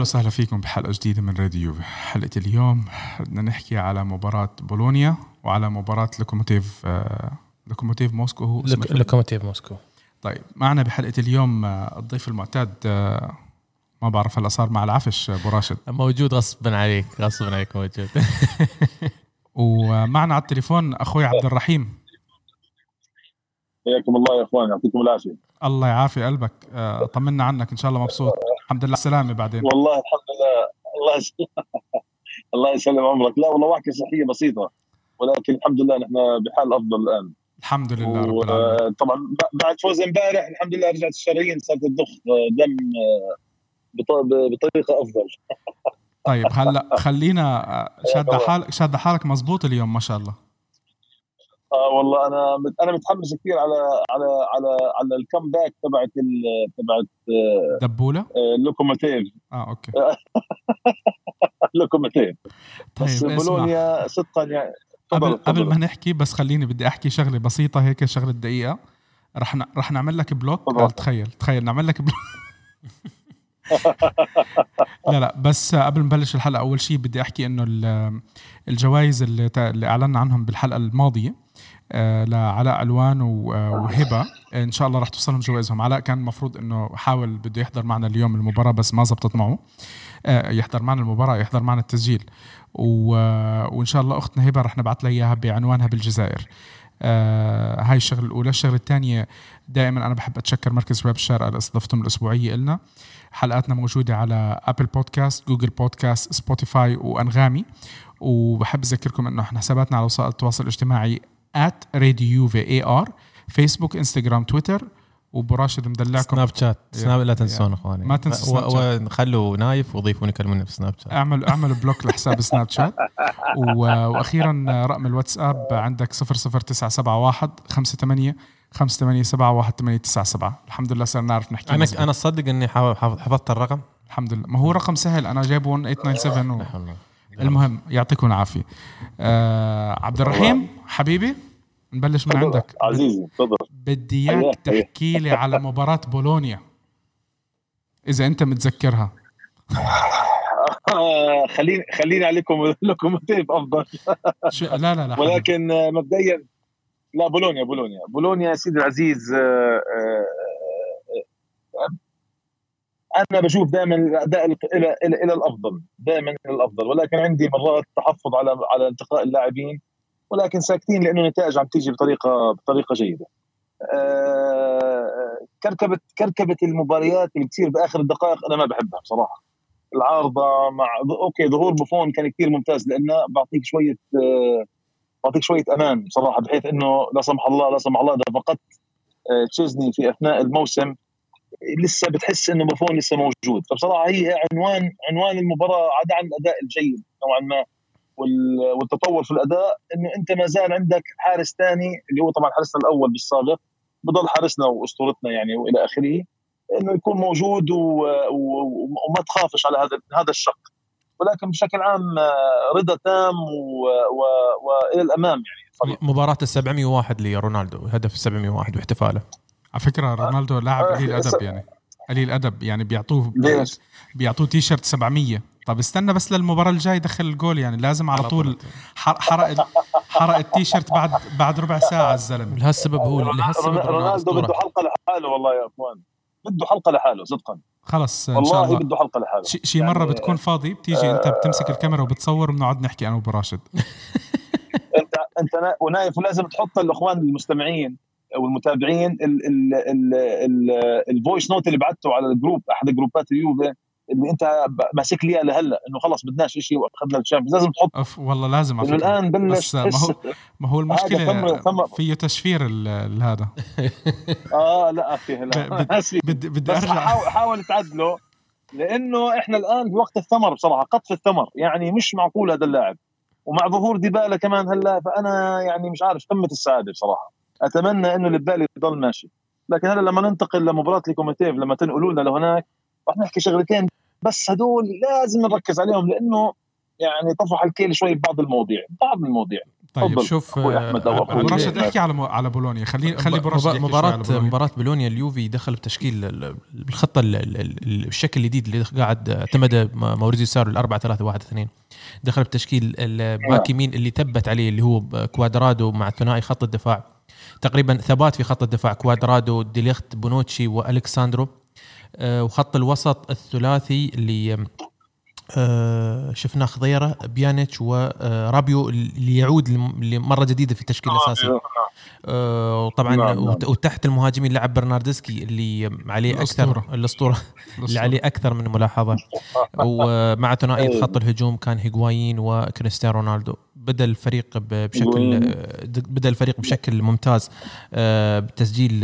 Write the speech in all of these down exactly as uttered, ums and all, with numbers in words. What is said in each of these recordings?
وسهلا فيكم بحلقة جديدة من راديو. حلقة اليوم بدنا نحكي على مباراة بولونيا وعلى مباراة لوكوموتيف آه لوكوموتيف موسكو. هو لك... لوكوموتيف موسكو. طيب معنا بحلقة اليوم آه الضيف المعتاد، آه ما بعرف هلا صار مع العفش أبو راشد. موجود غصبا عليك غصبا عليك موجود. ومعنا على التليفون أخوي عبد الرحيم. حياكم الله يا اخوان، يعطيكم العافيه. الله يعافي قلبك. آه طمنا عنك، ان شاء الله مبسوط. الحمد لله السلامه بعدين. والله الحمد لله. الله يسلم الله يسلم عمرك. لا والله وحكه صحيه بسيطه، ولكن الحمد لله نحن بحال افضل الان. الحمد لله رب العالمين. طبعا بعد فوز امبارح الحمد لله رجعت الشرايين صارت تضخ دم بطريقه افضل. طيب هلا خلينا شاد حالك شاد حالك مزبوط اليوم ما شاء الله. اه والله انا انا متحمس كثير على على على على الكمباك تبعت تبعت دبوله لوكوموتيف. اه اوكي. لوكوموتيف. طيب بس بولونيا صدقا يعني قبل قبل ما نحكي بس خليني بدي احكي شغله بسيطه هيك، شغله دقيقه. رح ن... رح نعمل لك بلوك. قال تخيل تخيل نعمل لك بلوك. لا لا بس قبل ما نبلش الحلقه اول شيء بدي احكي انه الجوائز اللي, اللي اعلنا عنهم بالحلقه الماضيه آه لعلاء علوان وهبه ان شاء الله راح توصلهم جوائزهم. علاء كان المفروض انه حاول بده يحضر معنا اليوم المباراه بس ما زبطت معه. آه يحضر معنا المباراه يحضر معنا التسجيل وان شاء الله اختنا هبه راح نبعث لها اياها بعنوانها بالجزائر. آه هاي الشغله الاولى. الشغله الثانيه دائما انا بحب اتشكر مركز شباب الشارقه على استضافتهم الاسبوعيه لنا. حلقاتنا موجوده على ابل بودكاست، جوجل بودكاست، سبوتيفاي وانغامي. وبحب اذكركم انه احنا حساباتنا على وسائل التواصل الاجتماعي آت راديو في اي ار، فيسبوك، انستغرام، تويتر، وبراشد مدلعكم سناب شات. سناب لا تنسون اخواني، ما تنسوا وخلوا نايف وضيفوني كلموني في سناب شات. اعمل اعمل بلوك لحساب سناب شات. واخيرا رقم الواتساب عندك صفر صفر تسعة سبعة واحد خمسة ثمانية خمسة ثمانية سبعة واحد ثمانية تسعة سبعة. الحمد لله صرنا نعرف نحكي. انا انا اصدق اني حفظت الرقم الحمد لله. ما هو رقم سهل، انا جايبه ثمانية تسعة سبعة و... المهم يعطيكم العافيه. آه عبد الرحيم حبيبي نبلش من عندك عزيزي. تفضل. بدي اياك تحكي لي على مباراة بولونيا اذا انت متذكرها. خليني خليني عليكم لوكوموتيف افضل. لا لا لا ولكن مبدئيا لا بولونيا بولونيا بولونيا يا سيدي العزيز. انا بشوف دائما الاداء الى الى الى الافضل، دائما الى الافضل، ولكن عندي مرات تحفظ على على انتقاء اللاعبين، ولكن ساكتين لانه النتائج عم تيجي بطريقه بطريقه جيده. أه كركبه كركبه المباريات اللي بتصير باخر الدقائق انا ما بحبها بصراحه. العارضه مع اوكي ظهور بوفون كان كثير ممتاز لانه بعطيك شويه أه بعطيك شويه امان بصراحه، بحيث انه لا سمح الله لا سمح الله اذا فقدت أه تشيزني في اثناء الموسم لسه بتحس انه بوفون لسه موجود. فبصراحه هي عنوان عنوان المباراه عدا عن الاداء الجيد نوعا ما والتطور في الاداء، انه انت ما زال عندك حارس ثاني اللي هو طبعا حارسنا الاول بالسابق، بضل حارسنا واسطورتنا يعني والى اخره، انه يكون موجود و... و... وما تخافش على هذا هذا الشق. ولكن بشكل عام رضا تام و... و... والى الامام يعني صريح. مباراه السبعمية وواحد لرونالدو، هدف السبعمية وواحد واحتفاله. على فكره رونالدو لاعب قليل ادب يعني قليل ادب يعني بيعطوه بيعطوه تي شيرت سبعمية. طب استنى بس للمباراة الجاي دخل الجول يعني لازم على طول. حرق حرق التيشيرت بعد بعد ربع ساعة الزلمة. لهالسبب هو لهالسبب رونالدو بده حلقة لحاله والله يا اخوان، بده حلقة لحاله صدقا. خلاص ان شاء الله والله بده حلقة لحاله. شي يعني مرة بتكون فاضي بتيجي انت بتمسك الكاميرا وبتصور وبنقعد نحكي انا وبراشد. انت انت ونايف ولازم تحط الاخوان المستمعين والمتابعين ال ال ال ال الفويس نوت اللي بعته على الجروب احد جروبات اليوفي اللي انت ماسك لي لهلا انه خلاص بدناش شيء واخذنا الشامبيونز، لازم تحط أف والله لازم على فكره الان بلش. ما هو ما هو المشكله فيه تشفير هذا. اه لا اخي بدي بدي ارجع حاول, حاول تعدله لانه احنا الان بوقت الثمر بصراحه، قطف الثمر يعني مش معقول هذا اللاعب، ومع ظهور ديبالا كمان هلا فانا يعني مش عارف قمه السعاده بصراحه. اتمنى انه البالي يضل ماشي، لكن هلا لما ننتقل لمباراه لوكوموتيف لما تنقلوا لنا لهناك رح نحكي شغلتين بس هدول لازم نركز عليهم لانه يعني طفح الكيل شوي ببعض المواضيع بعض المواضيع طيب شوف احمد او ابو راشد احكي على على بولونيا. خلي خلي ابو راشد مباراه مباراه بولونيا اليوفي دخل بتشكيل بالخطه الشكل الجديد اللي قاعد اعتمد موريزيو سارو الأربعة ثلاثة واحد اثنين. دخل بتشكيل الباك يمين اللي ثبت عليه اللي هو كوادرادو مع ثنائي خط الدفاع، تقريبا ثبات في خط الدفاع كوادرادو ديليخت بونوتشي والكساندرو. وخط الوسط الثلاثي اللي آه شفنا خضيرة بيانيتش ورابيو اللي يعود لمرة جديدة في التشكيل الأساسي. آه وطبعا نعم نعم. وتحت المهاجمين لعب برناردسكي اللي عليه الأسطورة. أكثر الأسطورة اللي عليه أكثر من ملاحظة. ومع ثنائية خط الهجوم كان هيغوايين وكريستيانو رونالدو. بدأ الفريق بشكل بدأ الفريق بشكل ممتاز آه بتسجيل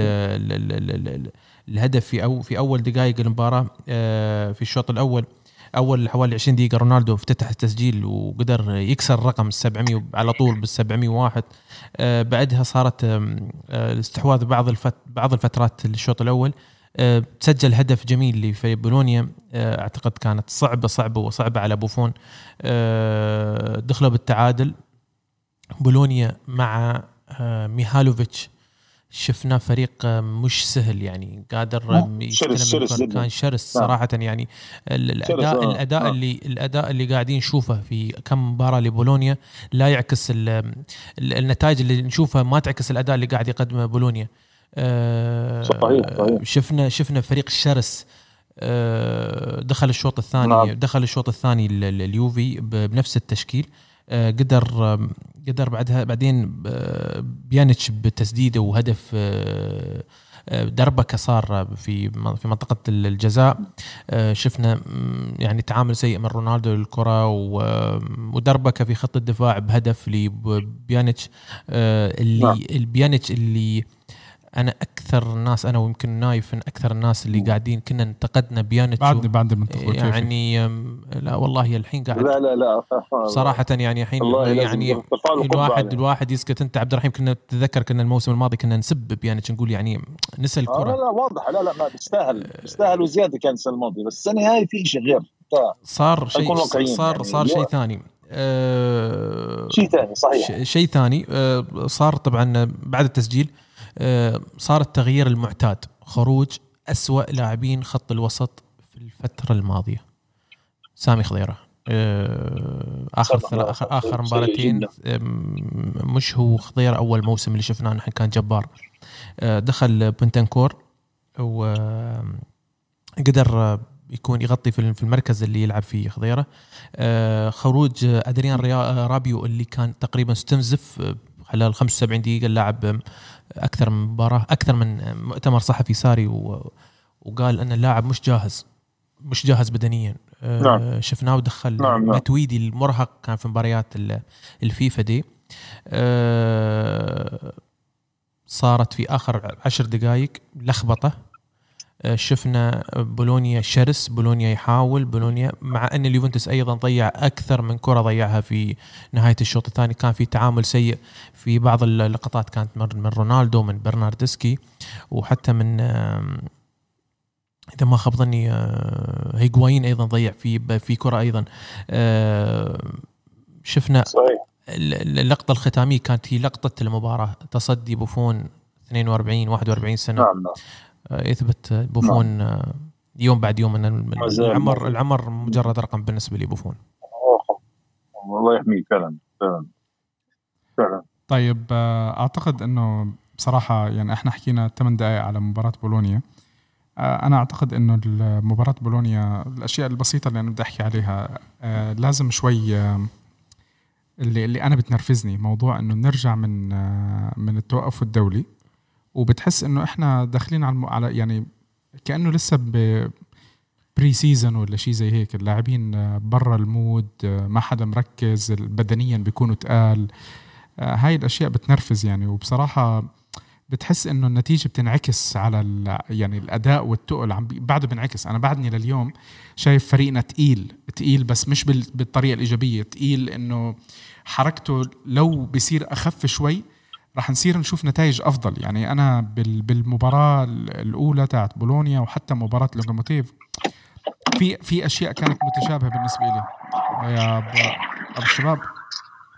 الهدف في أو في أول دقائق المباراة آه في الشوط الأول. أول حوالي عشرين دقيقة رونالدو افتتح التسجيل وقدر يكسر رقم السبعمية على طول بالسبعمية وواحد. آه بعدها صارت آه الاستحواذ بعض الفت بعض الفترات الشوط الأول. آه تسجل هدف جميل لفريق بولونيا. آه أعتقد كانت صعبة صعبة وصعبة على بوفون. آه دخلوا بالتعادل بولونيا مع آه ميهالوفيتش. شفنا فريق مش سهل يعني قادر شرس شرس كان شرس صراحة يعني الأداء شرس الأداء اللي الأداء اللي قاعدين نشوفه في كم مباراة لبولونيا لا يعكس النتائج اللي نشوفها، ما تعكس الأداء اللي قاعد يقدمه بولونيا. صحيح صحيح. شفنا شفنا فريق شرس. دخل الشوط الثاني نعم. دخل الشوط الثاني اليوفي بنفس التشكيل. قدر قدر بعدها بعدين بيانيتش بتسديده وهدف دربكة صار في في منطقة الجزاء. شفنا يعني تعامل سيء من رونالدو للكرة ودربكة في خط الدفاع بهدف لبيانيتش اللي البيانيتش اللي أنا أكثر الناس أنا ويمكن نايف من أكثر الناس اللي قاعدين كنا انتقدنا بيانيتش بعد بعد المنتخب يعني لا والله الحين قاعد لا لا لا صراحة يعني الحين يعني الواحد الواحد يسكت. أنت عبد الرحيم كنا تتذكر كنا الموسم الماضي كنا نسب بيانيتش نقول يعني نسى الكرة. لا لا واضح لا لا ما بيستاهل بيستاهل وزيادة كان السنة الماضية، بس السنة هاي في شيء غير صار شيء صار يعني صار شيء ثاني أه شيء ثاني صحيح شيء ثاني أه صار طبعا بعد التسجيل أه صار التغيير المعتاد، خروج أسوأ لاعبين خط الوسط في الفترة الماضية. سامي خضيرة أه آخر آخر آخر مباراتين مش هو خضيرة أول موسم اللي شفناه نحن كان جبار. أه دخل بنتنكور وقدر يكون يغطي في المركز اللي يلعب فيه خضيرة. أه خروج أدريان رابيو اللي كان تقريبا استنزف خلال خمسة وسبعين دقيقة. اللاعب أكثر من مباراة أكثر من مؤتمر صحفي ساري وقال أن اللاعب مش جاهز مش جاهز بدنيا. نعم. شفناه ودخل نعم. متويدي المرهق كان في مباريات الفيفا دي. أه صارت في آخر عشر دقائق لخبطة. شفنا بولونيا شرس، بولونيا يحاول بولونيا مع أن اليوفنتوس أيضا ضيع أكثر من كرة ضيعها في نهاية الشوط الثاني. كان في تعامل سيء في بعض اللقطات كانت من رونالدو من برناردسكي وحتى من إذا ما خاب ظني هيغوايين أيضا ضيع في في كرة أيضا. شفنا صحيح. اللقطة الختامية كانت هي لقطة المباراة، تصدي بوفون اثنين وأربعين واحد وأربعين سنة. نعم نعم. يثبت بوفون نعم. يوم بعد يوم ان العمر العمر مجرد رقم بالنسبه لي بوفون. والله يحميه فعلا فعلا فعلا. طيب اعتقد انه بصراحه يعني احنا حكينا ثمان دقائق على مباراه بولونيا. انا اعتقد انه مباراه بولونيا الاشياء البسيطه اللي انا بدي احكي عليها لازم شوي اللي اللي انا بتنرفزني موضوع انه نرجع من من التوقف الدولي وبتحس انه احنا داخلين على على يعني كانه لسه بري سيزون ولا شيء زي هيك. اللاعبين برا المود، ما حدا مركز، بدنيا بيكونوا تقال. هاي الاشياء بتنرفز يعني. وبصراحه بتحس انه النتيجه بتنعكس على يعني الاداء والتقل عم بعده بنعكس. انا بعدني لليوم شايف فريقنا تقيل تقيل بس مش بالطريقه الايجابيه. تقيل انه حركته لو بيصير اخف شوي راح نصير نشوف نتائج أفضل. يعني أنا بالمباراة الأولى تاعت بولونيا وحتى مباراة لوكوموتيف في في أشياء كانت متشابهة بالنسبة لي. يا أبو الشباب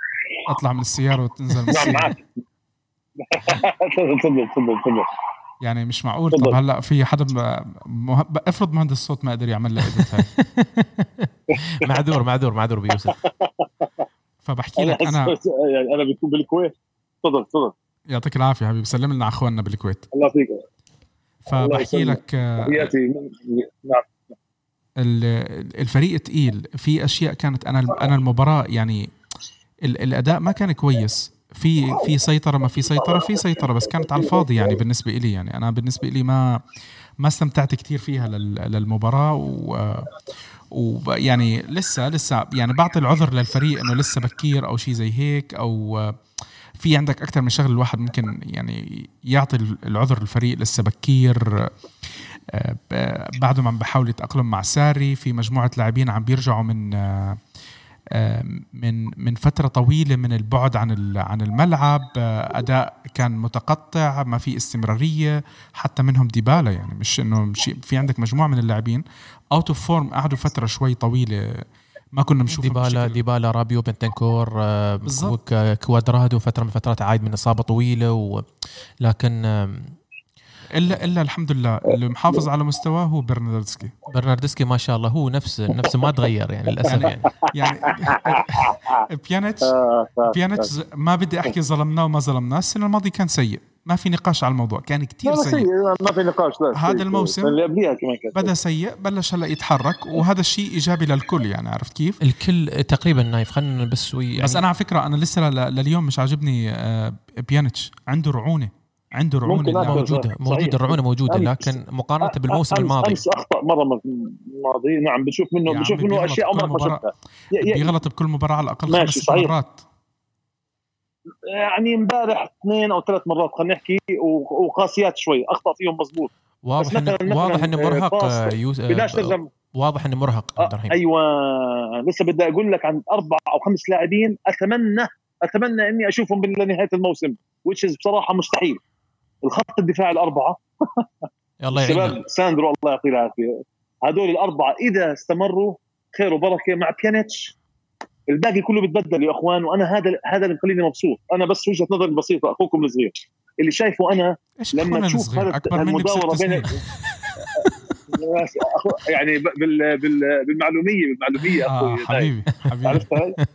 اطلع من السياره وتنزل من نعم السياره. معك. تفضل تفضل تفضل تفضل. يعني مش معقول. طب هلا في حدا مه... افرض مهندس الصوت ما قدر يعمل لها إيديت هاي. معذور معذور معذور بيوسف. فبحكي لك انا يعني انا بكون بالكويت. تفضل تفضل. يعطيك العافيه حبيبي، سلم لنا على اخواننا بالكويت. الله فيك. فبحكي لك تحياتي. نعم الفريق تقيل في اشياء كانت. انا انا المباراه يعني الاداء ما كان كويس، في في سيطره ما في سيطره في سيطره بس كانت على الفاضي يعني بالنسبه لي. يعني انا بالنسبه لي ما ما استمتعت كتير فيها للمباراه، و ويعني لسه لسه يعني بعطي العذر للفريق انه لسه بكير او شيء زي هيك، او في عندك اكثر من شغل الواحد ممكن يعني يعطي العذر للفريق. لسه بكير، بعدهم عم بحاول يتأقلم مع ساري، في مجموعة لاعبين عم بيرجعوا من من من فترة طويلة من البعد عن عن الملعب، أداء كان متقطع، ما في استمرارية، حتى منهم ديبالا. يعني مش إنه في عندك مجموعة من اللاعبين أوت أوف فورم، قعدوا فترة شوي طويلة ما كنا نشوف. ديبالا ديبالا رابيو بنتنكور كوادرادو فترة من فترات عايد من إصابة طويلة، ولكن إلا إلا الحمد لله اللي محافظ على مستواه هو برناردسكي. برناردسكي ما شاء الله هو نفس نفسه ما تغير يعني للأسف. يعني يعني بيانيتش بيانيتش ما بدي أحكي ظلمناه وما ظلمناه. السنة الماضية كان سيء، ما في نقاش على الموضوع، كان كتير سيء. سيء ما في نقاش. هذا الموسم اللي قبليها كمان كان بدأ سيء، بلش هلا يتحرك، وهذا الشيء إيجابي للكل. يعني عرفت كيف؟ الكل تقريبا نايف. خلنا بس شوي يعني. بس أنا على فكرة أنا لسه لليوم مش عاجبني بيانيتش، عنده رعونة عنده رعونة موجودة موجودة الرعونة موجودة، لكن مقارنة بالموسم الماضي أمس أخطأ مرة ماضي. نعم بنشوف منه بنشوف منه أشياء عمرك ما شفتها. بيغلط بكل مباراة على الأقل خمس مرات. يعني امبارح اثنين أو ثلاث مرات خلينا نحكي، وقاسيات شوي أخطأ فيهم مزبوط. واضح إنه واضح إنه مرهق يوسف. واضح إنه مرهق عبد الرحيم. أيوة لسه بدي أقول لك عن أربع أو خمس لاعبين أتمنى أتمنى إني أشوفهم بنهاية الموسم، which is بصراحة مستحيل. الخط الدفاع الأربعة الله يعينهم. ساندرو الله يعطيه العافية. هدول الأربعة إذا استمروا خير وبركة مع بيانيتش، الباقي كله بتبدل يا أخوان. وأنا هذا هذا اللي مخليني مبسوط. أنا بس وجهة نظري بسيطة، أخوكم الصغير اللي شايفه أنا لما تشوف هذا المداورة بين يعني بال بال بالمعلومية بالمعلومية آه حبيبي حبيبي. عرفت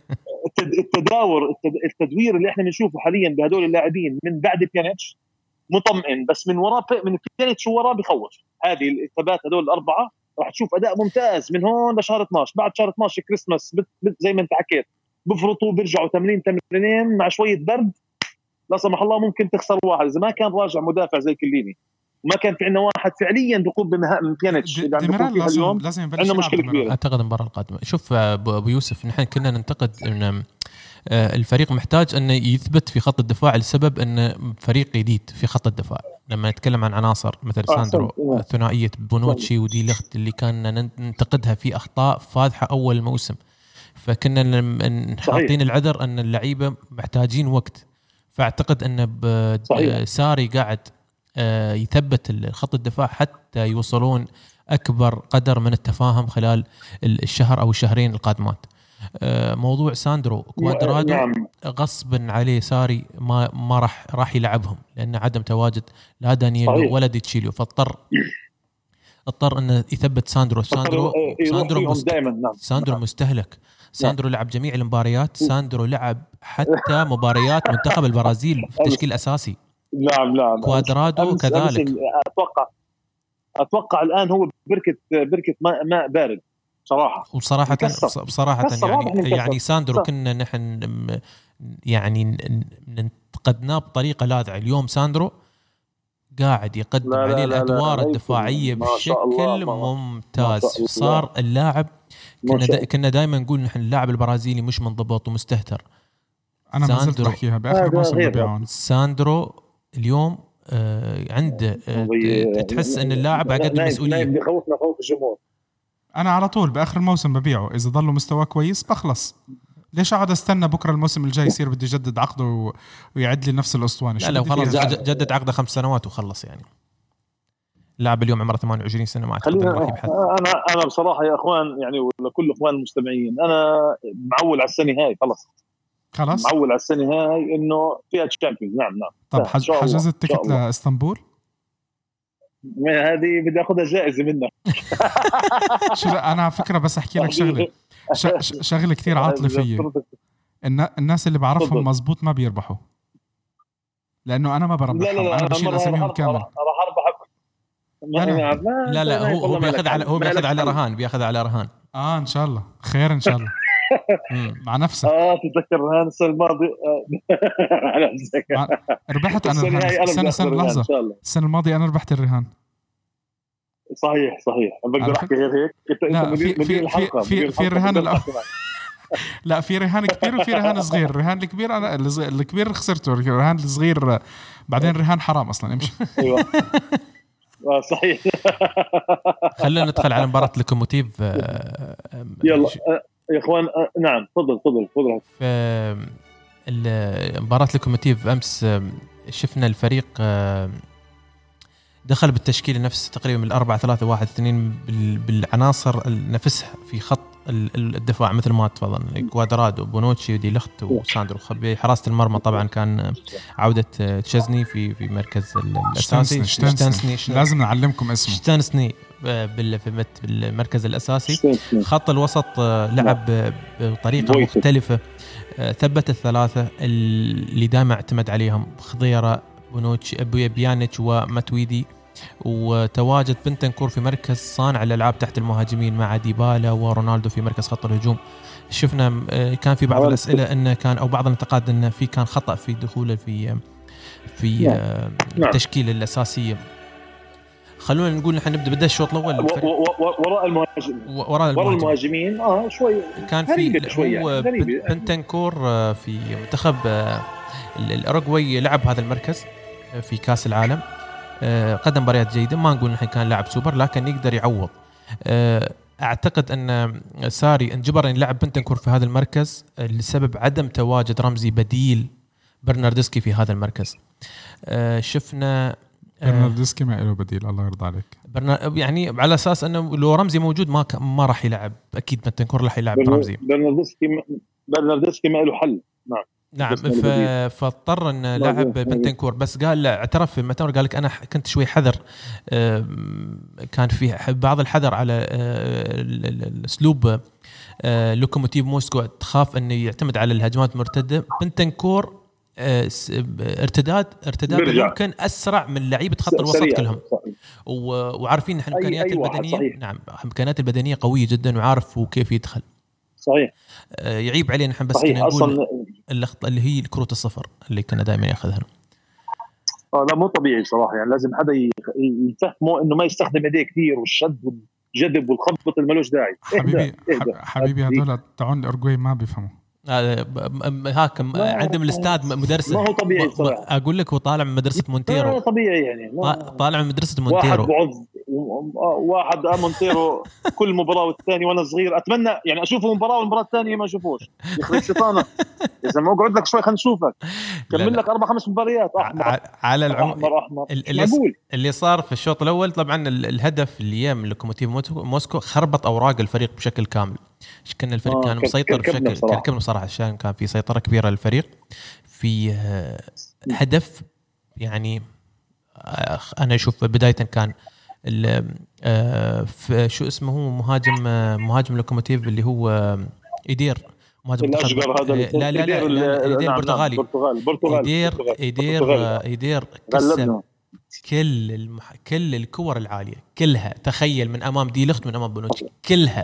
التداور التدوير اللي احنا بنشوفه حاليا بهدول اللاعبين من بعد بيانيتش مطمئن، بس من وراء من بيانيتش وراه بخوف. هذه الثبات هدول الأربعة راح تشوف أداء ممتاز من هون لشهر اثناشر. بعد شهر اثناشر كريسماس زي ما انت حكيت بفرطوا بيرجعوا تمرين تمرينين مع شوية برد لا سمح الله ممكن تخسر واحد. إذا ما كان راجع مدافع زي كليني ما كان في عندنا واحد فعليا بيقوم بمهام بيانيتش اليوم لازم عندنا مشكلة كبيرة. أعتقد المباراة القادمة. شوف أبو يوسف، نحن كنا ننتقد أن الفريق محتاج أنه يثبت في خط الدفاع لسبب أن فريق جديد في خط الدفاع. لما نتكلم عن عناصر مثل ساندرو، ثنائية بونوتشي ودي لخت اللي كان ننتقدها في أخطاء فاضحة أول الموسم، فكنا حاطين العذر أن اللعيبة محتاجين وقت. فأعتقد أن ساري قاعد يثبت خط الدفاع حتى يوصلون أكبر قدر من التفاهم خلال الشهر أو الشهرين القادمات. موضوع ساندرو كوادرادو نعم. غصبا عليه ساري ما ما راح راح يلعبهم لأن عدم تواجد لا دانييلو ولا ديتشيليو، فاضطر اضطر انه يثبت ساندرو. ساندرو ساندرو مست... نعم. ساندرو مستهلك. ساندرو لعب جميع المباريات. ساندرو لعب حتى مباريات منتخب البرازيل في تشكيل أساسي. نعم نعم. كوادرادو كذلك. أتوقع أتوقع الآن هو بركة بركة ماء ماء بارد صراحة. وصراحة بصراحة يعني يعني ساندرو كنا نحن يعني انتقدناه بطريقة لاذعة. اليوم ساندرو قاعد يقدم لا لا عليه لا الأدوار لا لا الدفاعية بشكل ممتاز. صار اللاعب كنا دا كنا دائما نقول نحن اللاعب البرازيلي مش منضبط ومستهتر. أنا ما زلت بحكيها بآخر موسم ببيعون. ساندرو اليوم آه عنده آه تحس أن اللاعب قد مسؤولية. بيخوفنا خوف الجمهور. أنا على طول بآخر الموسم ببيعه إذا ضلوا مستواه كويس بخلص. ليش أقعد استنى بكرة الموسم الجاي يصير بدي يجدد عقده ويعد لي نفس الأسطوانة؟ لا لو خلص جدد عقده خمس سنوات وخلص يعني. لاعب اليوم عمره ثمانية وعشرين سنة ما أعتقد راح يبحث. أنا أنا بصراحة يا أخوان يعني ولا كل أخوان المستمعين أنا معول على السنة هاي خلص. خلاص معول على السنه هاي انه فيها تشامبيونز. نعم نعم. طب حج... حجزت التيكت لاسطنبول؟ هذه بدي اخذها جائزه منك. شو انا على فكره بس احكي لك شغله ش... شغله كثير عاطله فيي. الناس اللي بعرفهم مزبوط ما بيربحوا، لانه انا ما بربحهم. لا لا لا انا بشيل اساميهم كامل. راح اربح. لا لا لا, لا هو هو بياخذ على هو بياخذ على رهان بياخذ على رهان اه ان شاء الله خير ان شاء الله. مع نفسك. اه تتذكر رهان السنه الماضيه على نفسك. ربحت انا الرهان السنه السنه لحظه السنه الماضيه انا ربحت الرهان. صحيح صحيح. بقدر احكي غير هيك؟ لا في في في في, في الرهان الأول. لا في رهان كبير وفي رهان صغير. الرهان الكبير انا الكبير خسرته، الرهان الصغير بعدين رهان حرام اصلا امشي. ايوه صحيح. خلينا ندخل على مباراة لوكوموتيف. يلا يا اخوان. نعم تفضل تفضل تفضل. في مباراة لوكوموتيف امس شفنا الفريق دخل بالتشكيل نفس تقريبا من الأربعة ثلاثة واحد اثنين بالعناصر نفسها في خط الدفاع مثل ما تفضل كوادرادو بونوتشي ودي لخت وساندرو خبي. حراسة المرمى طبعا كان عودة تشزني في في مركز الأساسي. شتانسني لازم نعلمكم اسمه. شتانسني بالمركز الأساسي. خط الوسط لعب بطريقة مختلفة، ثبت الثلاثة اللي دائما اعتمد عليهم خضيرة بونوتشي بيانيتش وماتويدي، وتواجد بنتنكور في مركز صانع الألعاب تحت المهاجمين مع ديبالا ورونالدو في مركز خط الهجوم. شفنا كان في بعض الأسئلة أنه كان أو بعض الانتقاد أنه في كان خطأ في دخوله في في نعم. التشكيلة الأساسية. خلونا نقول نحن نبدأ بدأ الشوط الأول وراء المهاجمين وراء المهاجمين اه شوي كان في هو بنتنكور في منتخب الأوروغواي لعب هذا المركز في كأس العالم، قدم مباريات جيدة. ما نقول نحن كان لاعب سوبر لكن يقدر يعوض. أعتقد أن ساري انجبر أن يلعب بنتنكور في هذا المركز لسبب عدم تواجد رمزي بديل برناردسكي في هذا المركز. شفنا برناردسكي ما له بديل الله يرضى عليك. برنا... يعني على أساس أنه لو رمزي موجود ما ك... ما راح يلعب أكيد بنتنكور راح يلعب برن... رمزي. برناردسكي ما... برناردسكي ما له حل. نعم نعم ف... فاضطر ان لاعب بنتنكور بس قال لا اعترف في المؤتمر قال لك انا كنت شوي حذر، كان في بعض الحذر على الاسلوب لوكوموتيف موسكو تخاف انه يعتمد على الهجمات المرتده. بنتنكور ارتداد ارتداد ممكن اسرع من لعيبه خط الوسط كلهم، وعارفين نحن امكانيات أي البدنيه صحيح. نعم امكانيات البدنيه قويه جدا وعارف كيف يدخل صحيح. يعيب علينا نحن بس كنا نقول اللخطه اللي هي الكروت الصفر اللي كنا دائما ياخذها. اه لا مو طبيعي صراحه، يعني لازم حدا يفهمه انه ما يستخدم ايديه كثير والشد والجذب والخبط اللي مالوش داعي. حبيبي إهدى. حبيبي هذول تاعون الاورجواي ما بيفهموا هاك عندهم الاستاد مدرسه ما هو طبيعي صراحه. اقول لك هو طالع من مدرسه مونتيرو. ما طبيعي يعني ما طالع من مدرسه مونتيرو. واحد بعض واحد مونتيرو كل مباراه والثاني وانا صغير اتمنى يعني اشوفه مباراه والمباراه الثانيه ما اشوفوش يخرب شيطانك. اذا ما اقعد لك شوي خلينا نشوفك كمل لك اربع خمس مباريات احمر على العموم احمر احمر اللي, اللي صار في الشوط الاول. طبعا الهدف الايام لوكوموتيف موسكو خربط اوراق الفريق بشكل كامل. كان الفريق آه كان مسيطر بشكل كان بصراحه عشان كان في سيطره كبيره للفريق في هدف. يعني انا اشوف بدايه كان في شو اسمه هو مهاجم مهاجم لوكوموتيف اللي هو إيدير مهاجم منتخب لا لا لا إيدير البرتغالي إيدير إيدير إيدير كسب كل المح... كل الكور العاليه كلها. تخيل من امام دي لخت من امام بونوتشي كلها.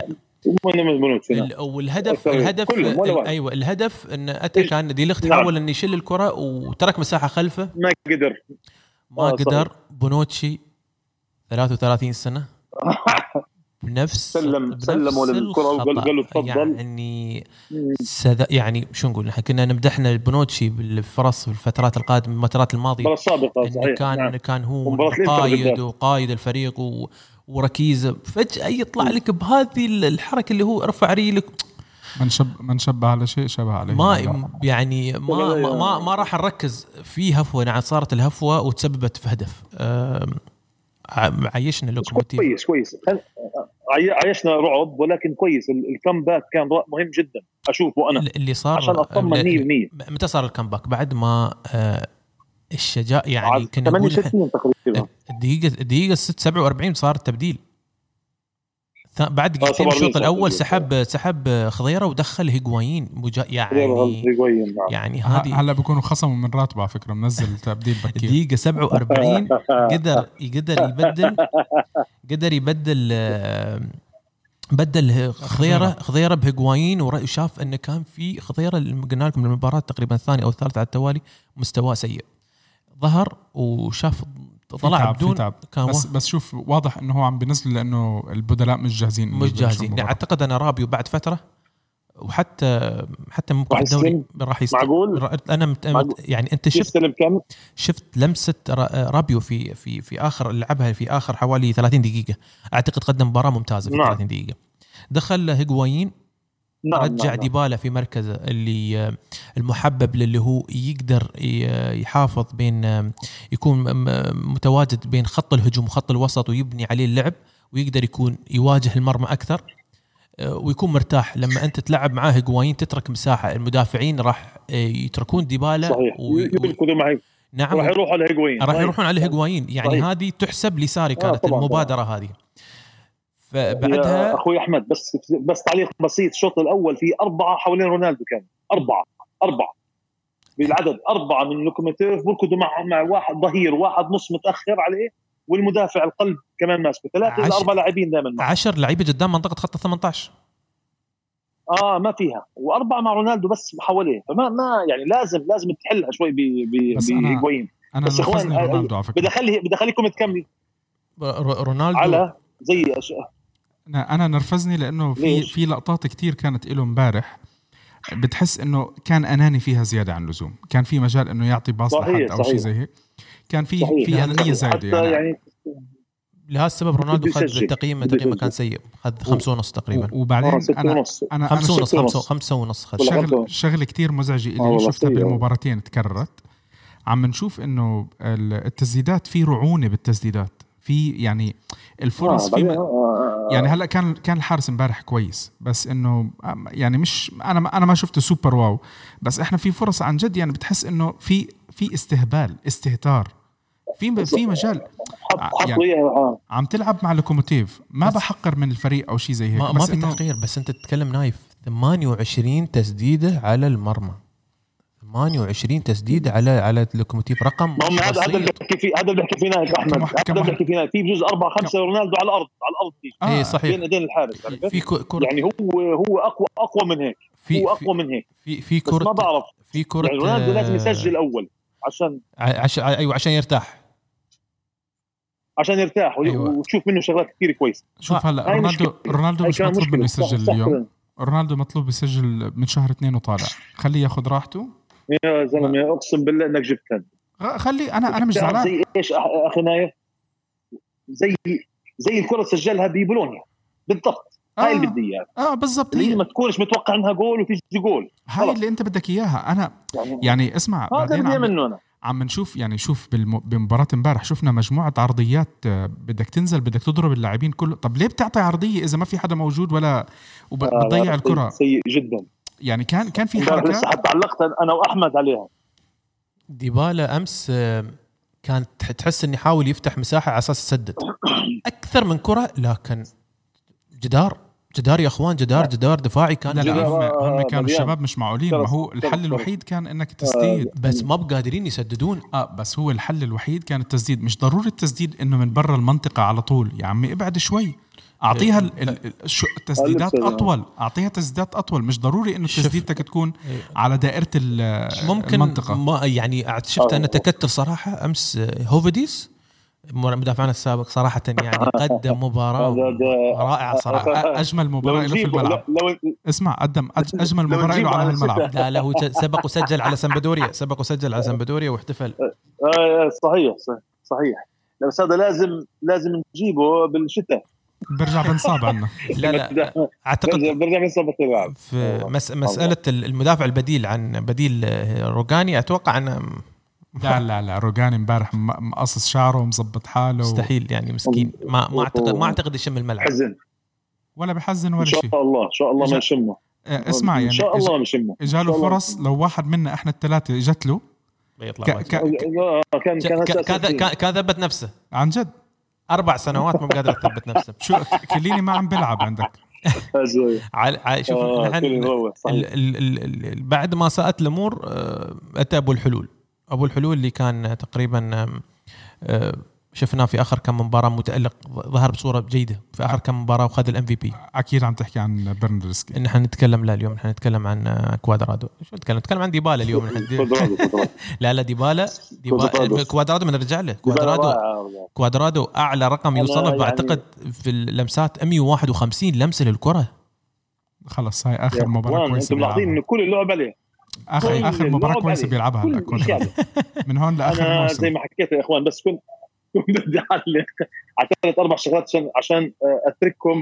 والهدف الهدف ايوه الهدف ان اتى كان دي لخت حاول ان يشيل الكره وترك مساحه خلفه ما قدر ما آه قدر. بونوتشي ثلاثة وثلاثين سنة بنفس سلم سلموا للكرة وقالوا تفضل. يعني سذ... يعني شو نقول نحن كنا نمدحنا البونوتشي بالفرص في الفترات القادمة الفترات الماضية السابقة صحيح. كان نعم. كان هو قائد وقائد الفريق و... وركيزة. فجأة يطلع لك بهذه الحركة اللي هو ارفع ريلك. من شب من شبه على شيء شبه عليه ما يعني ما ما, ما, ما راح نركز في هفوة. يعني صارت الهفوة وتسببت في هدف. عايشنا لوكوموتيف كويس كويس عايشنا رعب، ولكن كويس الكمباك كان مهم جدا اشوفه انا اللي صار عشان اطمن مية بالمية. متى صار الكمباك؟ بعد ما آه الشجاع يعني كنا نقول تقريبا الدقيقه الدقيقه ستة سبعة وأربعين صار التبديل. بعد دقيقتين الشوط الاول سحب سحب خضيره ودخل هيغوايين مجا... يعني يعني هذه هلا بيكونوا خصموا من راتبه على فكره، منزل تبديل بكير. دقيقه سبعة وأربعين قدر يقدر يبدل قدر يبدل بدل خضيره خضيره بهيغوايين، وشاف انه كان في خضيره اللي قلنا لكم المباراه تقريبا الثانيه او الثالثه على التوالي مستواه سيء، ظهر وشاف طلع بدون كان بس بس شوف واضح انه هو عم بينزل لانه البدلاء مش جاهزين مش جاهزين يعني اعتقد انا رابيو بعد فتره، وحتى حتى ممكن الدوري راح يست... معقول انا مت... معقول. يعني انت شفت شفت لمسه رابيو في في في اخر لعبها في اخر حوالي ثلاثين دقيقه، اعتقد قدم مباراه ممتازه في نعم. ثلاثين دقيقه دخل هيغوايين نعم رجع نعم. ديبالا في مركزه اللي المحبب للي هو يقدر يحافظ بين يكون متواجد بين خط الهجوم وخط الوسط ويبني عليه اللعب، ويقدر يكون يواجه المرمى أكثر ويكون مرتاح. لما أنت تلعب معاه هيغوايين تترك مساحة، المدافعين راح يتركون ديبالا صحيح و... يركضوا معي نعم راح يروحوا على هيغوايين راح يروحون على هيغوايين يعني صحيح. هذه تحسب لساري كانت آه المبادرة طبعا. هذه فبعدها اخوي احمد بس بس تعليق بسيط، الشوط الاول في اربعه حوالين رونالدو، كان اربعه اربعه بالعدد، اربعه من لوكوموتيف بركضوا مع مع واحد ظهير واحد نص متاخر عليه والمدافع القلب كمان ماسكه، ثلاثه الى اربع لاعبين دائما عشر لعيبه قدام منطقه خط ثمانية عشر اه ما فيها، واربعه مع رونالدو بس حواليه، فما ما يعني لازم لازم تحلها شوي بهيغوايين. بس انا بدي اخلي بدي اخليكم تكملوا رونالدو على زي أشياء. انا نرفزني لانه في في لقطات كتير كانت له امبارح بتحس انه كان اناني فيها زياده عن اللزوم، كان في مجال انه يعطي باص لحد او شيء زي هيك، كان في في انانيه زايده يعني, يعني لهذا السبب رونالدو خد التقييم تقريبا كان سيء، خد خمسة ونص تقريبا، وبعدين انا انا خمسة ونص خمسة خمسة ونص خد شغل شغل كتير مزعجه اللي شفتها بالمباراتين تكررت. عم نشوف انه التسديدات في رعونه بالتسديدات، في يعني الفرص في يعني هلا كان كان الحارس امبارح كويس، بس انه يعني مش انا انا ما شفته سوبر واو، بس احنا في فرص عن جد يعني بتحس انه في في استهبال استهتار في في مجال يعني عم تلعب مع لوكوموتيف، ما بحقر من الفريق او شيء زي هيك، ما, ما في تحقير، بس انت تتكلم نايف ثمانية وعشرين تسديده على المرمى، ثمانية وعشرين تسديد على على اللوكوموتيف، رقم هذا هذا اللي بحكي فيه هذا اللي بحكي فيه نايف احمد، هذا اللي بحكي فيه في بجوز أربعة خمسة رونالدو على الارض على الارض دي اي صحيح بين ايدين الحارس في كرة يعني هو هو اقوى اقوى من هيك هو اقوى من هيك في في كرة ما بعرف في كرة يعني رونالدو لازم يسجل اول عشان عشان ايوه عشان يرتاح عشان يرتاح أيوة. وتشوف منه شغلات كثير كويسه. شوف هلا رونالدو رونالدو مش مطلوب منه يسجل اليوم، رونالدو مطلوب يسجل من شهر اثنين وطالع، خليه ياخذ راحته يا زلمه، اقسم بالله انك جبتها، خلي انا انا مش زعلان زي ايش اخي نايف، زي زي الكره سجلها ببولونيا بالضبط، آه هاي اللي بدي اياها اه بالضبط، اللي ما تكونش متوقع انها جول وتيجي جول، هاي اللي انت بدك اياها. انا يعني, يعني اسمع بعدين عم, منه أنا. عم نشوف يعني شوف بمباراه امبارح شفنا مجموعه عرضيات بدك تنزل بدك تضرب اللاعبين كله، طب ليه بتعطي عرضيه اذا ما في حدا موجود ولا وبتضيع آه الكره؟ سيء جدا يعني كان كان في حركه لسه حتى علقت انا واحمد عليها. ديبالا امس كانت تحس انه يحاول يفتح مساحه على اساس يسدد اكثر من كره، لكن جدار جدار يا اخوان، جدار جدار دفاعي كان. لا لا هم, هم كانوا الشباب مش معقولين، ما هو الحل الوحيد كان انك تسديد، بس ما بقادرين يسددون. اه بس هو الحل الوحيد كان التسديد، مش ضروري التسديد انه من برا المنطقه على طول، يا عمي ابعد شوي، اعطيها التسديدات اطول، اعطيها تسديدات اطول، مش ضروري انه تسديدتك تكون على دائره ممكن المنطقه. ما يعني شفت انا تكتل صراحه امس هوفيديس مدافعنا السابق صراحه يعني قدم مباراه رائعه صراحه، اجمل مباراه له في الملعب. اسمع قدم اجمل مباراه له على الملعب. لا لا هو سبق وسجل على سامبدوريا، سبق وسجل على سامبدوريا واحتفل. صحيح صحيح، بس هذا لازم لازم نجيبه بالشتاء، برجع بنصاب عنا. لا لا اعتقد برجع بنصاب في مس مساله المدافع البديل عن بديل روغاني، اتوقع انه لا لا لا روغاني امبارح مقصص شعره ومظبط حاله مستحيل يعني مسكين، ما ما اعتقد ما اعتقد يشم الملعب. حزن ولا بحزن ولا ان شيء. شاء الله ان شاء الله ما يشمه. اسمع يعني ان شاء الله ما يشمه. اجاله فرص لو واحد منا احنا الثلاثه اجت له بيطلع ك... ك... كان كان كان كان ثبت نفسه عن جد اربع سنوات مو قادر يثبت نفسه. شو كليني ما عم بلعب عندك. على شوف آه ال ال ال بعد ما ساءت الامور اتى ابو الحلول. ابو الحلول اللي كان تقريبا شفناه في اخر كم مباراه متالق، ظهر بصوره جيده في اخر كم مباراه وخذ الام في بي. اكيد عم تحكي عن برناردسكي. نحن نتكلم لا اليوم نحن نتكلم عن كوادرادو. شو نتكلم نتكلم عن ديبالا اليوم نحن. لا لا ديبالا ديبالا كوادرادو بنرجع له. كوادرادو كوادرادو اعلى رقم يوصله يعني بعتقد في اللمسات مية وواحد وخمسين لمسه للكره. خلص هاي اخر مباراه كويسه. انتم لاحظين انه كل اللعب عليه اخر اخر مباراه كويسه بيلعبها هلا كوادرادو من هون لاخر الموسم. زي ما حكيت يا اخوان بس كنت بدي اعلق على ثلاث اربع شغلات عشان عشان اترككم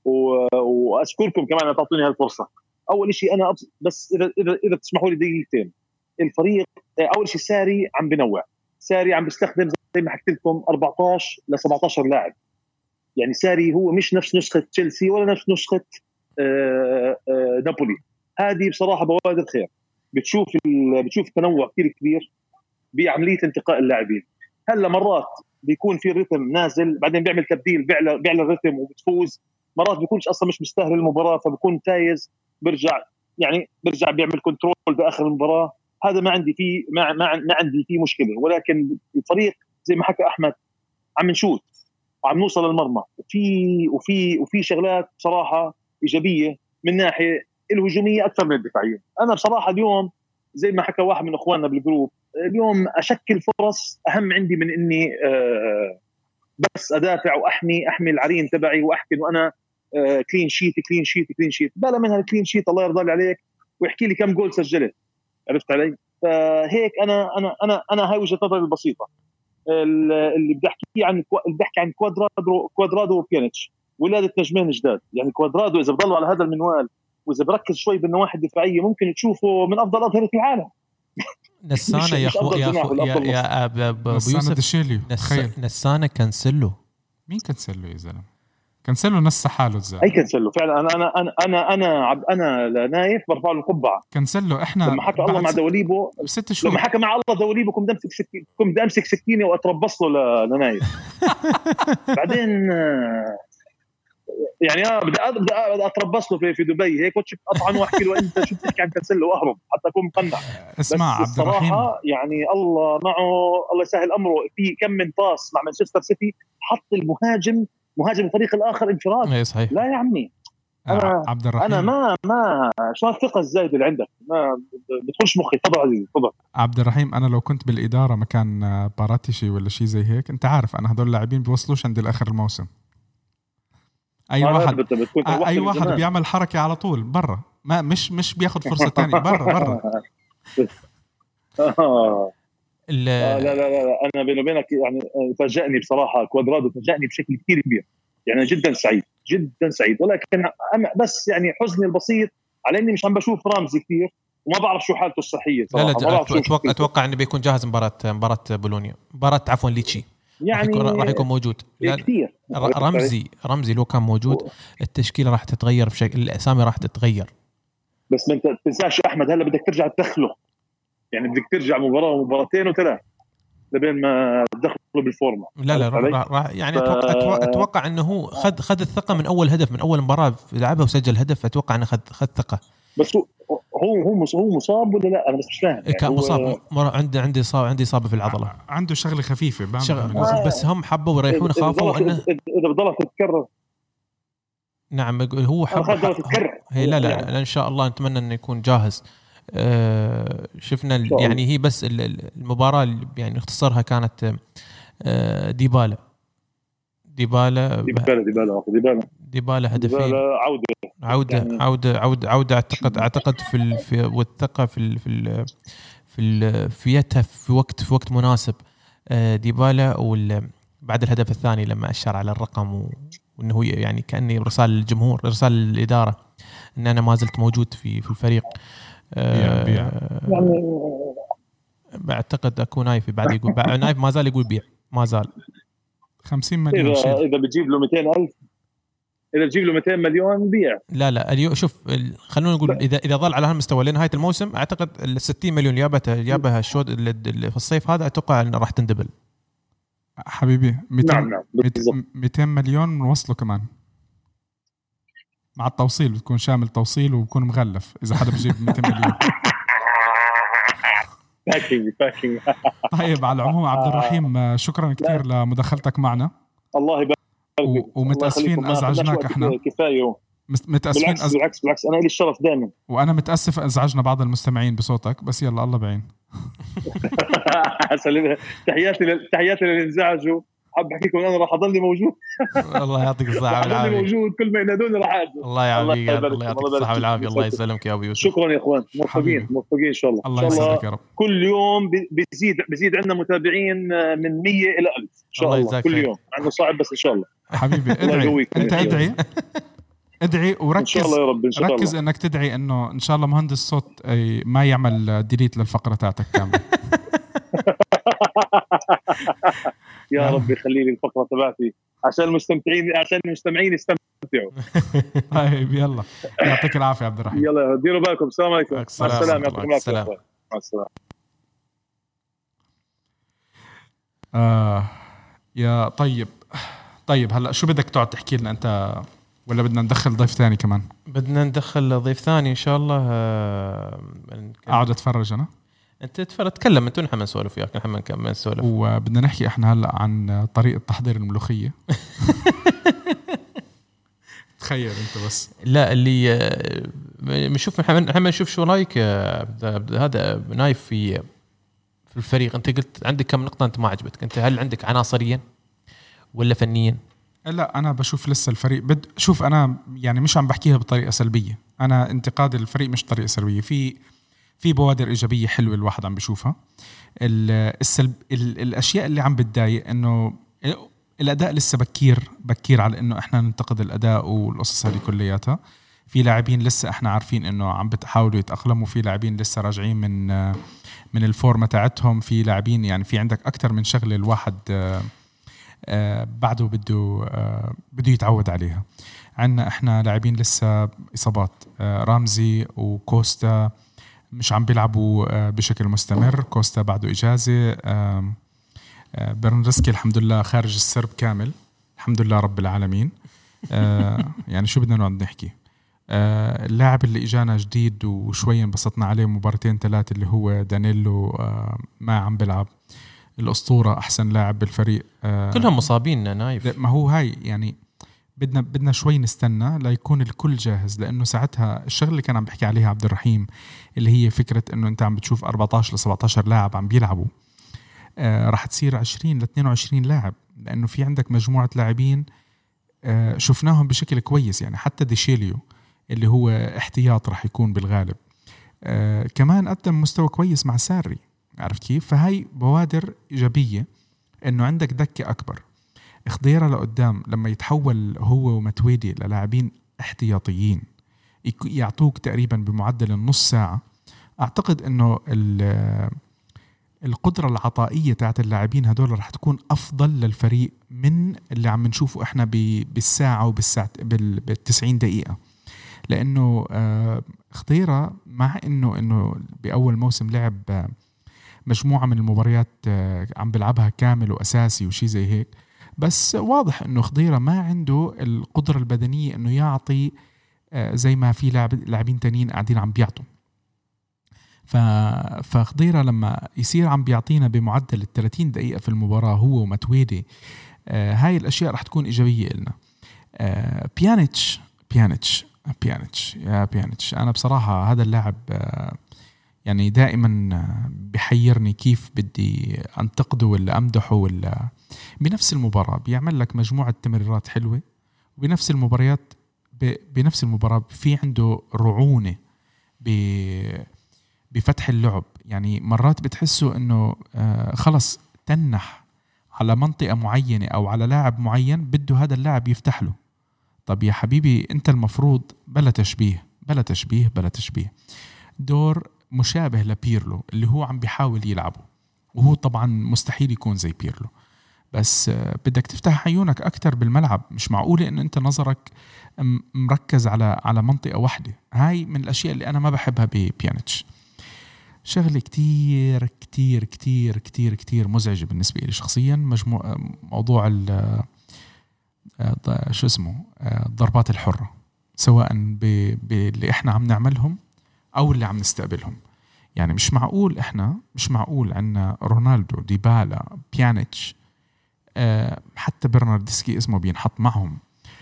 واشكركم كمان ان تعطوني هالفرصه. اول شيء انا بس اذا اذا اذا تسمحوا لي دقيقتين. الفريق اول شيء ساري عم بنوع، ساري عم بيستخدم زي ما حكيت لكم أربعة عشر ل سبعة عشر لاعب. يعني ساري هو مش نفس نسخه تشيلسي ولا نفس نسخه نابولي. هذه بصراحه بوادر خير. بتشوف بتشوف تنوع كثير كبير بعمليه انتقاء اللاعبين. هلا مرات بيكون في الريتم نازل بعدين بيعمل تبديل بيعلى بيعلى الريتم وبتفوز. مرات بيكونش اصلا مش مستاهل المباراه فبكون فايز برجع يعني برجع بيعمل كنترول باخر المباراه. هذا ما عندي فيه ما ما, ما عندي فيه مشكله. ولكن الفريق زي ما حكى احمد عم نشوت وعم نوصل للمرمى وفي وفي وفي شغلات بصراحه ايجابيه من ناحيه الهجوميه اكثر من الدفاعيه. انا بصراحه اليوم زي ما حكى واحد من اخواننا بالجروب اليوم اشكل فرص اهم عندي من اني أه بس ادافع واحمي احمي العرين تبعي واحكي انه انا أه كلين شيت كلين شيت كلين شيت. بلا من هالكلين شيت الله يرضى عليك ويحكي لي كم جول سجلت. عرفت علي؟ فهيك انا انا انا انا هاي وجهه نظري البسيطه. اللي بدي احكي عن اللي بحكي عن كوادرادو كوادرادو وبيانيتش ولاده نجمين جداد. يعني كوادرادو اذا بضلوا على هذا المنوال واذا بركز شوي بالنواحي الدفاعيه ممكن تشوفه من افضل اظهره العالم. نسانة يا اخو يا اخو يا يا ابو يوسف دشيلي نس... نسانة كانسلو. مين كانسلو يا زلمه؟ كانسلو نسى حاله الزلمه. اي كانسلو فعلا. انا انا انا انا انا, أنا نايف برفع له القبعه. كانسلو احنا لما حكى الله مع دواليبو ست شهور لما حكى مع الله دواليبو كنت امسك سكينه كنت امسك سكينه واتربص له لنايف. بعدين يعني اه بدي بدي اتربص له في في دبي هيك وتشوف اطعن واحكي له انت شو بتحكي عن كانسلو واهرب حتى اكون مقنع. اسمع عبد الرحيم يعني الله معه الله يسهل امره. في كم من باص مع مانشستر سيتي حط المهاجم مهاجم الفريق الاخر انفراد. اي صحيح. لا يا عمي انا عبد الرحيم انا ما ما شو الثقه الزايده اللي عندك ما بتخش مخي. تفضل عزيزي تفضل. عبد الرحيم انا لو كنت بالاداره مكان باراتيشي ولا شيء زي هيك انت عارف انا هدول اللاعبين بيوصلوش عند الاخر الموسم. اي واحد اي واحد بيعمل حركه على طول برا ما مش مش بياخد فرصه ثانيه برا برا. لا لا لا لا انا بيني وبينك يعني فاجأني بصراحه كوادرادو فاجأني بشكل كثير كبير. يعني جدا سعيد جدا سعيد. ولكن بس يعني حزني البسيط على اني مش عم بشوف رامزي كثير وما بعرف شو حالته الصحيه صراحه. لا لا اتوقع اتوقع انه بيكون جاهز مباراه مباراه بولونيا مباراه عفوا ليتشي يعني راح يكون موجود. كثير رمزي رمزي لو كان موجود التشكيله راح تتغير بشكل الاسامي راح تتغير. بس ما انت تنساش احمد هلا بدك ترجع تدخله. يعني بدك ترجع مباراه ومباراتين وثلاث لبين ما تدخله بالفورمه. لا لا راح راح يعني ف... اتوقع اتوقع انه هو خذ خذ الثقه من اول هدف من اول مباراه لعبها وسجل هدف. اتوقع انه خذ خذ ثقه. بس هو هو هو مصاب ولا لا؟ انا بس مش فاهم. يعني كان مصاب عنده عندي اصابه عندي اصابه في العضله. عنده شغله خفيفه شغل آه بس هم حبوا يريحون خافوا انه اذا بضلت تتكرر. نعم هو حب هي لا لا, يعني. لا ان شاء الله نتمنى انه يكون جاهز. آه شفنا يعني هي بس المباراه يعني اختصارها كانت آه ديبالا ديبالا ديبالا ديبالا ديبالا ديبالا هدفين عوده عوده يعني عوده عوده عوده اعتقد اعتقد في ال في والثقه في ال في ال في ال في يدها في وقت في وقت مناسب. آه ديبالا وبعد الهدف الثاني لما اشار على الرقم وانه يعني كاني رساله للجمهور رساله للاداره ان انا ما زلت موجود في في الفريق. بيع بيع يعني بعتقد اكو نايف بعد يقول نايف ما زال يقول بيع ما زال خمسين مليون اذا اذا بتجيب له مئتين ألف اذا تجيب له مئتين مليون بيع. لا لا اليوم شوف ال- خلونا نقول اذا اذا ظل على هالمستوى لنهايه الموسم اعتقد ال ستين مليون يابتها يابها الشوط اللي اللي في الصيف هذا اتوقع انه راح تندبل. حبيبي نعم نعم بالضبط. مئتين مليون نوصله كمان مع التوصيل، بتكون شامل توصيل وبكون مغلف اذا حدا بيجيب مئتين مليون. باكينج باكينج. طيب على العموم عبد الرحيم شكرا كثير لمداخلتك معنا. الله يبارك فيك. ومتاسفين ازعجناك احنا. كفايه. متاسفين بالعكس أز... بالعكس بالعكس انا لي الشرف دائما. وانا متاسف ازعجنا بعض المستمعين بصوتك، بس يلا الله بعين. تحياتي ل... تحياتي اللي انزعجوا. حاب احكي لكم انا راح اضلني موجود. الله يعطيك الصحه والعافيه. موجود كل ما ينادوني راح اجي. الله يعافيك. الله يعطيك الصحه والعافيه. الله يسلمك يا ابو يوسف. شكرا يا اخوان. موفقين موفقين ان شاء الله. الله يسعدك يا رب. كل يوم بيزيد بيزيد عندنا متابعين من مية الى ألف ان شاء الله, الله كل يوم. عنده صعب بس ان شاء الله. حبيبي ادعي انت ادعي ادعي وركز ان شاء الله يا رب. ان شاء الله ركز انك تدعي انه ان شاء الله مهندس صوت ما يعمل ديليت للفقره تاعتك كامله. يا رب يخلي لي الفقره تبعتي عشان المستمتعين عشان المستمعين يستمتعوا. طيب يلا يعطيك العافيه عبد الرحيم. يلا ديروا بالكم. السلام عليكم. مع السلامه. يعطيكم العافيه. مع السلامه. آه يا طيب طيب هلا شو بدك تقعد تحكي لنا انت، ولا بدنا ندخل ضيف ثاني كمان؟ بدنا ندخل ضيف ثاني ان شاء الله. اقعد اتفرج انا. انت تفرج تكلم انت ونحن نسولف وياك. نحن نكمل نسولف. وبدنا نحكي احنا هلا عن طريقه تحضير الملوخيه. تخيل انت بس. لا اللي بنشوف نحن نحن نشوف شو رايك هذا نايف في في الفريق. انت قلت عندك كم نقطه انت ما عجبتك انت، هل عندك عناصريا ولا فنيا؟ لا انا بشوف لسه الفريق بد شوف انا يعني مش عم بحكيها بطريقه سلبيه. انا انتقاد الفريق مش طريقه سلبيه، في في بوادر ايجابيه حلوه الواحد عم بيشوفها. السلب ال... الاشياء اللي عم بتضايق انه الاداء لسه بكير بكير على انه احنا ننتقد الاداء والقصص هذه كلياتها. في لاعبين لسه احنا عارفين انه عم بتحاولوا يتاقلموا، في لاعبين لسه راجعين من من الفورمه تاعتهم، في لاعبين يعني في عندك اكثر من شغله الواحد آه بعده بده آه بده يتعود عليها. عندنا احنا لاعبين لسه اصابات، آه رامزي وكوستا مش عم بيلعبوا آه بشكل مستمر. كوستا بعده اجازه، آه آه برنرسكي الحمد لله خارج السرب كامل الحمد لله رب العالمين. آه يعني شو بدنا نقعد نحكي. آه اللاعب اللي اجانا جديد وشوي انبسطنا عليه مباراتين ثلاثه اللي هو دانيلو آه ما عم بيلعب. الأسطورة أحسن لاعب بالفريق آه كلهم مصابين نايف. ما هو هاي يعني بدنا بدنا شوي نستنى ليكون الكل جاهز، لأنه ساعتها الشغل اللي كان عم بحكي عليها عبد الرحيم اللي هي فكرة إنه أنت عم بتشوف أربعة عشر لسبعة عشر لاعب عم بيلعبوا آه راح تصير عشرين لاثنين وعشرين لاعب، لأنه في عندك مجموعة لاعبين آه شفناهم بشكل كويس. يعني حتى ديشيليو اللي هو احتياط راح يكون بالغالب آه كمان قدم مستوى كويس مع ساري، عرفت كيف؟ فهاي بوادر إيجابية إنه عندك دكة أكبر. خضيرة لقدام لما يتحول هو ومتويدي للاعبين احتياطيين يعطوك تقريبا بمعدل النص ساعة، أعتقد إنه القدرة العطائية تاعت اللاعبين هدول رح تكون أفضل للفريق من اللي عم نشوفه إحنا بالساعة وبالساعة بالتسعين دقيقة. لأنه خضيرة مع إنه إنه بأول موسم لعب مجموعة من المباريات عم بلعبها كامل وأساسي وشي زي هيك، بس واضح إنه خضيرة ما عنده القدرة البدنية إنه يعطي زي ما في لاعب لاعبين تانيين قاعدين عم بيعطوا. فخضيرة لما يصير عم بيعطينا بمعدل الثلاثين دقيقة في المباراة هو ومتويدي، هاي الأشياء رح تكون إيجابية لنا. بيانيتش بيانيتش بيانيتش يا بيانيتش أنا بصراحة هذا اللاعب يعني دائما بحيرني كيف بدي أنتقده ولا أمدحه. ولا بنفس المباراة بيعمل لك مجموعة تمريرات حلوة، وبنفس المباريات بنفس المباراة في عنده رعونة بفتح اللعب. يعني مرات بتحسه إنه خلص تنح على منطقة معينة أو على لاعب معين بده هذا اللاعب يفتح له. طب يا حبيبي أنت المفروض بلا تشبيه بلا تشبيه بلا تشبيه دور مشابه لبيرلو اللي هو عم بيحاول يلعبه، وهو طبعا مستحيل يكون زي بيرلو، بس بدك تفتح عيونك أكتر بالملعب. مش معقولة إنه أنت نظرك مركز على على منطقة واحدة. هاي من الأشياء اللي أنا ما بحبها ببيانيتش. شغلة كتير كتير كتير كتير كتير مزعجة بالنسبة لي شخصيا. مجموع موضوع شو اسمه الضربات الحرة، سواء باللي إحنا عم نعملهم أو اللي عم نستقبلهم. يعني مش معقول إحنا مش معقول عنا رونالدو، ديبالا، بيانيتش، حتى برناردسكي اسمه بينحط معهم.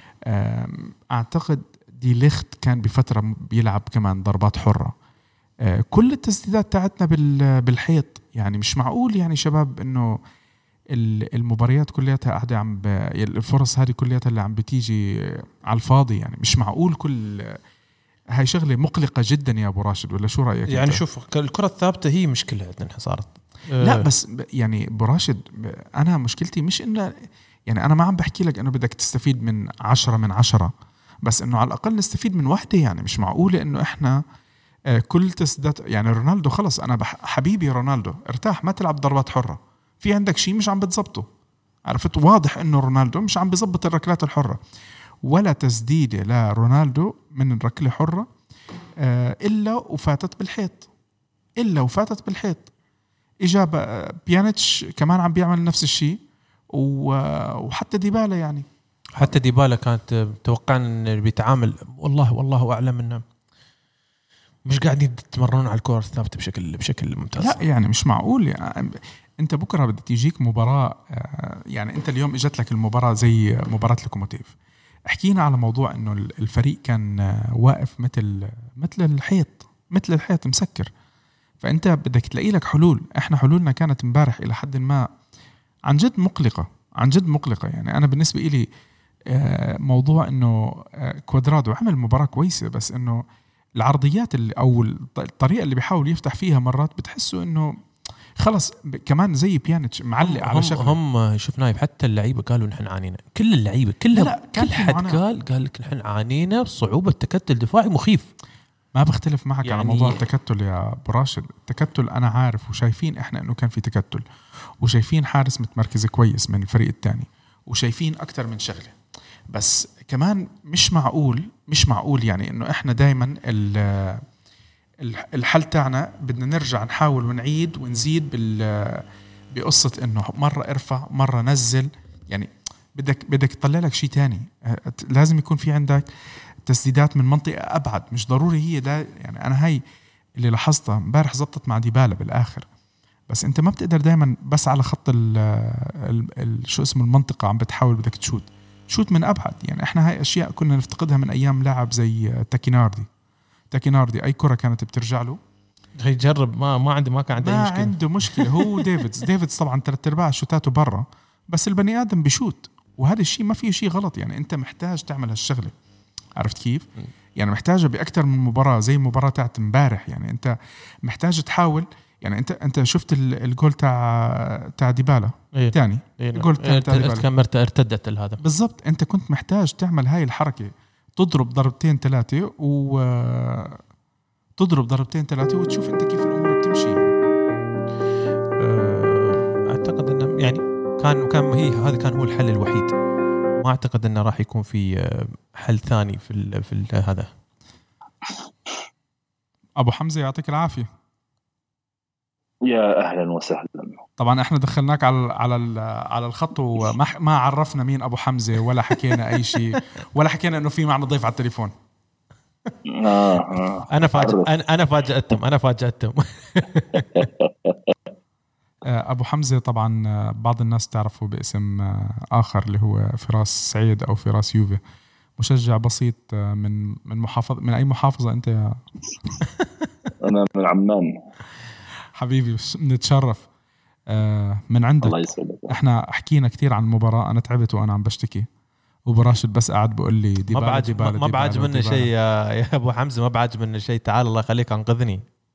أعتقد دي ليخت كان بفترة بيلعب كمان ضربات حرة. كل التسديدات تاعتنا بالحيط. يعني مش معقول يعني شباب إنه المباريات كلها قاعدة عم ب... الفرص هذه كلها اللي عم بتيجي على الفاضي. يعني مش معقول. كل هاي شغلة مقلقة جدا يا أبو راشد، ولا شو رأيك؟ يعني شوف الكرة الثابتة هي مشكلة عندنا صارت. لا بس يعني أبو راشد، أنا مشكلتي مش إنه يعني أنا ما عم بحكي لك إنه بدك تستفيد من عشرة من عشرة، بس إنه على الأقل نستفيد من واحدة. يعني مش معقولة إنه إحنا كل تسديدات. يعني رونالدو خلص، أنا بح... حبيبي رونالدو ارتاح، ما تلعب ضربات حرة. في عندك شيء مش عم بتزبطه، عرفت؟ واضح إنه رونالدو مش عم بيزبط الركلات الحرة. ولا تسديدة لا رونالدو من الركلة حرة إلا وفاتت بالحيط، إلا وفاتت بالحيط. إجابة بيانيتش كمان عم بيعمل نفس الشيء، وحتى ديبالا. يعني حتى ديبالا كانت توقعنا إنه بيتعامل، والله والله أعلم إنه مش قاعدين يتمرنون على الكرة الثابتة بشكل بشكل ممتاز. لا يعني مش معقول. يعني أنت بكرة بدك تيجيك مباراة، يعني أنت اليوم إجت لك المباراة زي مباراة لوكوموتيف. حكينا على موضوع إنه الفريق كان واقف مثل مثل الحيط، مثل الحيط مسكر. فأنت بدك تلاقي لك حلول. إحنا حلولنا كانت مبارح إلى حد ما عن جد مقلقة، عن جد مقلقة. يعني أنا بالنسبة إلي موضوع إنه كوادرادو عمل مباراة كويسة، بس إنه العرضيات اللي أو الطريقة اللي بيحاول يفتح فيها مرات بتحسوا إنه خلص كمان زي بيانيتش معلق على شغله. هم شفناه حتى اللعيبة قالوا نحن عانينا، كل اللعيبة كلها كل حد قال قال لك نحن عانينا بصعوبة تكتل دفاعي مخيف. ما بختلف معك يعني على موضوع التكتل يا أبو راشد. التكتل أنا عارف، وشايفين إحنا إنه كان في تكتل، وشايفين حارس متمركز كويس من الفريق الثاني، وشايفين أكتر من شغلة. بس كمان مش معقول مش معقول يعني إنه إحنا دايما الحل تاعنا بدنا نرجع نحاول ونعيد ونزيد بال بقصة إنه مرة ارفع مرة نزل. يعني بدك بدك تطلع لك شيء تاني. لازم يكون في عندك تسديدات من منطقة أبعد. مش ضروري هي ده. يعني أنا هاي اللي لاحظتها امبارح زبطت مع ديبالا بالآخر، بس أنت ما بتقدر دايما بس على خط ال ال شو اسمه المنطقة عم بتحاول بدك تشوت شوت من أبعد. يعني إحنا هاي أشياء كنا نفتقدها من أيام لاعب زي تاكيناردي. تاكيناردي أي كرة كانت بترجع له يجرب، ما ما عنده ما كان عنده ما مشكلة. عنده مشكلة. هو ديفيدز ديفيدز طبعا ثلاث أرباع شوتاته برا، بس البني آدم بيشوت، وهذا الشيء ما فيه شيء غلط. يعني أنت محتاج تعمل هالشغلة، عرفت كيف؟ يعني محتاجة بأكتر من مباراة زي مباراة تاعت امبارح. يعني أنت محتاج تحاول. يعني أنت أنت شفت الجول تاع تاع ديبالا إيه. تاني إيه. الجول تاع ديبالا كاميرته ارتدت هذا بالضبط. أنت كنت محتاج تعمل هاي الحركة، تضرب ضربتين ثلاثة و تضرب ضربتين ثلاثة وتشوف أنت كيف الأمور بتمشي. أعتقد أنه يعني كان كان هي هذا كان هو الحل الوحيد. ما أعتقد أنه راح يكون في حل ثاني في ال في ال هذا. أبو حمزة يعطيك العافية. يا أهلا وسهلا. طبعا إحنا دخلناك على على على الخط وما ما عرفنا مين أبو حمزة، ولا حكينا أي شيء، ولا حكينا إنه في معنا ضيف على التليفون. آه آه. أنا فاجأ أنا أنا فاجأتهم أنا فاجأتهم. أبو حمزة طبعا بعض الناس تعرفه باسم آخر اللي هو فراس سعيد أو فراس يوفي. مشجع بسيط من من محافظة. من أي محافظة أنت يا؟ أنا من عمان. حبيبي نتشرف من عندك. الله يسعدك. إحنا حكينا كتير عن المباراة. أنا تعبت وأنا عم بشتكي، وبراشد بس قاعد بقول لي ما بعد ما بعد منه شيء يا أبو حمزة، ما بعد منه شيء. تعال الله يخليك أنقذني.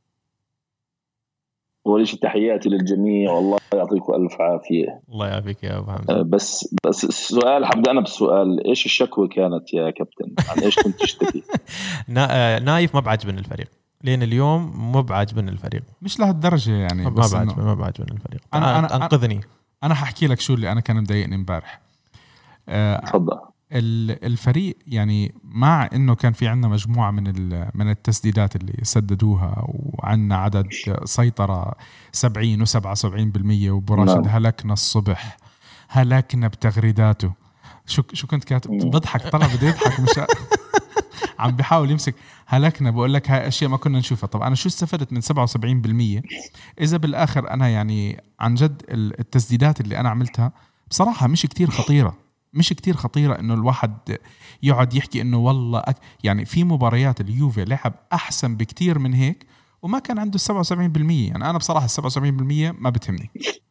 أول شيء تحياتي للجميع والله يعطيكم ألف عافية. الله يعافيك يا أبو حمزة. بس بس السؤال حبدأ أنا بالسؤال، إيش الشكوى كانت يا كابتن؟ عن إيش كنت تشتكي؟ نايف ما بعجبني الفريق لين اليوم، ما بعجبني الفريق. مش لهالدرجة يعني، ما بعجبني ما بعجبني الفريق. أنا أنا أنقذني. انا هحكي لك شو اللي انا كان مضايقني امبارح. تفضل. الفريق يعني مع انه كان في عندنا مجموعه من من التسديدات اللي سددوها وعندنا عدد سيطره سبعين وسبعة وسبعين بالمية وبراشد هلكنا الصبح هلكنا بتغريداته. شو شو كنت كاتب بضحك طلع بدي يضحك مش عم بيحاول يمسك هلكنا. بقول لك هاي اشياء ما كنا نشوفها. طب انا شو استفدت من سبعة وسبعين بالمية اذا بالاخر انا يعني عن جد التسديدات اللي انا عملتها بصراحه مش كتير خطيره مش كتير خطيرة إنه الواحد يقعد يحكي إنه والله أك... يعني في مباريات اليوفي لعب أحسن بكتير من هيك وما كان عنده السبعة وسبعين بالمية. يعني أنا بصراحة السبعة وسبعين بالمية ما بتهمني.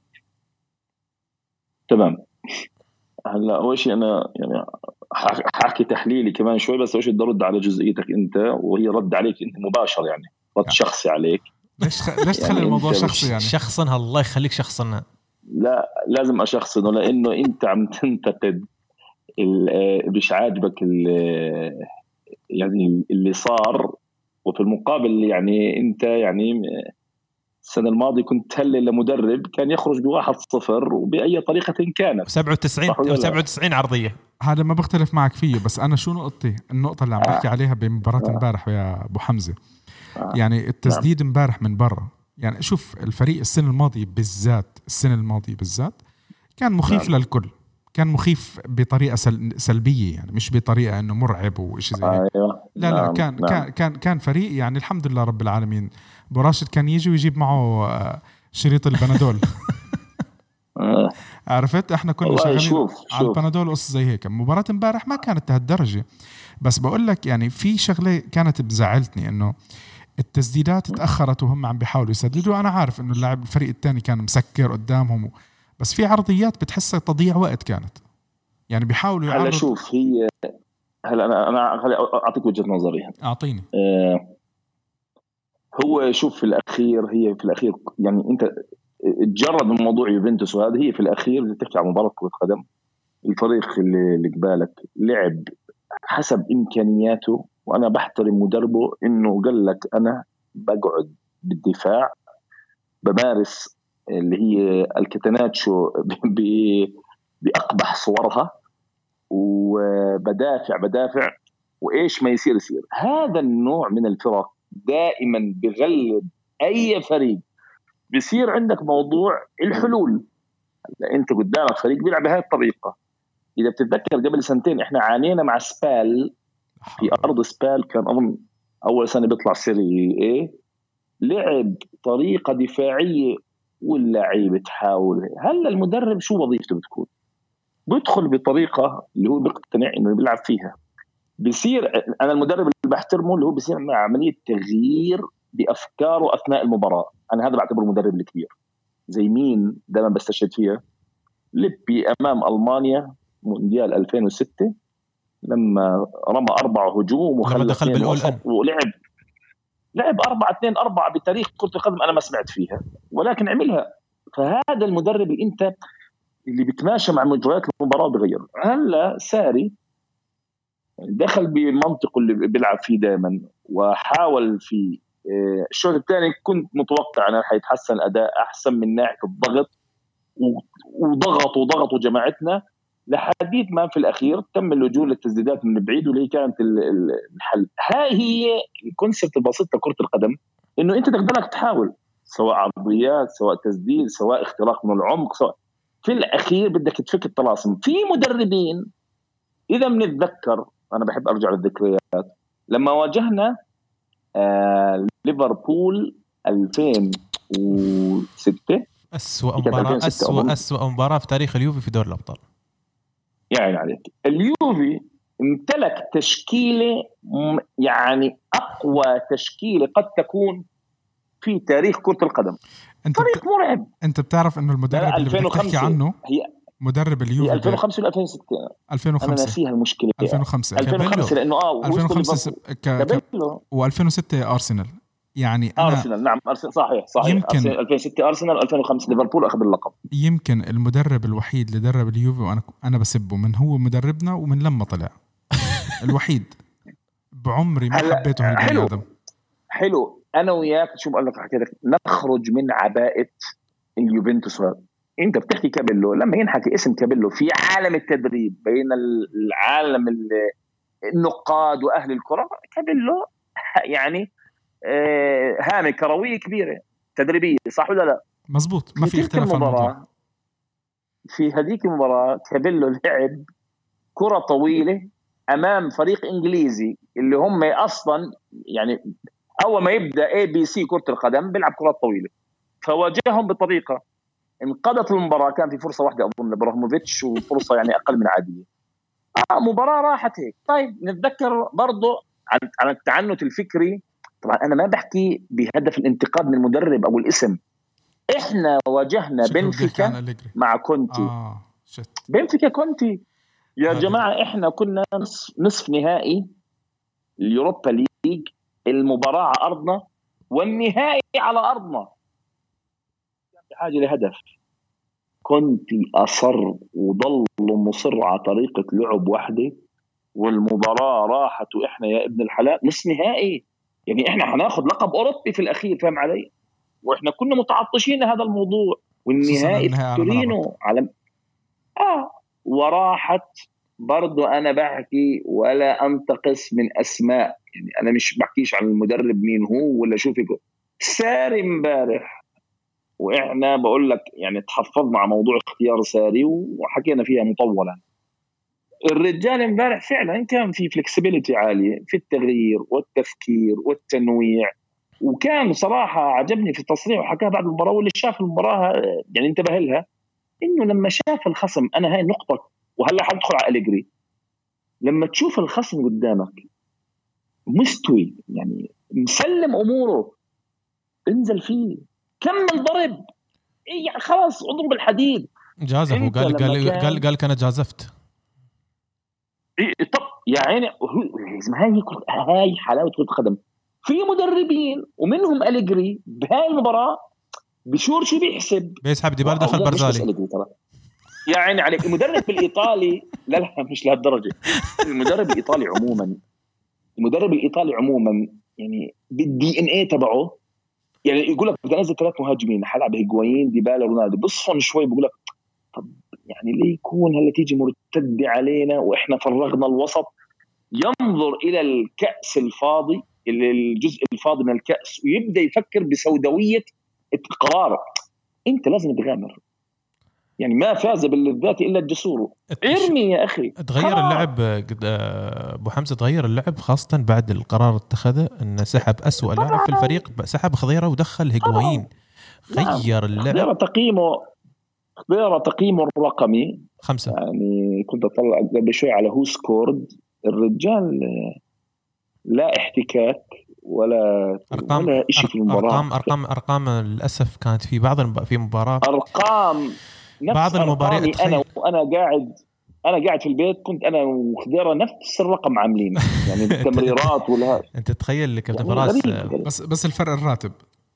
تمام. هلا أول شيء أنا يعني حاحكي تحليلي كمان شوي بس أول شيء بدي أرد على جزئيتك أنت وهي رد عليك أنت مباشر يعني رد يعني. شخصي عليك. ليش خ... ليش تخلي يعني الموضوع شخصي يعني؟ شخصنها الله يخليك شخصنها. لا لازم أشخصنه لأنه أنت عم تنتقد مش عاجبك يعني اللي صار وفي المقابل يعني انت يعني السنه الماضيه كنت هلل لمدرب كان يخرج بواحد صفر وبأي طريقه كانت سبعة وتسعين أو سبعة وتسعين عرضيه. هذا ما بختلف معك فيه بس انا شو نقطتي النقطه اللي عم بحكي آه. عليها بمباراه امبارح آه. يا ابو حمزه آه. يعني التسديد امبارح من برا. يعني شوف الفريق السنه الماضيه بالذات السنه الماضيه بالذات كان مخيف نعم. للكل كان مخيف بطريقه سلبيه يعني مش بطريقه انه مرعب وشيء زي هيك. أيوة. لا لا نعم. كان نعم. كان كان كان فريق يعني الحمد لله رب العالمين. براشد كان يجي ويجيب معه شريط البنادول عرفت احنا كنا شغالين على البنادول قصة زي هيك. مباراة امبارح ما كانت هالدرجة بس بقول لك يعني في شغلة كانت بزعلتني انه التسديدات تأخرت وهم عم بيحاولوا يسددوا. انا عارف انه اللاعب الفريق الثاني كان مسكر قدامهم بس في عرضيات بتحسها تضييع وقت كانت يعني بيحاولوا يعرض. هلا شوف هي هلا انا انا خلي اعطيك وجهه نظري. اعطيني. آه هو شوف في الاخير هي في الاخير يعني انت تجرد من موضوع يوفنتوس وهذا هي في الاخير اللي تحكي عن مباراه كره قدم. الفريق اللي, اللي قبالك لعب حسب امكانياته وانا بحترم مدربه انه قال لك انا بقعد بالدفاع بمارس اللي هي الكتناتشو بأقبح صورها وبدافع بدافع وإيش ما يصير يصير. هذا النوع من الفرق دائما بغلب أي فريق. بيصير عندك موضوع الحلول. أنت قدامك فريق بيلعب بهذه الطريقة. إذا بتتذكر قبل سنتين إحنا عانينا مع سبال في أرض سبال كان أظن أول سنة بيطلع سيري إيه لعب طريقة دفاعية واللاعب تحاول. هلا المدرب شو وظيفته بتكون؟ بيدخل بطريقة اللي هو بيقتنع إنه بيلعب فيها. بيصير أنا المدرب اللي بحترمه اللي هو بيصير مع عملية تغيير بأفكاره أثناء المباراة. أنا هذا بعتبره المدرب الكبير. زي مين دائما بستشهد فيها ليبي أمام ألمانيا مونديال ألفين وستة لما رمى أربعة هجوم وخلى دخل بالأول ولعب لعب أربعة اثنين أربعة بتاريخ كرة القدم أنا ما سمعت فيها ولكن عملها. فهذا المدرب اللي أنت اللي بتماشى مع مجريات المباراة بغير. هلا ساري دخل بمنطقه اللي بيلعب فيه دائما وحاول في الشوط الثاني كنت متوقع أنه حيتحسن الأداء أحسن من ناحية الضغط وضغط وضغط جماعتنا لحديث ما في الأخير تم اللجوء للتسديدات من بعيد واللي كانت الحل. هاي هي الكونسبت البسيط لكرة القدم إنه أنت تقدرك تحاول سواء عرضيات سواء تسديد سواء اختراق من العمق سواء في الأخير بدك تفك الطلاسم. في مدربين إذا بنتذكر أنا بحب أرجع للذكريات لما واجهنا آه ليفربول ألفين وستة أسوأ مباراة أسوأ أسوأ مباراة في تاريخ اليوفي في دور الأبطال. يعني عليك اليوفي امتلك تشكيلة يعني أقوى تشكيلة قد تكون في تاريخ كرة القدم. أنت فريق بت... مرعب. أنت بتعرف إنه المدرب اللي بدك تحكي عنه هي مدرب اليوفي ألفين وخمسة ولا ألفين وستة ألفين وخمسة أنا ناسيها المشكلة ألفين وخمسة ألفين وخمسة لأنه آه ألفين وخمسة ك... ك... و2006 أرسنال يعني أنا أرسنال نعم أرسنال صحيح صحيح يمكن ألفين وستة أرسنال ألفين وخمسة ليفربول أخذ اللقب. يمكن المدرب الوحيد اللي درب اليوفي وأنا أنا بسبه من هو مدربنا ومن لما طلع الوحيد بعمري ما حبيته هالبني آدم. حلو أنا وياك شو بقول لك حكيت لك نخرج من عباءة اليوفنتوس. انت بتحكي كابيلو، لما ينحكي اسم كابيلو في عالم التدريب بين العالم النقاد واهل الكره، كابيلو يعني هامه كرويه كبيره تدريبيه، صح ولا لا؟ مزبوط، ما في اختلاف في الموضوع. في هذيك المباراه كابيلو لعب كره طويله امام فريق انجليزي اللي هم اصلا يعني اول ما يبدا اي بي سي كره القدم بيلعب كرات طويله، فواجههم بطريقه انقضت المباراه. كان في فرصه واحده اظن لابراهيموفيتش وفرصه يعني اقل من عاديه. آه مباراه راحت هيك. طيب نتذكر برضه عن عن التعنت الفكري. طبعا انا ما بحكي بهدف الانتقاد من المدرب او الاسم. احنا واجهنا بنفيكا مع كونتي. آه بنفيكا كونتي يا جماعه، احنا كنا نصف نهائي اليوروبا ليج، المباراه على ارضنا والنهائي على ارضنا، بحاجه لهدف. كنت اصر وضل مصر على طريقه لعب واحده، والمباراه راحت واحنا يا ابن الحلال نص نهائي. يعني احنا هناخذ لقب اوروبي في الاخير، فاهم علي؟ واحنا كنا متعطشين هذا الموضوع، والنهائي في تورينو على اه وراحت. برضو انا بحكي ولا انتقص من اسماء، يعني انا مش بحكيش عن المدرب مين هو ولا شو فيكم. ساري امبارح، واحنا بقول لك يعني تحفظنا على موضوع اختيار ساري وحكينا فيها مطولا. الرجال امبارح فعلا كان في فلكسبيليتي عاليه في التغيير والتفكير والتنويع، وكان صراحه عجبني في التصريح وحكاها بعد المباراه، واللي شاف المباراه يعني انتبه لها انه لما شاف الخصم، انا هاي نقطه وهلا حندخل على أليجري، لما تشوف الخصم قدامك مستوي يعني مسلم اموره، انزل فيه كمل ضرب، إيه يعني خلاص اضرب الحديد. جازف وقال قال كان... قال قال كانت جازفت. إيه طب يا عيني، هاي هاي حلاوه كره القدم. في مدربين ومنهم أليجري بهاي المباراه بشور شو بيحسب، بيسحب ديبالا دخل برزالي. يعني عليك المدرب الايطالي لا لا مش لهالدرجه. المدرب الايطالي عموما المدرب الايطالي عموما يعني بالدي ان اي تبعه، يعني يقول لك بدي انزل ثلاث مهاجمين حلعب هيغوايين ديبالا رونالدو، بصفن شوي بقول لك طب يعني ليه يكون هلا تيجي مرتده علينا واحنا فرغنا الوسط. ينظر الى الكاس الفاضي، الجزء الفاضي من الكاس، ويبدا يفكر بسوداويه القرار. انت لازم تغامر، يعني ما فاز باللذات الا الجسور. ارمي يا اخي. تغير اللعب ابو حمزه، تغير اللعب خاصه بعد القرار اتخذه انه سحب اسوأ لاعب في الفريق، سحب خضيره ودخل هيغوايين. غير اللعب. خضيره تقييمه خضيره تقييمه الرقمي خمسة. يعني كنت اطلع قبل شوي على هو سكورد. الرجال لا احتكاك ولا ارقام ولا شيء في المباراه. ارقام ارقام ارقام للاسف كانت في بعض الم... في مباراه ارقام بعض المباريات. انا وانا قاعد انا قاعد في البيت كنت انا وخضيره نفس الرقم عاملين، يعني التمريرات ولا انت تتخيل كابتن فراس بس بس الفرق الراتب.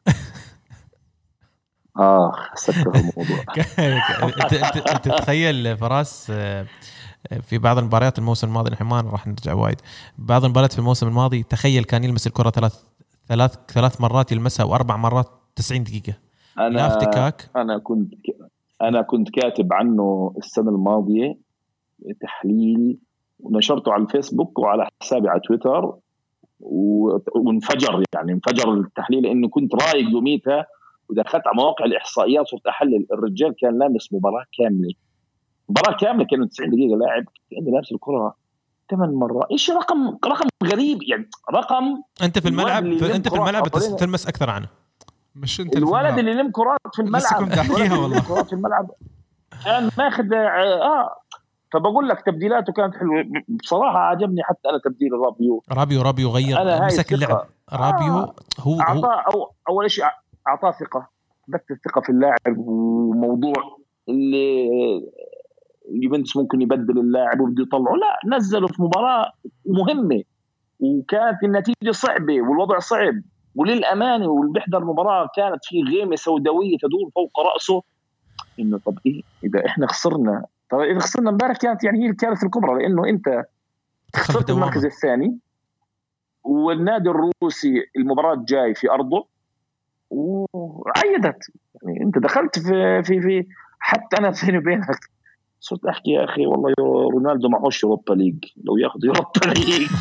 اه سكر الموضوع. انت انت تتخيل فراس في بعض المباريات الموسم الماضي، نحن ما راح نرجع وايد، بعض المباريات في الموسم الماضي تخيل كان يلمس الكرة ثلاث ثلاث ثلاث مرات يلمسها واربع مرات تسعين دقيقة. انا افتكاك. انا كنت انا كنت كاتب عنه السنة الماضية تحليل ونشرته على الفيسبوك وعلى حسابي على تويتر، وانفجر يعني انفجر التحليل، لانه كنت رايق يوميتها ودخلت على مواقع الاحصائيات صرت احلل. الرجال كان لامس مباراه كامله مباراه كامله كانوا تسعين دقيقه لاعب عنده لابس الكره ثمان مرات. ايش رقم رقم غريب يعني، رقم انت في الملعب انت في الملعب تلمس اكثر عنه. مش انت الولد اللي لم كرات في الملعب. لسه كنت احكيها والله. كرات في الملعب كان ماخذ اه فبقول لك تبديلاته كانت حلوه بصراحه. عجبني حتى انا تبديل رابيو رابيو رابيو غير مسك اللعب. رابيو آه. هو اعطاه أو اول شيء اعطاه ثقه، بس الثقه في اللاعب، وموضوع اللي اليوفنتوس ممكن يبدل اللاعب وبده يطلعه، لا نزله في مباراه مهمه وكانت النتيجه صعبه والوضع صعب، وللامانه واللي بيحضر المباراه كانت في غيمه سوداويه تدور فوق راسه انه طب ايه اذا احنا خسرنا. طب اذا خسرنا امبارح كانت يعني هي الكارثه الكبرى، لانه انت خسرت المركز الثاني والنادي الروسي المباراه الجاي في ارضه وعيدت. يعني انت دخلت في في في حتى انا بيني وبينك صرت احكي يا اخي والله رونالدو معهوش يوروبا ليج، لو ياخذ يوروبا ليج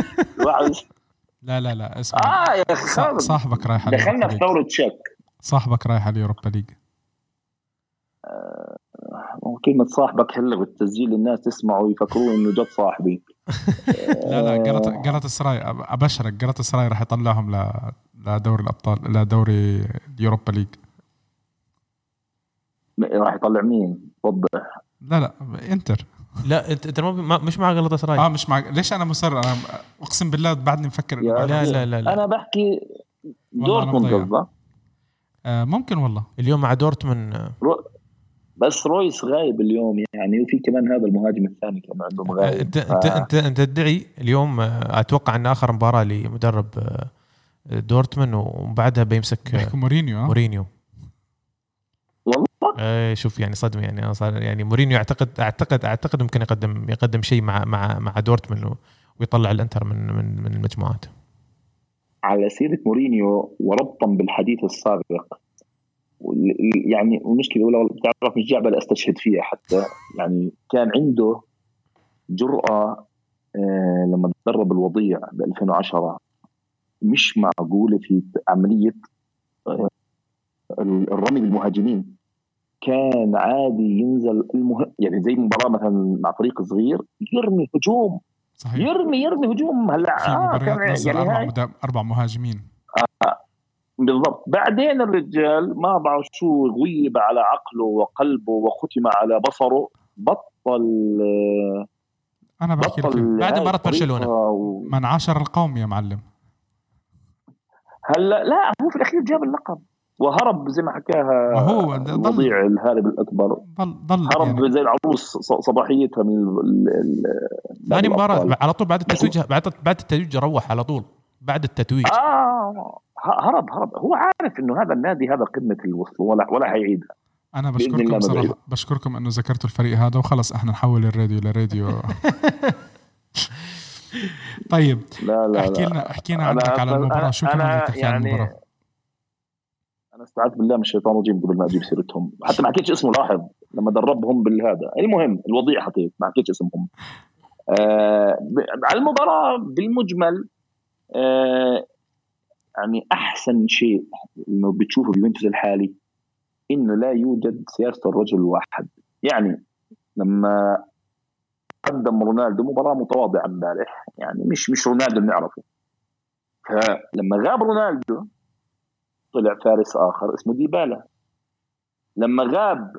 لا لا لا اسمع اه يا اخي صاحبك رايح على دخلنا في ثوره تشيك، صاحبك رايح على يوروبا ليج. آه كلمة صاحبك هلا بالتسجيل الناس تسمعوا يفكروا انه جد صاحبي. لا لا جلط جلط سراي ابشرك، جلط سراي راح يطلعهم ل لدوري الابطال، لدوري اليوروبا ليج. راح يطلع مين؟ وضح. لا لا انتر. لا انت انت مش مع غلطة سراي. اه مش مع. ليش انا مصر؟ انا اقسم بالله بعدني مفكر لا لا لا لا انا بحكي دورتموند قصدك. آه ممكن والله اليوم مع دورتموند رو... بس رويس غايب اليوم يعني، وفي كمان هذا المهاجم الثاني كان عندهم غايب. انت ف... انت انت انت تدعي اليوم اتوقع ان اخر مباراة لمدرب دورتموند وبعدها بيمسك مورينيو. مورينيو والله ايه شوف يعني صدمه يعني صار يعني مورينيو اعتقد اعتقد اعتقد ممكن يقدم يقدم شيء مع مع مع دورتموند ويطلع الانتر من من من المجموعات. على سيرة مورينيو وربطا بالحديث السابق، يعني المشكلة ولا بتعرف مش جعبة استشهد فيها حتى، يعني كان عنده جرأة آه لما تدرب الوضيع ب ألفين وعشرة مش معقولة في عملية آه الرمي بالمهاجمين. كان عادي ينزل المه... يعني زي مباراة مثلا مع فريق صغير يرمي هجوم. صحيح. يرمي يرمي هجوم. هلا في مباريات آه نزل يعني أربع, مدام... أربع مهاجمين آه بالضبط. بعدين الرجال ما بعرف شو غيب على عقله وقلبه وختم على بصره، بطل آه أنا بحكي لك بعد مباراة برشلونة و... من عاشر القوم يا معلم. هلا لا هو في الأخير جاب اللقب وهرب زي ما حكاها هو الوضيع الهارب الأكبر. ضل ضل هرب يعني زي العروس صباحيتها من ثاني مباراة على طول بعد التتويج. بعد بعد التتويج روح على طول بعد التتويج. آه هرب هرب هو عارف إنه هذا النادي هذا قمة الوصل ولا ولا هيعيدها. أنا بشكركم صراحة، بشكركم إنه ذكرتوا الفريق هذا وخلص إحنا نحول الراديو لراديو. طيب لا لا احكي لنا احكي لنا عنك على المباراة. شو كمان تحكي عن المباراة؟ أنا استعاذ بالله من الشيطان الرجيم قبل ما أجيب سيرتهم، حتى ما حكيتش اسمه لاحظ لما دربهم بالهذا. المهم الوضيع حكيت ما حكيتش اسمهم. آه على المباراة بالمجمل آه يعني أحسن شيء إنه بتشوفه بيوفنتوس الحالي إنه لا يوجد سياسة الرجل الواحد. يعني لما قدم رونالدو مباراة متواضعة امبارح، يعني مش مش رونالدو اللي نعرفه، فلما غاب رونالدو طلع فارس آخر اسمه ديبالا. لما غاب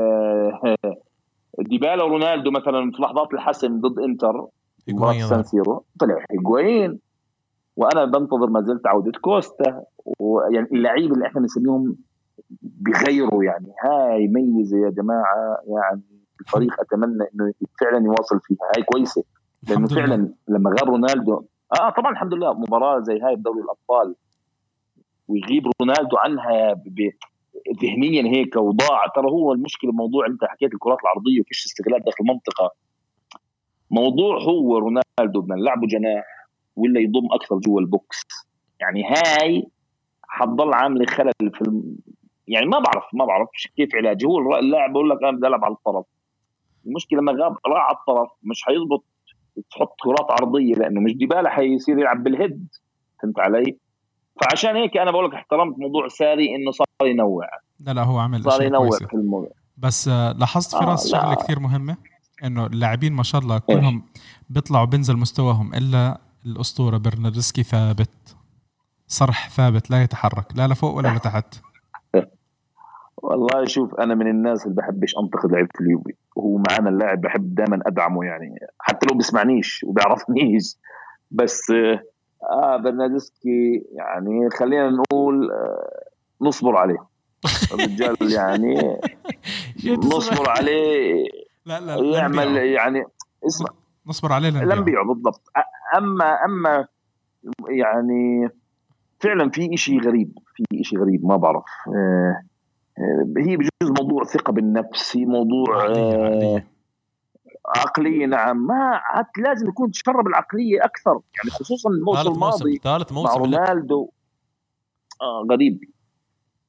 ديبالا ورونالدو مثلا في لحظات الحسم ضد انتر سان سيرو طلع هيغوين. وأنا بنتظر ما زلت عودة كوستا، ويعني اللعيبة اللي احنا نسميهم بغيره يعني هاي ميزة يا جماعة. يعني الفريق أتمنى إنه فعلا يواصل فيها، هاي كويسة لأنه فعلا لما غاب رونالدو آه طبعا الحمد لله مباراة زي هاي بدوري الأبطال ويغيب رونالدو عنها ذهنيا هيك وضاع. ترى هو المشكلة موضوع أنت حكيت الكرات العرضية وفيش استغلال داخل المنطقة. موضوع هو رونالدو بدنا نلعبه جناح ولا يضم أكثر جوا البوكس. يعني هاي حتضل عامل خلل في الم... يعني ما بعرف ما بعرف كيف علاجه. هو اللاعب بقول لك أنا بدي ألعب على الطرف. المشكلة لما غاب راح على الطرف مش هيضبط تحط كرات عرضية لأنه مش ديبالا حيصير يلعب بالهيد. فهمت علي؟ فعشان هيك أنا بقول لك احترمت موضوع ساري إنه صار ينوع. لا لا هو عمل صار ينوع في الموضوع. بس لاحظت في راس آه شغلة كثير مهمة إنه اللاعبين ما شاء الله كلهم بيطلعوا بينزل مستواهم إلا الأسطورة برناردسكي ثابت صرح ثابت لا يتحرك لا لفوق ولا لتحت. والله شوف أنا من الناس اللي بحبش أنتقد لعيبة اليوفي وهو معنا اللاعب بحب دائما أدعمه يعني حتى لو بسمعنيش وبيعرفنيش. بس آه برناردسكي يعني خلينا نقول آه نصبر عليه الرجال يعني نصبر عليه. لا لا يعمل يعني اسمع نصبر عليه لنبيعه بالضبط. أما أما يعني فعلا في إشي غريب في إشي غريب ما بعرف. آه هي بجوز موضوع ثقة بالنفس، هي موضوع عقلية, عقلية. عقلية نعم. ما لازم يكون تشرب العقلية أكثر يعني خصوصا الموسم الماضي ثالث موسم مع رونالدو آه غريب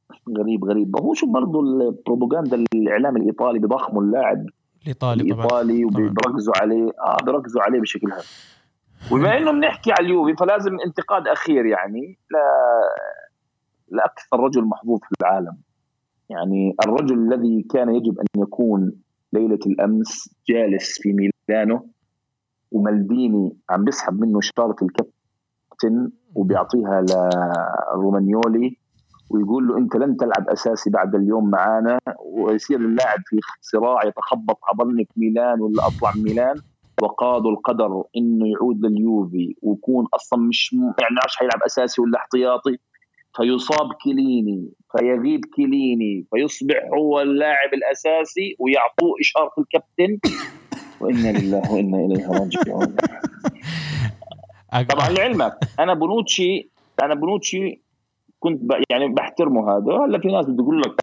غريب غريب. هو شو برضه البروباغندا الاعلام الايطالي بضخموا اللاعب الايطالي طبعا الايطالي وبيركزوا عليه اه بيركزوا عليه بشكل هذا. وبما انه بنحكي على اليوفي فلازم انتقاد اخير يعني لا لاكثر رجل محظوظ في العالم. يعني الرجل الذي كان يجب ان يكون ليله الامس جالس في ميلانو ومالديني عم بيسحب منه شارة الكابتن وبيعطيها لرومانيولي ويقول له انت لن تلعب اساسي بعد اليوم معانا، ويصير اللاعب في صراع يتخبط اظنك ميلان ولا اطلع من ميلان، وقاضوا القدر انه يعود لليوفي ويكون اصلا مش يعني عش حيلعب اساسي ولا احتياطي، فيصاب كليني فيغيب كليني فيصبح هو اللاعب الاساسي ويعطوه اشاره الكابتن. وإنا لله وإنا إليه راجعون. طبعا لعلمك أنا بونوتشي أنا بونوتشي كنت يعني بحترمه هذا. هلا في ناس بتقول لك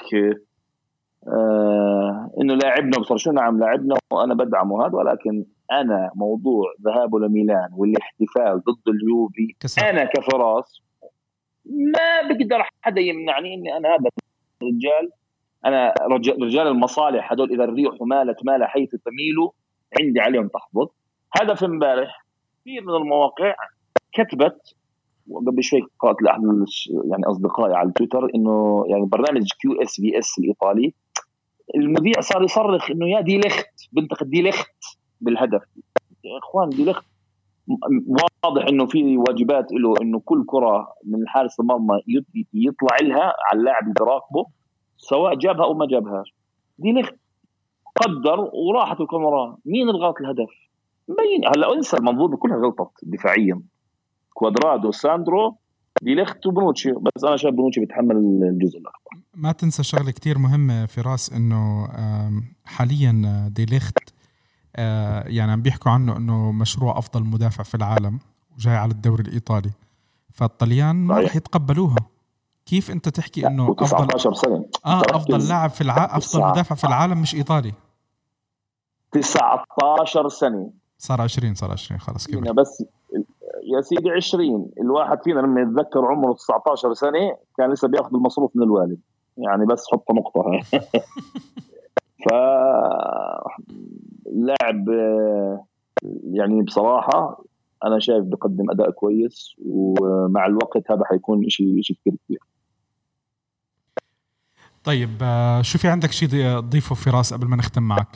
آه إنه لاعبنا بصر شو نعم لاعبنا وأنا بدعمه هذا، ولكن أنا موضوع ذهابه لميلان والاحتفال ضد اليوفي كسر. أنا كفراس ما بقدر حدا يمنعني إني أنا هذا الرجال، أنا رجال المصالح هدول إذا الريح مالت مال حيث تميلوا عندي عليهم تحفظ. هدف امبارح كثير من المواقع كتبت وقبل شوي قرأت لأحد يعني أصدقائي على تويتر إنه يعني برنامج كيو اس بي اس الإيطالي المذيع صار يصرخ إنه يا دي لخت بنتقد دي لخت بالهدف. يا إخوان دي لخت واضح إنه في واجبات له إنه كل كرة من حارس المرمى يطلع لها على اللاعب اللي راقبه سواء جابها أو ما جابهاش. دي لخت قدر وراحت الكاميرا. مين الغلط الهدف؟ مين؟ هلا انسى المنظومه كلها غلطت دفاعيا. كوادرادو ساندرو دي لخت وبنوتشي، بس انا شايف بنوتشي بيتحمل الجزء الاكبر. ما تنسى شغله كتير مهمه في راس انه حاليا دي لخت يعني عم بيحكوا عنه انه مشروع افضل مدافع في العالم وجاي على الدوري الايطالي، فالطليان ما رح يتقبلوها. كيف انت تحكي انه افضل سنة. اه افضل لاعب في العالم افضل مدافع في العالم مش ايطالي؟ تسعة عشر سنة صار عشرين صار عشرين خلاص كبر. بس يا سيدي عشرين الواحد فينا لما يتذكر عمره تسعة عشر سنة كان لسه بياخذ المصروف من الوالد يعني، بس حط نقطة هاي. فلاعب يعني بصراحة أنا شايف بقدم أداء كويس، ومع الوقت هذا حيكون إشي إشي كتير كبير. طيب شو في عندك شيء تضيفه في راس قبل ما نختم معك؟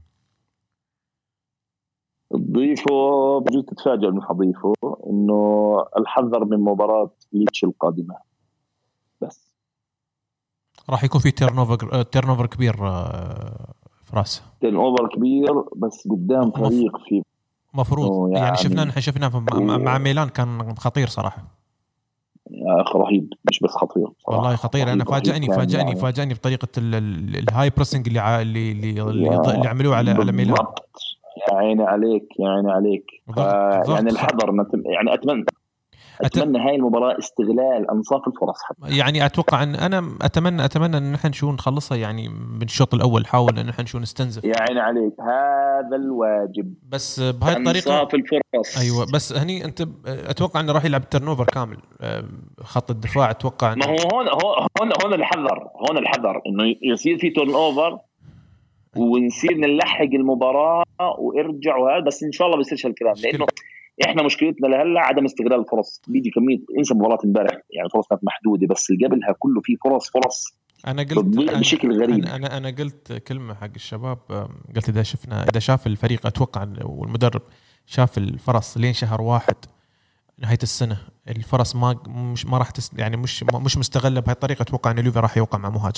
تضيفه بجوز تتفاجئ من حضيفه إنه الحذر من مباراة ليتش القادمة، بس راح يكون في تيرن اوفر تيرن اوفر كبير في راسه. تيرن اوفر كبير بس قدام فريق في مفروض يعني, يعني شفنا نحن شفنا مع ميلان كان خطير صراحه يا اخي رهيب، مش بس خطير صراحة. والله خطير. انا فاجأني فاجأني يعني. فاجأني بطريقه الهاي بريسنج اللي اللي اللي, اللي عملوه على على ميلان. يا عيني عليك يا عيني عليك. يعني الحذر يعني اتمنى اتمنى هاي المباراه استغلال انصاف الفرص حتى. يعني اتوقع ان انا اتمنى اتمنى ان نحن شو نخلصها يعني بالشوط الاول، نحاول ان نحن شو نستنزف. يا عيني عليك هذا الواجب، بس بهاي الطريقه انصاف الفرص. ايوه بس هني انت اتوقع انه راح يلعب تيرنوفر كامل خط الدفاع. اتوقع ما هو هون هون هون الحذر هون الحذر انه يصير في تيرن اوفر ونصير نلحق المباراه وارجع وهذا، بس ان شاء الله بيصيرش الكلام، لانه احنا مشكلتنا لهلا عدم استغلال الفرص. بيجي كميه انسى مباراه امبارح يعني فرص كانت محدوده، بس اللي قبلها كله فيه فرص فرص انا قلت بشكل غريب. انا انا, أنا قلت كلمه حق الشباب، قلت اذا شفنا اذا شاف الفريق اتوقع والمدرب شاف الفرص لين شهر واحد نهايه السنه الفرص ما مش ما راح تس يعني مش مش مستغله بهاي الطريقه، اتوقع ان اليوفي راح يوقع مع مهاجم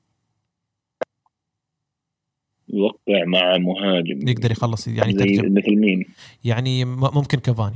يوقع مع مهاجم يقدر يخلص يعني ترجم مثل مين يعني ممكن كافاني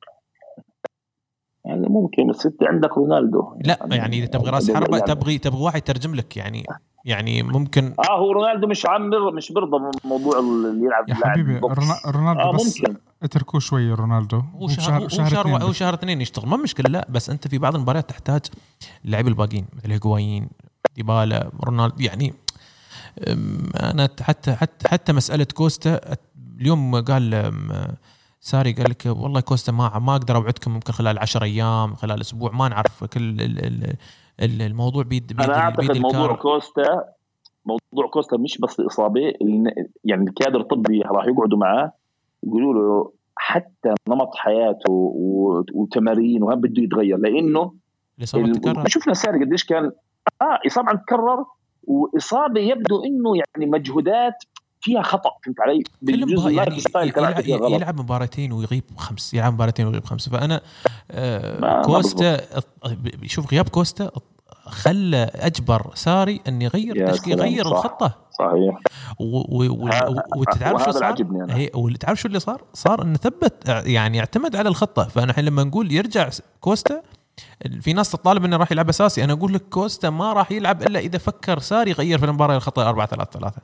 يعني ممكن، بس انت عندك رونالدو لا يعني, يعني اذا تبغى راس حربة يعني تبغي تبغى واحد يترجم لك يعني يعني ممكن اه هو رونالدو مش عامر مش برضى موضوع اللي يلعب يا حبيبي رونالدو آه بس اتركوه شويه رونالدو وشهر شهر او شهر اثنين يشتغل ما مشكله. لا بس انت في بعض المباريات تحتاج اللاعب الباقيين مثل هيغوايين ديبالا رونالدو يعني. انا حتى حتى حتى مساله كوستا اليوم قال ساري قال لك والله كوستا ما ما اقدر اوعدكم ممكن خلال عشر ايام خلال اسبوع ما نعرف كل الموضوع بيد بيد انا اعتقد بيد موضوع الكار. كوستا موضوع كوستا مش بس الاصابه، يعني الكادر الطبي راح يقعدوا معاه يقولوا له حتى نمط حياته وتمارين وهم بده يتغير، لانه الاصابه شفنا ساري قديش كان اه اصابه عم تكرر، واصابه يبدو انه يعني مجهودات فيها خطا، فهمت علي؟ بالجزء يعني يلعب, يلعب مباراتين ويغيب خمس، يلعب مباراتين ويغيب خمس. فانا آه كوستا شوف غياب كوستا خلى اجبر ساري ان يغير تشكيل، يغير صح الخطه صحيح. وتعرف شو صار؟ هي وتعرف شو اللي صار؟ صار انه ثبت يعني اعتمد على الخطه. فانا الحين لما نقول يرجع كوستا، في ناس تطالب انه راح يلعب اساسي، انا اقول لك كوستا ما راح يلعب الا اذا فكر ساري يغير في المباراه الخطه أربعة ثلاثة ثلاثة،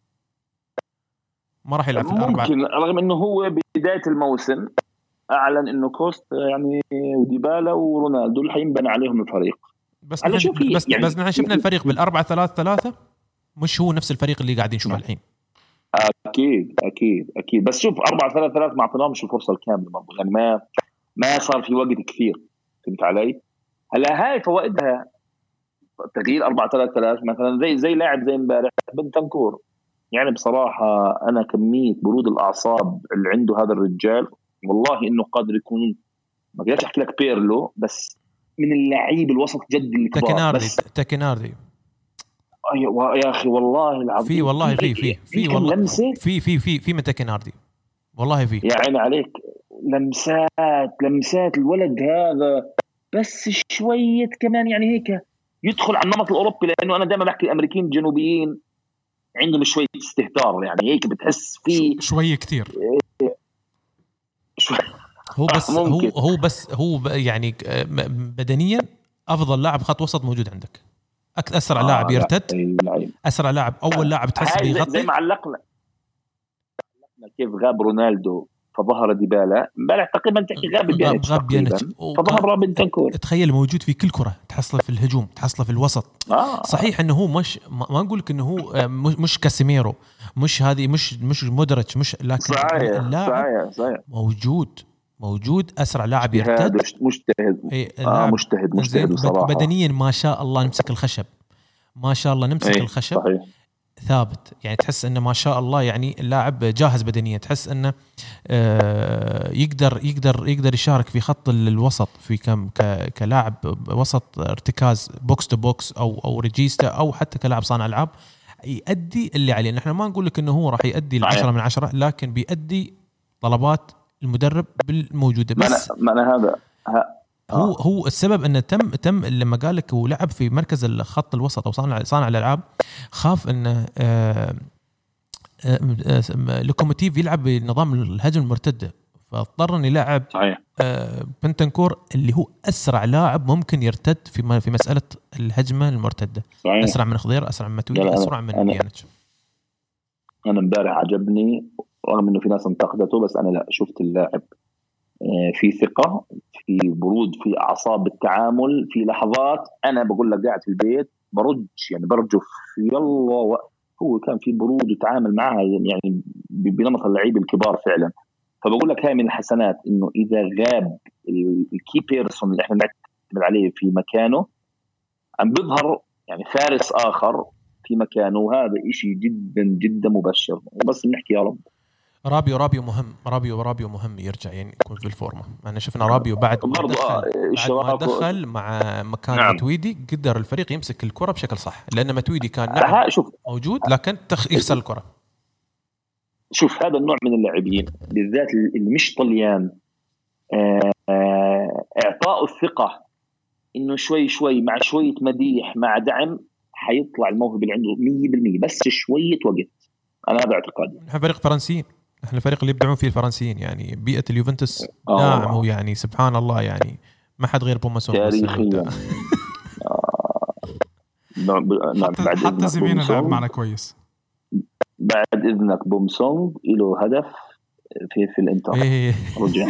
ما راح يلعب في الأربعة. ممكن رغم انه هو بدايه الموسم اعلن انه كوستا يعني وديبالا ورونالدو اللي حينبنى عليهم الفريق. بس نحن بس يعني بس نحن شفنا الفريق بالأربعة ثلاثة ثلاثة مش هو نفس الفريق اللي قاعدين نشوفه الحين. اكيد اكيد اكيد بس شوف أربعة ثلاثة ثلاثة ما اعطيناهمش الفرصه الكامله برضه، يعني ما ما صار في وقت كثير، فهمت علي؟ هلا هاي فوائدها تغيير أربعة ثلاثة ثلاثة مثلا، زي زي لاعب زي امبارح بنتنكور، يعني بصراحه انا كميه برود الاعصاب اللي عنده هذا الرجال والله انه قادر يكون، ما بديش احكي لك بيرلو، بس من اللاعب الوسط جد الكبار. تاكيناردي تاكيناردي ايوه يا اخي والله العظيم في والله في في في والله في في في في من تاكيناردي والله في، يا عيني عليك، لمسات لمسات الولد هذا، بس شويه كمان يعني هيك يدخل على النمط الاوروبي، لانه انا دائما بحكي الامريكيين الجنوبيين عندهم شويه استهتار، يعني هيك بتحس في شويه كتير شوي. هو بس هو هو بس هو يعني بدنيا افضل لاعب خط وسط موجود عندك، اسرع آه لاعب يرتد، اسرع لاعب، اول لاعب تحس بيغطي، زي ما علقنا كيف غاب رونالدو فظهر ديبالا امبارح تقريبا، تحكي غاب بيانيتش غاب بيانيتش فظهر بنتنكور. تخيل موجود في كل كره، تحصله في الهجوم، تحصله في الوسط. آه. صحيح انه هو مش ما اقول لك انه هو مش كاسيميرو، مش هذه مش مش مودريتش، مش لكن اللاعب موجود موجود اسرع لاعب يرتد، مجتهد اه مجتهد مجتهد بصراحه، بدنيا ما شاء الله نمسك الخشب، ما شاء الله نمسك الخشب صحيح. ثابت، يعني تحس انه ما شاء الله يعني اللاعب جاهز بدنيا، تحس انه آه يقدر يقدر يقدر يشارك في خط الوسط في كم كلاعب وسط ارتكاز بوكس تو بوكس او او ريجيستا، او حتى كلاعب صانع العاب يؤدي اللي عليه. نحن ما نقول لك انه هو راح يؤدي العشرة من عشرة، لكن بيؤدي طلبات المدرب بالموجوده. بس ما أنا هذا هو هو السبب انه تم تم لما قال لك هو لعب في مركز الخط الوسط او صانع صانع الالعاب، خاف انه لوكوموتيف يلعب بنظام الهجم المرتده، فاضطر ان يلعب بنتنكور اللي هو اسرع لاعب ممكن يرتد في في مساله الهجمه المرتده. صحيح. اسرع من خضير، اسرع من متويدي، اسرع من بيانيتش. انا امبارح عجبني رغم انه في ناس انتقدته، بس انا لا شفت اللاعب في ثقة، في برود، في أعصاب التعامل، في لحظات أنا بقول لك قاعد في البيت برج يعني برجف يلا، هو كان في برود وتعامل معها يعني بنمط اللعيبة الكبار فعلا. فبقول لك هاي من الحسنات، إنه إذا غاب الكي بيرسون اللي إحنا نعتمد عليه في مكانه، عم بيظهر يعني فارس آخر في مكانه، وهذا إشي جدا جدا مبشر. بس نحكي يا رب. رابيو رابيو مهم، رابيو رابيو مهم يرجع يعني يكون في الفورمة. أنا شفنا رابيو بعد ما دخل بعد ما دخل مع مكان نعم. متويدي قدر الفريق يمسك الكرة بشكل صح، لأن متويدي كان نعم موجود لكن يخسر الكرة. شوف هذا النوع من اللاعبين بالذات اللي مش طليان، إعطاء الثقة إنه شوي شوي مع شوية مديح مع دعم حيطلع الموهبة اللي عنده مية بالمية، بس شوية وقت. أنا هذا اعتقادي. نحن فريق فرنسيين، احنا الفريق اللي يبدعون فيه الفرنسيين، يعني بيئة اليوفنتوس داعم، ويعني سبحان الله يعني ما حد غير بوماسون تاريخيا. حتى, حتى زمينا لعب معنا كويس. بعد إذنك بومسونج له هدف في في الانتر إيه. رجع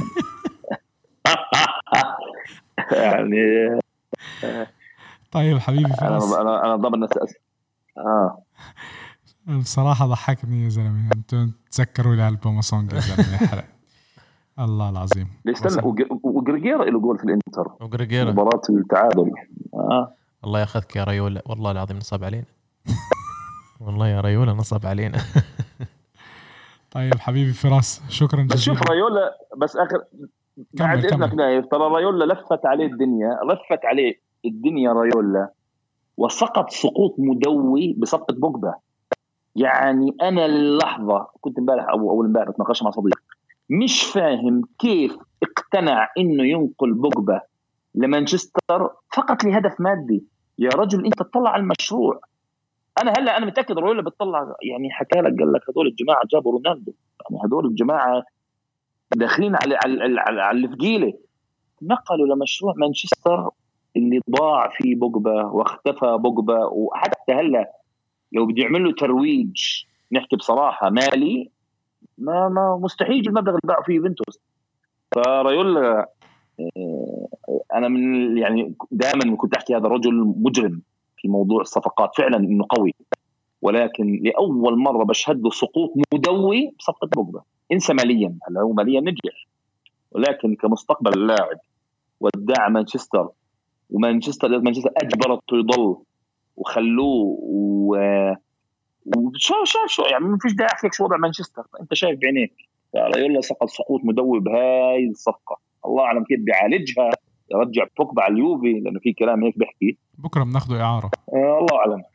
يعني طيب حبيبي فارس، انا انا انا ضمن الناس اه بصراحة ضحكني يا زلمة، انتوا تذكروا لي البوماسونج يا زلمة حرق الله العظيم. استنى، وغريغيرا له جول في الانتر، وغريغيرا مباراة التعادل. اه الله ياخذك يا ريولا، والله العظيم نصب علينا. والله يا ريولا نصب علينا. طيب حبيبي فراس شكرا بس جزيلا. شوف ريولا، بس اخر بعد اذنك نايف، ترى ريولا لفت عليه الدنيا، لفت عليه الدنيا ريولا، وسقط سقوط مدوي بصفقه بوجبا. يعني انا اللحظه كنت امبارح او اول امبارح بتناقش مع صديق، مش فاهم كيف اقتنع انه ينقل بوجبا لمانشستر فقط لهدف مادي. يا رجل انت تطلع على المشروع. انا هلا انا متاكد ريولا بتطلع، يعني حكى لك قال لك هذول الجماعه جابوا رونالدو، يعني هذول الجماعه داخلين على على على, على الثقيله، نقلوا لمشروع مانشستر اللي ضاع فيه بوجبا واختفى بوجبا. وحتى هلا لو بده يعمل له ترويج نحكي بصراحه مالي، ما ما مستحيل المبلغ اللي باعوا فيه يوفنتوس. فريولا انا من يعني دائما كنت احكي هذا الرجل مجرم في موضوع الصفقات، فعلا انه قوي، ولكن لاول مره بشهد له سقوط مدوي بصفقه بوجبا. انسى ماليا، هلا هو ماليا نجح، ولكن كمستقبل اللاعب ودع مانشستر، ومانشستر مانشستر اجبرته يضل وخلوه و وشو شو شو يعني ما فيش داعي احكي لك شو وضع مانشستر، انت شايف بعينيك. ريولا سقط سقوط مدوي بهاي الصفقه، الله اعلم كيف بيعالجها، يرجع بوجبا على اليوفي لانه في كلام هيك بيحكي بكره بناخذه اعاره. آه الله اعلم.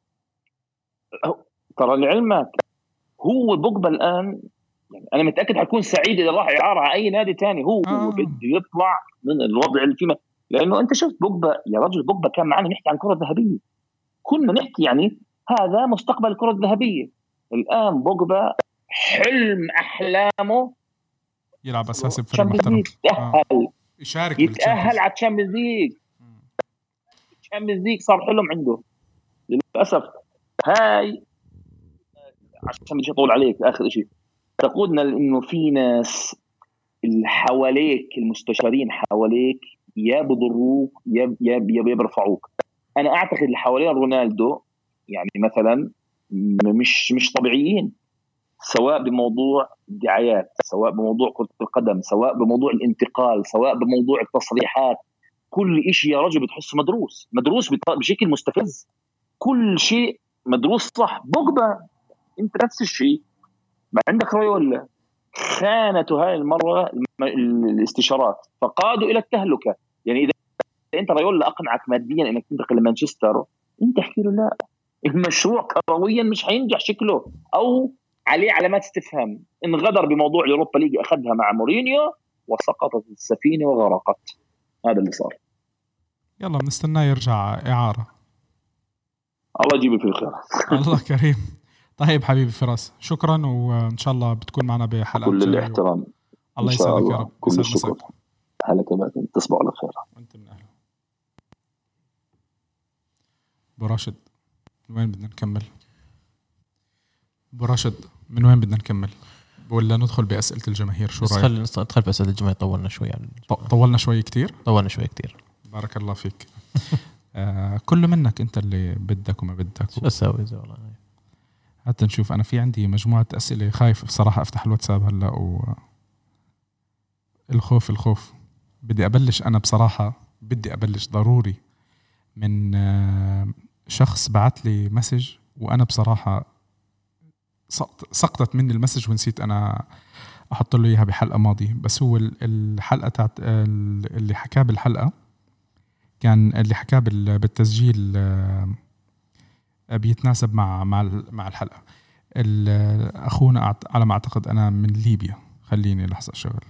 ترى لعلمك هو بوجبا الان، يعني انا متاكد حيكون سعيد اذا راح اعاره على اي نادي تاني. هو آه. هو بده يطلع من الوضع اللي فيه، لانه انت شفت بوجبا يا رجل، بوجبا كان معنا نحكي عن كره ذهبيه، كنا نحكي يعني هذا مستقبل الكره الذهبيه. الان بوجبا حلم احلامه يلعب اساسي بفريق محترم، يتاهل آه. يشارك يتاهل على الشامبيونز ليج. الشامبيونز ليج صار حلم عنده للاسف. هاي عشان بدي اطول عليك اخر شيء، تقودنا لانه في ناس اللي حواليك، المستشارين حواليك، يا بضروك يا يا يا بيرفعوك. انا اعتقد اللي حوالين رونالدو يعني مثلا مش مش طبيعيين، سواء بموضوع الدعايات، سواء بموضوع كرة القدم، سواء بموضوع الانتقال، سواء بموضوع التصريحات. كل إشي يا رجل بتحسه مدروس، مدروس بشكل مستفز، كل شيء مدروس صح. بوجبا انت نفس الشيء، ما عندك ريولا خانته هاي المرة الاستشارات فقادوا إلى التهلكة. يعني إذا أنت ريولا أقنعك ماديا إنك تنتقل لمانشستر، أنت احكي له لا، المشروع كرويا مش هينجح شكله، أو عليه علامات استفهام. انغدر بموضوع الأوروبا ليج أخذها مع مورينيو وسقطت السفينة وغرقت. هذا اللي صار. يلا بنستناه يرجع إعارة. الله يجيبه في الخير. الله كريم. طيب حبيبي فراس شكرا، وإن شاء الله بتكون معنا بحلقة كل الاحترام. الله يسعدك يا رب. كل الشكر. هلا كمان تصبحوا على خير. وانت من أهله. أبو راشد من وين بدنا نكمل؟ أبو راشد من وين بدنا نكمل؟ ولا ندخل بأسئلة الجماهير؟ شو رأيك؟ خلينا ندخل في أسئلة الجماهير. طولنا شوي يعني. طولنا شوي كتير. طولنا شوي كتير. بارك الله فيك. آه كله منك أنت اللي بدك وما بدك. شو أسوي زي والله. حتى نشوف. أنا في عندي مجموعة أسئلة، خايف بصراحة أفتح الواتساب هلا و الخوف الخوف بدي أبلش. أنا بصراحة بدي أبلش ضروري من آه شخص بعت لي مسج، وأنا بصراحة سقطت مني المسج ونسيت أنا أحط له إياها بحلقة ماضية. بس هو الحلقة تاعت اللي حكاه بالحلقة كان اللي حكاه بالتسجيل بيتناسب مع مع مع الحلقة. أخونا على ما أعتقد أنا من ليبيا. خليني لحظة شغل.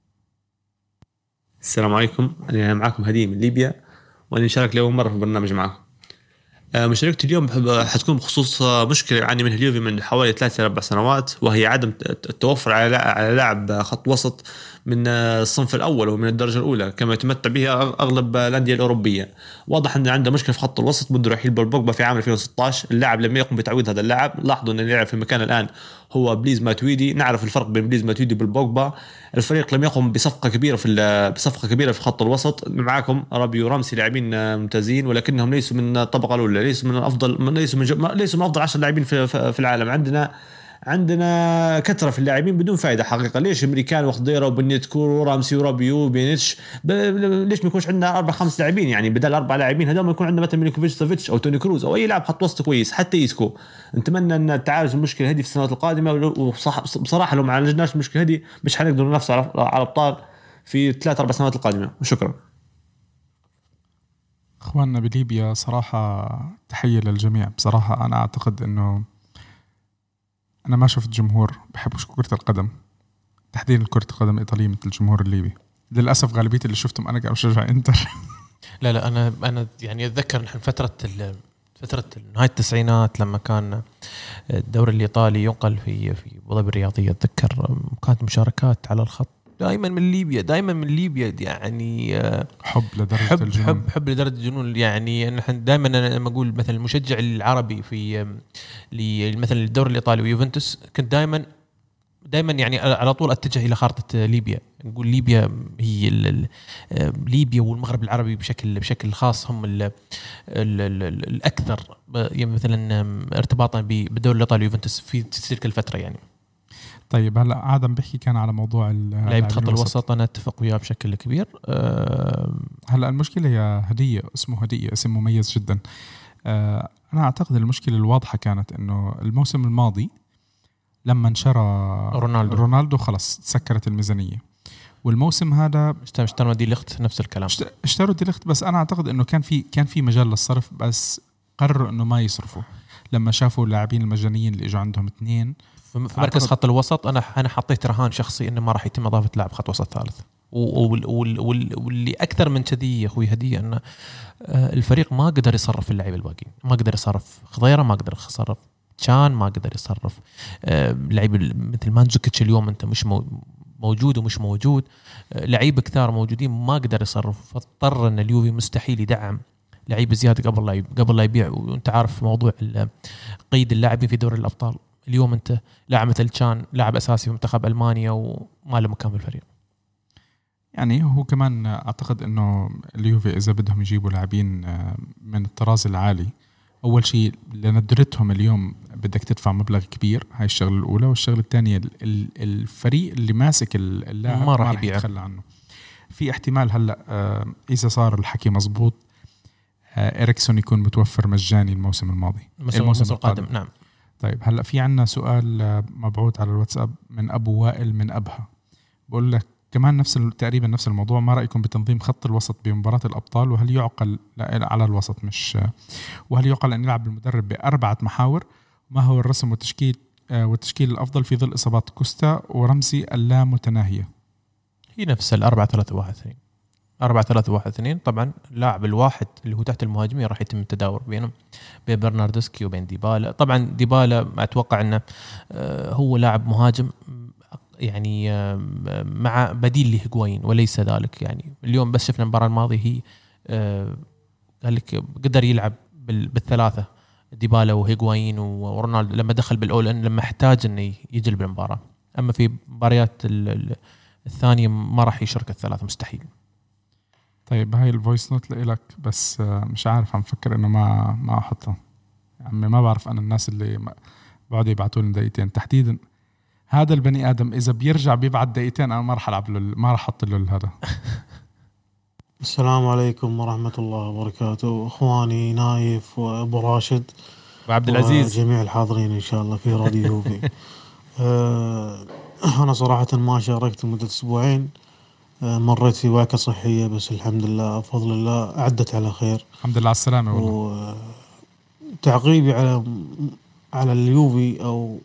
السلام عليكم، أنا معكم هدي من ليبيا، وأنا نشارك لأول مرة في البرنامج معكم. مشاركتي اليوم حتكون بخصوص مشكلة يعاني منها اليوفي من حوالي ثلاثة أربع سنوات، وهي عدم التوفر على لاعب خط وسط من الصنف الأول ومن الدرجة الأولى كما يتمتع بها أغلب الأندية الأوروبية. واضح أن عنده مشكلة في خط الوسط منذ رحيل بوجبا في عام ألفين وستة عشر. اللاعب لم يقم بتعويض هذا اللاعب. لاحظوا أن اللاعب في المكان الآن هو بليز ماتويدي. نعرف الفرق بين بليز ماتويدي وبوجبا. الفريق لم يقم بصفقة كبيرة في بصفقة كبيرة في خط الوسط. معاكم رابيو رامسي لاعبين ممتازين، ولكنهم ليسوا من الطبقة الأولى، ليسوا من الأفضل، ليسوا من ليسوا من أفضل عشر لاعبين في في العالم. عندنا عندنا كثره في اللاعبين بدون فائده حقيقه. ليش امريكان وخضيره وبنيتكور ورامسي ورابيو بينيتش ب... ليش ما يكونش عندنا اربع خمس لاعبين يعني بدل اربع لاعبين هذول ما يكون عندنا مثلا ميليكوفيتش سافيتش او توني كروز او اي لاعب خط وسط كويس حتى يسكو. نتمنى ان تعالج المشكله هذه في السنوات القادمه. وصح بصراحه لو ما عالجناش المشكله هذه مش حنقدر ننافس على على الابطال في ثلاث اربع سنوات القادمه. وشكرا اخواننا بليبيا. صراحه تحيه للجميع. بصراحه انا اعتقد انه انا ما شفت جمهور بحبش كره القدم تحديدا كره القدم الايطاليه مثل الجمهور الليبي. للاسف غالبيه اللي شفتهم انا كانوا بشجع انتر. لا لا انا انا يعني اتذكر نحن فتره فتره نهايه التسعينات لما كان الدوري الايطالي ينقل في في ابو ظبي الرياضيه. اتذكر كانت مشاركات على الخط دائما من ليبيا دائما من ليبيا يعني حب لدرجه حب الجنون. حب حب لدرجه الجنون. يعني نحن دائما لما اقول مثلا المشجع العربي في مثلا الدوري الايطالي ويوفنتوس كنت دائما دائما يعني على طول اتجه الى خارطه ليبيا. نقول ليبيا هي ليبيا والمغرب العربي بشكل بشكل خاص هم ال ال ال الاكثر يعني مثلا ارتباطا بالدوري الايطالي ويوفنتوس في تلك الفتره يعني. طيب هلا آدم بحكي كان على موضوع لعيبه خط الوسط انا اتفق وياه بشكل كبير. أه هلا المشكله هي هديه اسمه هديه اسم مميز جدا. أه انا اعتقد المشكله الواضحه كانت انه الموسم الماضي لما انشرى رونالدو رونالدو خلص سكرت الميزانيه. والموسم هذا اشتروا دي ليخت نفس الكلام اشتروا دي ليخت. بس انا اعتقد انه كان في كان في مجال للصرف بس قرروا انه ما يصرفوا لما شافوا اللاعبين المجانيين اللي اجوا عندهم اثنين في مركز خط الوسط. انا انا حطيت رهان شخصي انه ما راح يتم اضافه لاعب خط وسط ثالث. واللي اكثر من كذي يا اخوي هديه ان الفريق ما قدر يصرف اللاعب الباقيين. ما قدر يصرف خضيره ما قدر يصرف كان ما قدر يصرف لعيب مثل مانزوكيتش اليوم انت مش موجود ومش موجود. لعيبه كثار موجودين ما قدر يصرف. فاضطر ان اليوفي مستحيل يدعم لعيبه زياده قبل لا قبل لا يبيع. وانت عارف موضوع قيد اللاعبين في دوري الابطال. اليوم انت لاعب مثل كان لاعب اساسي في منتخب المانيا وما له مكان في الفريق. يعني هو كمان اعتقد انه اليوفي اذا بدهم يجيبوا لاعبين من الطراز العالي اول شيء لندرتهم اليوم بدك تدفع مبلغ كبير. هاي الشغله الاولى. والشغله الثانيه الفريق اللي ماسك اللاعب ما راح يتخلى عنه. في احتمال هلا اذا صار الحكي مزبوط إريكسون يكون متوفر مجاني الموسم الماضي الموسم القادم. نعم. طيب هلا في عنا سؤال مبعوث على الواتساب من ابو وائل من ابها بقول لك كمان نفس تقريبا نفس الموضوع. ما رايكم بتنظيم خط الوسط بمباراه الابطال وهل يعقل على الوسط مش وهل يعقل ان يلعب المدرب باربعه محاور؟ ما هو الرسم والتشكيل والتشكيل الافضل في ظل اصابات كوستا ورمسي اللامتناهيه؟ هي نفس الأربعة ثلاثة واحد اثنين أربعة ثلاثة واحد اثنين. طبعا اللاعب الواحد اللي هو تحت المهاجمين راح يتم التداول بينهم بين برناردسكي وبين ديبالا. طبعا ديبالا أتوقع أنه هو لاعب مهاجم يعني مع بديل لهيغوايين وليس ذلك. يعني اليوم بس شفنا المباراة الماضية هي قال لك قدر يلعب بالثلاثة ديبالا وهيغوايين ورونالدو لما دخل بالأول إن لما احتاج إنه يجلب المباراة. أما في مباريات الثانية ما راح يشارك الثلاثة مستحيل. طيب هاي الفويس نوت لإلك بس مش عارف عم فكر إنه ما ما أحطها. عمي ما بعرف أنا الناس اللي بعد يبعتوا لي دقيقتين تحديدا. هذا البني آدم إذا بيرجع بيبعت دقيقتين أنا ما راح ألعب له ما راح أحط له هذا. السلام عليكم ورحمة الله وبركاته. أخواني نايف وأبو راشد وعبد العزيز وجميع الحاضرين إن شاء الله في راديو يوفي. أه أنا صراحة ما شاركت لمدة أسبوعين. أه مريت في وعكة صحية بس الحمد لله بفضل الله عدت على خير. الحمد لله على السلامة. والله تعقيبي على على اليوفي أو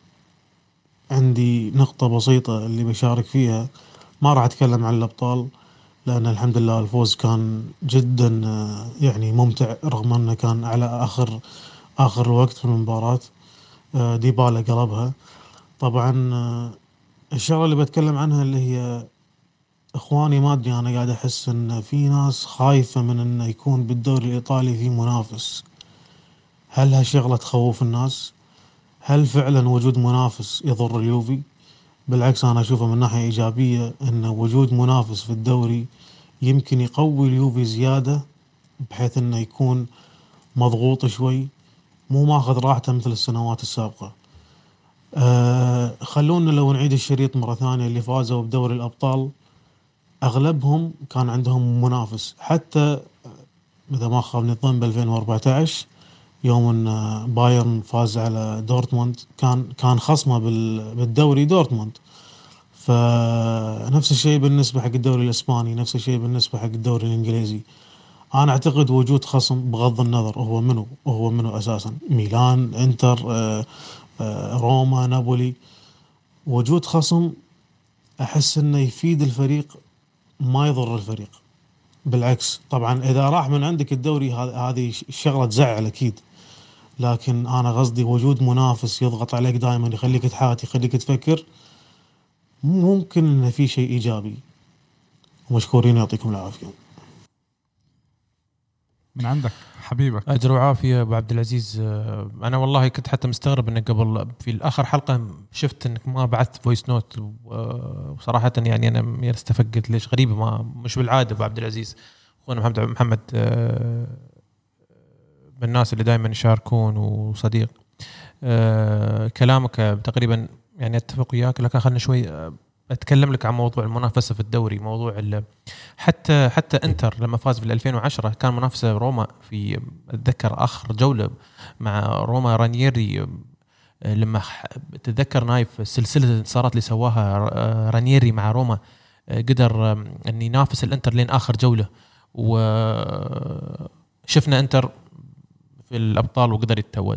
عندي نقطة بسيطة اللي بشارك فيها. ما راح أتكلم عن الأبطال لأن الحمد لله الفوز كان جدا يعني ممتع رغم أنه كان على آخر آخر وقت في المباراة. ديبالا قلبها. طبعا الشغلة اللي بتكلم عنها اللي هي إخواني ما أدري أنا قاعد أحس أن في ناس خايفة من أنه يكون بالدوري الإيطالي في منافس. هل هالشغلة تخوف الناس؟ هل فعلا وجود منافس يضر اليوفي؟ بالعكس أنا أشوفه من ناحية إيجابية أن وجود منافس في الدوري يمكن يقوي اليوفي زيادة بحيث أنه يكون مضغوط شوي مو ماخذ راحته مثل السنوات السابقة. أه خلونا لو نعيد الشريط مرة ثانية، اللي فازوا بدوري الأبطال أغلبهم كان عندهم منافس، حتى إذا ما خاب الظن ب ألفين وأربعة عشر يوم ان بايرن فاز على دورتموند كان كان خصمه بالدوري دورتموند. فنفس الشيء بالنسبة حق الدوري الإسباني، نفس الشيء بالنسبة حق الدوري الإنجليزي. أنا أعتقد وجود خصم بغض النظر هو منو هو منو أساسا، ميلان، إنتر، آآ آآ روما، نابولي، وجود خصم أحس إنه يفيد الفريق ما يضر الفريق، بالعكس. طبعا إذا راح من عندك الدوري هذه الشغلة تزعل أكيد، لكن أنا قصدي وجود منافس يضغط عليك دائما، يخليك تحاتي، يخليك تفكر، ممكن إن في شيء إيجابي. ومشكورين، يعطيكم العافية. من عندك حبيبك. أجر وعافية أبو عبد العزيز. أنا والله كنت حتى مستغرب إنك قبل في الآخر حلقة شفت إنك ما بعثت فويس نوت، وصراحة يعني أنا استفقت ليش غريبة، ما مش بالعادة أبو عبد العزيز. أخونا محمد محمد من الناس اللي دائما يشاركون وصديق. كلامك تقريبا يعني أتفق وياك، لكن خلنا شوي أتكلم لك عن موضوع المنافسة في الدوري. موضوع حتى حتى إنتر لما فاز في ألفين وعشرة كان منافسة روما في، أتذكر آخر جولة مع روما رانييري، لما تتذكر نايف السلسلة الانتصارات اللي سواها رانييري مع روما، قدر أن ينافس الإنتر لين آخر جولة، وشفنا إنتر في الأبطال وقدر يتوج.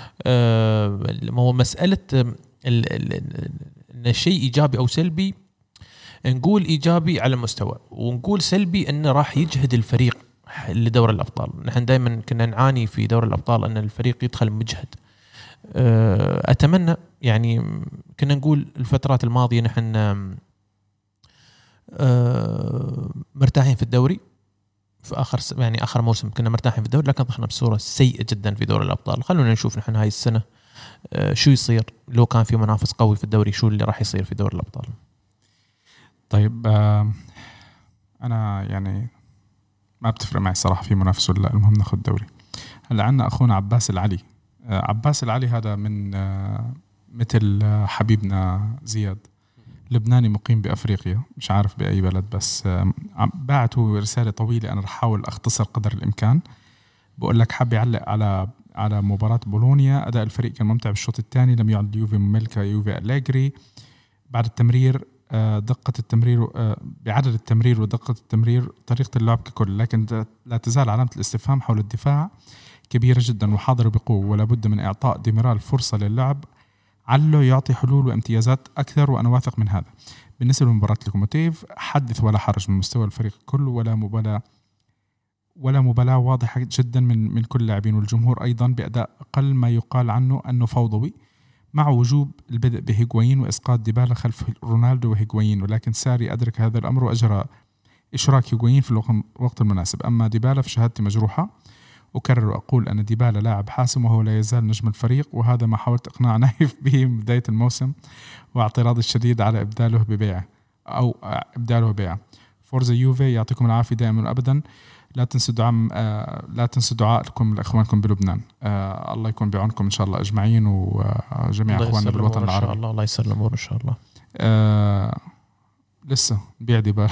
مسألة إن شيء إيجابي أو سلبي، نقول إيجابي على مستوى، ونقول سلبي إنه راح يجهد الفريق لدور الأبطال. نحن دائما كنا نعاني في دور الأبطال أن الفريق يدخل مجهد. أتمنى يعني كنا نقول الفترات الماضية نحن مرتاحين في الدوري، في آخر يعني آخر موسم كنا مرتاحين في الدوري، لكن ضحنا بصورة سيئة جدا في دور الأبطال. خلونا نشوف نحن هاي السنة شو يصير لو كان في منافس قوي في الدوري، شو اللي راح يصير في دور الأبطال. طيب أنا يعني ما بتفرق معي صراحة في منافس ولا لا، المهم ناخد الدوري. هلا عنا أخونا عباس العلي. عباس العلي هذا من مثل حبيبنا زياد، لبناني مقيم بأفريقيا، مش عارف بأي بلد، بس بعته رسالة طويلة أنا رح أحاول أختصر قدر الإمكان. بقول لك حابب يعلق على على مباراة بولونيا. أداء الفريق كان ممتع بالشوط الثاني، لم يعد اليوفي مملكة يوفي أليجري. بعد التمرير دقة التمرير بعدد التمرير ودقة التمرير طريقة اللعب ككل، لكن لا تزال علامة الاستفهام حول الدفاع كبيرة جدا وحاضر بقوة، ولا بد من إعطاء ديميرال فرصة للعب، علّه يعطي حلول وامتيازات أكثر، وأنا واثق من هذا. بالنسبة لمباراة لوكوموتيف حدث ولا حرج من مستوى الفريق كله، ولا مبالاة ولا مبالاة واضحة جدا من من كل لاعبين، والجمهور أيضا بأداء أقل ما يقال عنه أنه فوضوي، مع وجوب البدء بهيغوايين وإسقاط ديبالا خلف رونالدو وهيغوايين، ولكن ساري أدرك هذا الأمر وأجرى إشراك هيغوايين في الوقت المناسب. أما ديبالا فشهادتي مجروحة، أكرر وأقول أن ديبالا لاعب حاسم وهو لا يزال نجم الفريق، وهذا ما حاولت إقناع نايف به من بداية الموسم، واعتراض الشديد على إبداله ببيعه أو إبداله بيعه. فورزا يوفي، يعطيكم العافية دائما وأبدا. لا تنسوا دعم آه لا تنسوا دعائكم لإخوانكم بلبنان. آه الله يكون بعونكم إن شاء الله أجمعين، وجميع إخواننا بالوطن العربي إن شاء الله. الله يسر الأمور إن شاء الله. آه لسه بيع ديبالا.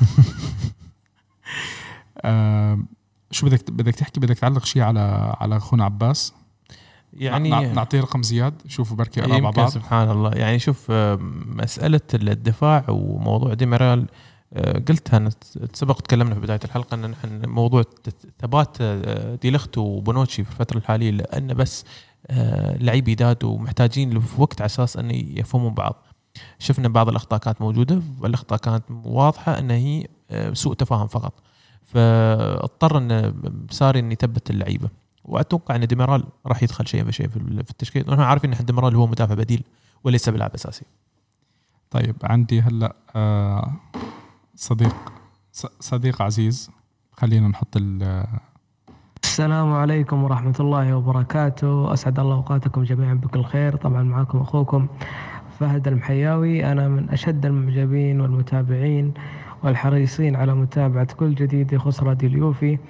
آه شو بدك بدك تحكي، بدك تعلق شيء على على أخونا عباس؟ يعني نعطيه رقم زياد، شوفوا بركي قراب مع بعض. سبحان الله. يعني شوف مسألة الدفاع وموضوع ديميرال، قلتها أنا سبق تكلمنا في بداية الحلقة أن نحن موضوع ثبات دي ليخت وبونوتشي في الفترة الحالية، لأن بس لعيب يداد ومحتاجين في وقت على أساس أن يفهموا بعض. شفنا بعض الأخطاء كانت موجودة، والأخطاء كانت واضحة أن هي سوء تفاهم فقط، فاضطر أن ساري أن يثبت اللعيبة، وأتوقع أن ديميرال راح يدخل شيء بشيء في التشكيل. نحن عارفين أن ديميرال هو مدافع بديل وليس بلاعب أساسي. طيب عندي هلأ آه صديق صديق عزيز، خلينا نحط ال السلام عليكم ورحمة الله وبركاته. أسعد الله أوقاتكم جميعا بكل خير. طبعا معكم أخوكم فهد المحياوي. أنا من أشد المعجبين والمتابعين والحريصين على متابعة كل جديد يخص نادي اليوفي.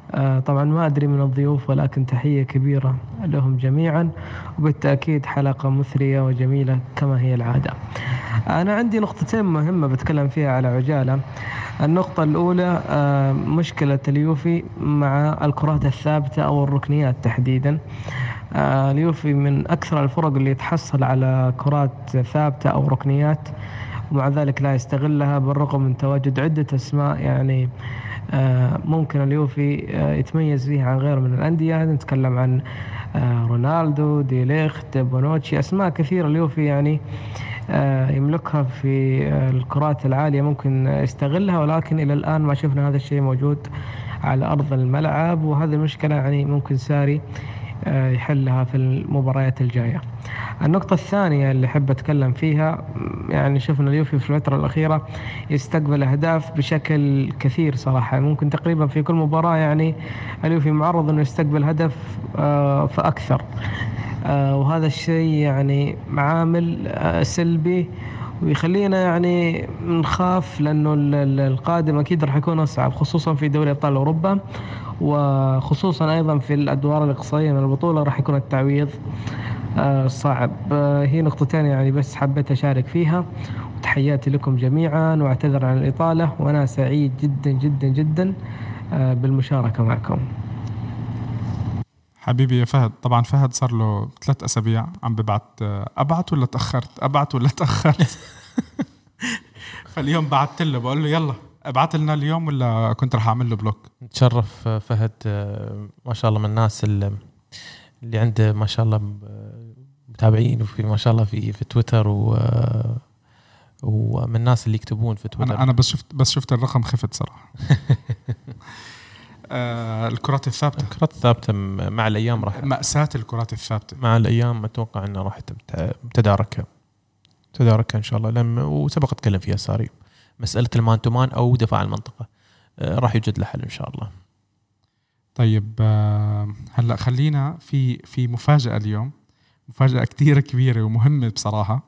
طبعا ما أدري من الضيوف، ولكن تحية كبيرة لهم جميعا، وبالتأكيد حلقة مثرية وجميلة كما هي العادة. أنا عندي نقطتين مهمة بتكلم فيها على عجالة. النقطة الأولى مشكلة اليوفي مع الكرات الثابتة أو الركنيات تحديدا. اليوفي من أكثر الفرق اللي يتحصل على كرات ثابتة أو ركنيات، ومع ذلك لا يستغلها بالرغم من تواجد عدة أسماء يعني ممكن اليوفي يتميز فيها عن غيره من الأندية. نتكلم عن رونالدو، دي ليخت، بونوتشي، أسماء كثيرة اليوفي يعني يملكها في الكرات العالية ممكن يستغلها، ولكن إلى الآن ما شفنا هذا الشيء موجود على أرض الملعب، وهذه المشكلة يعني ممكن ساري يحلها في المباريات الجاية. النقطة الثانية اللي حب أتكلم فيها، يعني شفنا اليوفي في الفترة الأخيرة يستقبل أهداف بشكل كثير صراحة، ممكن تقريبا في كل مباراة يعني اليوفي معرض أنه يستقبل هدف فأكثر، وهذا الشيء يعني عامل سلبي ويخلينا يعني نخاف، لأنه القادم أكيد راح يكون أصعب، خصوصا في دوري أبطال أوروبا، وخصوصا أيضا في الأدوار الإقصائية من البطولة راح يكون التعويض صعب. هي نقطتين يعني بس حبيت أشارك فيها، وتحياتي لكم جميعا واعتذر عن الإطالة، وأنا سعيد جدا جدا جدا بالمشاركة معكم. حبيبي يا فهد، طبعا فهد صار له ثلاث أسابيع عم ببعت أبعت ولا تأخرت أبعت ولا تأخرت فاليوم بعت له بقول له يلا ابعت لنا اليوم ولا كنت رح أعمل له بلوك. تشرف فهد، ما شاء الله من الناس اللي عنده ما شاء الله متابعين، وفي ما شاء الله في في تويتر، و ومن الناس اللي يكتبون في تويتر. أنا, أنا بس شفت بس شفت الرقم خفت صراحة. آه الكرات الثابتة الكرات الثابتة مع الأيام راح مأساة الكرات الثابتة مع الأيام أتوقع أنه راح تداركها تداركها إن شاء الله. لما وسبق أتكلم فيها ساري مسألة المان تو مان أو دفاع المنطقة آه راح يوجد له حل إن شاء الله. طيب آه هلأ خلينا في في مفاجأة اليوم، مفاجأة كتير كبيرة ومهمة بصراحة.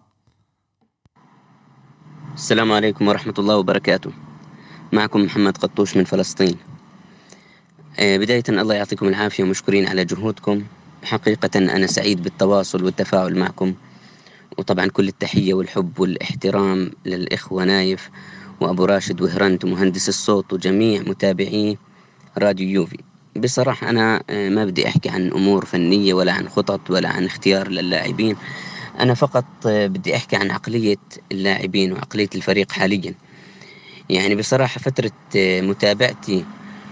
السلام عليكم ورحمة الله وبركاته. معكم محمد قطوش من فلسطين. بداية الله يعطيكم العافية ومشكورين على جهودكم. حقيقة أنا سعيد بالتواصل والتفاعل معكم، وطبعا كل التحية والحب والاحترام للإخوة نايف وأبو راشد وهرنت ومهندس الصوت وجميع متابعي راديو يوفي. بصراحة أنا ما بدي أحكي عن أمور فنية ولا عن خطط ولا عن اختيار للاعبين، أنا فقط بدي أحكي عن عقلية اللاعبين وعقلية الفريق حاليا. يعني بصراحة فترة متابعتي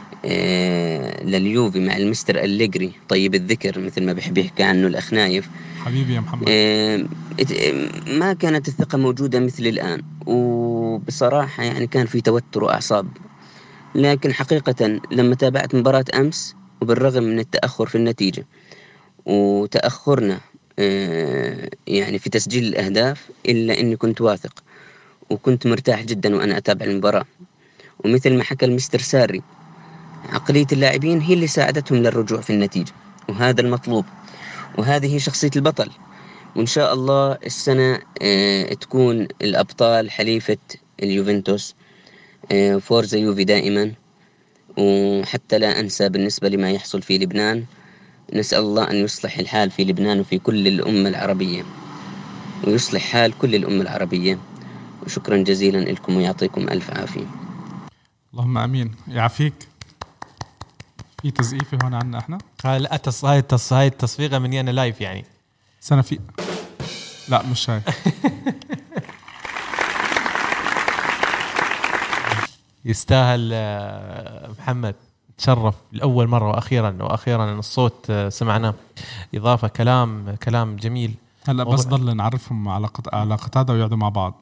لليوفي مع المستر أليجري طيب الذكر مثل ما بحب يحكي عنه الأخ نايف حبيبي يا محمد، ما كانت الثقة موجودة مثل الآن، وبصراحة يعني كان في توتر وأعصاب. لكن حقيقة لما تابعت مباراة أمس، وبالرغم من التأخر في النتيجة وتأخرنا يعني في تسجيل الأهداف، إلا أني كنت واثق وكنت مرتاح جدا وأنا أتابع المباراة. ومثل ما حكى المستر ساري، عقلية اللاعبين هي اللي ساعدتهم للرجوع في النتيجة، وهذا المطلوب، وهذه شخصية البطل. وإن شاء الله السنة اه تكون الأبطال حليفة اليوفنتوس. اه فورزا يوفي دائما. وحتى لا أنسى بالنسبة لما يحصل في لبنان، نسأل الله أن يصلح الحال في لبنان وفي كل الأمة العربية، ويصلح حال كل الأمة العربية. وشكرا جزيلا لكم ويعطيكم ألف عافية. اللهم أمين. يعافيك. في تزقيفة هون عنا احنا. هاي لا تص... هاي التص... هاي التصفيقة مني أنا لايف يعني. سنة في لا مش هاي. يستاهل محمد، تشرف لأول مرة وأخيرا وأخيرا الصوت سمعنا. إضافة كلام كلام جميل. هلا بس ضل نعرفهم على قط... على قطادة ويقعدوا مع بعض.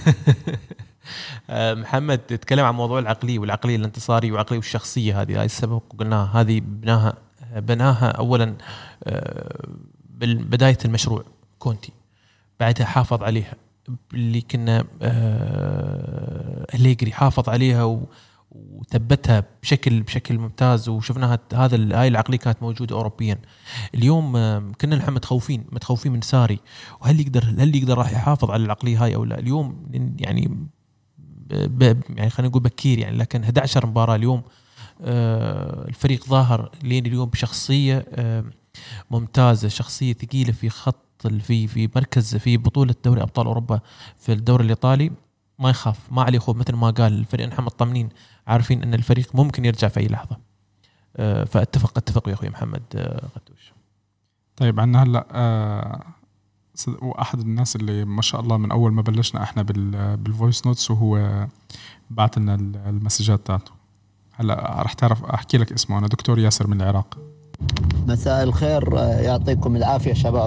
محمد تتكلم عن موضوع العقلية والعقلية الانتصارية والعقلية والشخصية. هذه هاي السبب قلناها، هذه بناها بناها أولا بداية المشروع كونتي، بعدها حافظ عليها اللي كنا أليجري حافظ عليها وثبتها بشكل بشكل ممتاز، وشفناها هذا هاي العقلية كانت موجودة أوروبيا. اليوم كنا نحن متخوفين متخوفين من ساري، وهل يقدر هل يقدر راح يحافظ على العقلية هاي أو لا. اليوم يعني ب يعني خلينا نقول بكير يعني، لكن إحدى عشرة مباراة اليوم الفريق ظاهر لين اليوم بشخصية ممتازة، شخصية ثقيلة في خط في في مركز في بطولة دوري أبطال أوروبا في الدوري الإيطالي. ما يخاف، ما عليه خوف، مثل ما قال الفريق نحن مطمنين عارفين أن الفريق ممكن يرجع في أي لحظة. فاتفق اتفق يا أخوي محمد قدوش. طيب عنا هلا آه واحد الناس اللي ما شاء الله من اول ما بلشنا احنا بالفويس نوتس وهو بعت لنا المسجات تاعته. هلا راح تعرف احكي لك اسمه. انا دكتور ياسر من العراق. مساء الخير، يعطيكم العافيه شباب.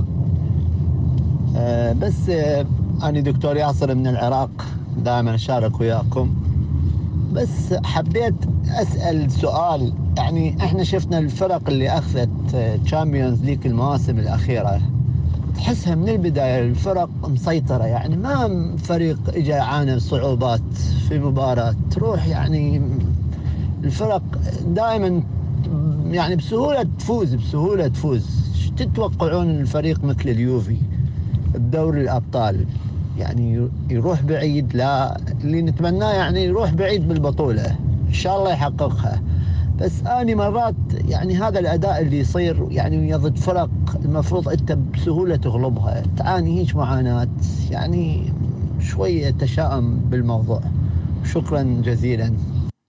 بس انا دكتور ياسر من العراق، دائما اشارك وياكم. بس حبيت اسال سؤال، يعني احنا شفنا الفرق اللي اخذت تشامبيونز ليج المواسم الاخيره، تحسها من البدايه الفرق مسيطره، يعني ما فريق اجى يعاني صعوبات في مباراه تروح، يعني الفرق دائما يعني بسهوله تفوز بسهوله تفوز. ايش تتوقعون الفريق مثل اليوفي بدوري الابطال يعني يروح بعيد؟ لا، اللي نتمناه يعني يروح بعيد بالبطوله، ان شاء الله يحققها. بس اني مرات يعني هذا الاداء اللي يصير يعني ضد فرق المفروض انت بسهوله تغلبها تعاني هيك معاناه، يعني شويه تشاؤم بالموضوع. شكرا جزيلا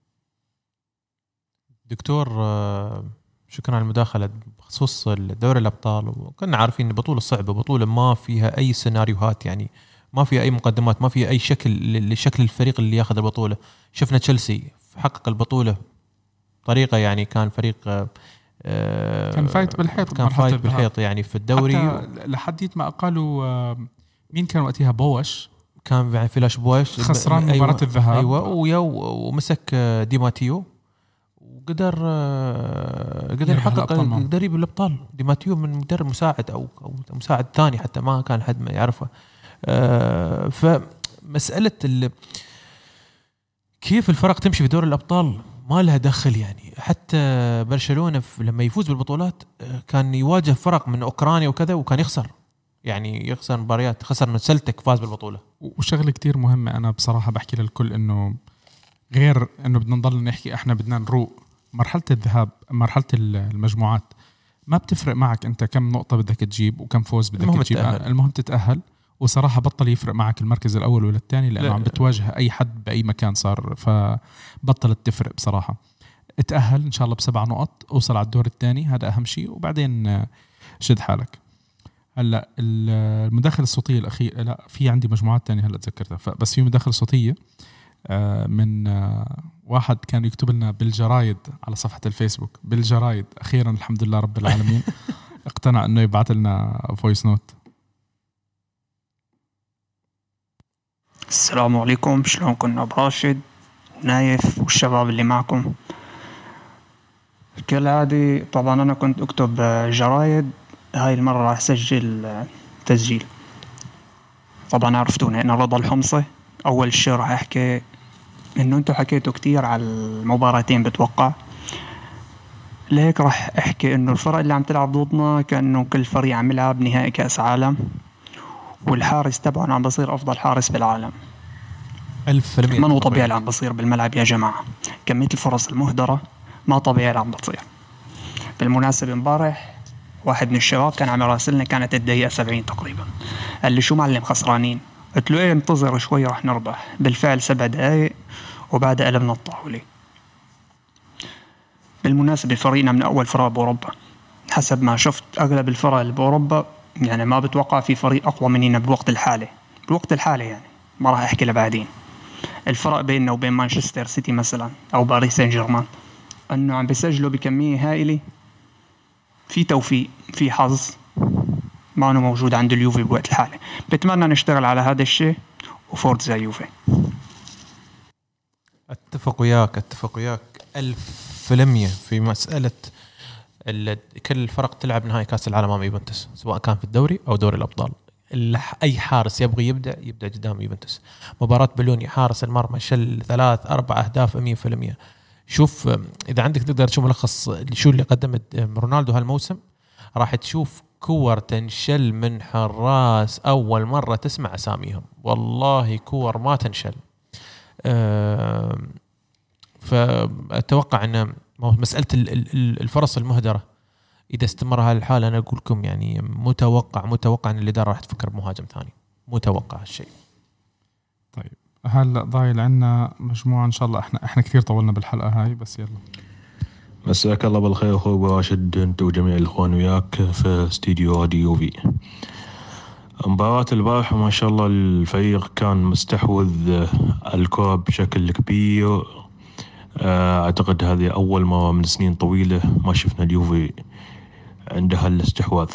دكتور، شكرا على المداخله بخصوص دوري الابطال. وكنا عارفين ان بطوله صعبه، بطوله ما فيها اي سيناريوهات، يعني ما فيها اي مقدمات، ما فيها اي شكل لشكل الفريق اللي ياخذ البطوله. شفنا تشيلسي حقق البطوله بطريقه يعني كان فريق آه كان فايت بالحيط، كان فايت بالحيط يعني في الدوري. حتى لحديت ما قالوا آه مين كان وقتها بوش، كان يعني فلاش بوش خسران مباراة أيوة الذهاب. ايوه ويا ومسك دي ماتيو وقدر آه قدر يحقق قدر يجيب الابطال. دي ماتيو من مدرب مساعد او او مساعد ثاني حتى ما كان حد ما يعرفه. آه فمساله كيف الفرق تمشي في دور الابطال ما لها دخل، يعني حتى برشلونة لما يفوز بالبطولات كان يواجه فرق من أوكرانيا وكذا وكان يخسر، يعني يخسر مباريات، خسر من سلتك فاز بالبطولة. وشغلة كتير مهمة أنا بصراحة بحكي للكل إنه غير إنه بدنا نضل نحكي إحنا بدنا نروق مرحلة الذهاب، مرحلة المجموعات ما بتفرق معك أنت كم نقطة بدك تجيب وكم فوز بدك المهم تجيب، تتأهل. المهم تتأهل. وصراحة بطل يفرق معك المركز الأول ولا الثاني لأنه عم بتواجه أي حد بأي مكان صار، فبطلت تفرق بصراحة. اتأهل إن شاء الله بسبع نقط، أوصل على الدور الثاني، هذا أهم شيء، وبعدين شد حالك. هلا المداخلة الصوتية الأخيرة، لا في عندي مجموعات تانية هلا تذكرتها، بس في مداخلة صوتية من واحد كان يكتب لنا بالجرايد على صفحة الفيسبوك، بالجرايد أخيرا الحمد لله رب العالمين اقتنع إنه يبعث لنا فويس نوت. السلام عليكم، شلونكم أبو راشد نايف والشباب اللي معكم؟ كالعادة طبعا أنا كنت أكتب جرايد، هاي المرة راح أسجل تسجيل. طبعا عرفتوني أنا رضا الحمصي. أول شيء راح أحكي إنه أنتوا حكيتوا كتير على المباراتين بتوقع، لهيك راح أحكي إنه الفرق اللي عم تلعب ضدنا كأنه كل فريق عم يلعب نهائي كأس عالم، والحارس تبعنا عم بصير أفضل حارس بالعالم. ألف في المية ما هو طبيعي اللي عم بصير بالملعب يا جماعة، كمية الفرص المهدرة ما طبيعي اللي عم بتصير. بالمناسبة امبارح واحد من الشباب كان عم يراسلنا، كانت الدقيقة سبعين تقريبا، قال لي شو معلم خسرانين؟ قلت له ايه انتظر شوي رح نربح. بالفعل سبع دقايق وبعد قلبنا الطاولة. بالمناسبة فريقنا من أول فرق بأوروبا، حسب ما شفت أغلب الفرق اللي بأوروبا، يعني ما بتوقع في فريق أقوى مننا بالوقت الحالي. بالوقت الحالي يعني ما راح أحكي لبعدين. الفرق بيننا وبين مانشستر سيتي مثلا أو باريس سان جيرمان أنه عم بيسجلوا بكمية هائلة، في توفيق، في حظ ما أنه موجود عند اليوفي بوقت الحالي. بتمنى نشتغل على هذا الشيء وفورتزا يوفي. اتفق وياك اتفق وياك ألف في المية في مسألة كل الفرق تلعب نهائي كأس العالم أمام يوفنتوس، سواء كان في الدوري أو دوري الأبطال. أي حارس يبغي يبدأ يبدأ قدام يوفنتوس. مباراة بلوني حارس المرمى شل ثلاث أربع أهداف مية في المية. شوف إذا عندك تقدر تشوف ملخص شو اللي قدمت رونالدو هالموسم، راح تشوف كور تنشل من حراس أول مرة تسمع أساميهم، والله كور ما تنشل. أه فأتوقع أن مساله الفرص المهدره اذا استمر هذا الحال انا اقول لكم يعني متوقع متوقع ان الاداره راح تفكر بمهاجم ثاني، متوقع هالشيء. طيب هلا ضايل عنا مجموعه ان شاء الله. احنا احنا كثير طولنا بالحلقه هاي بس يلا. مساك الله بالخير اخوي راشد انت وجميع الاخوان وياك في استديو راديو في. مباراة البارحة ما شاء الله الفريق كان مستحوذ الكرة بشكل كبير. اعتقد هذه اول مرة من سنين طويلة ما شفنا اليوفي عندها الاستحواذ.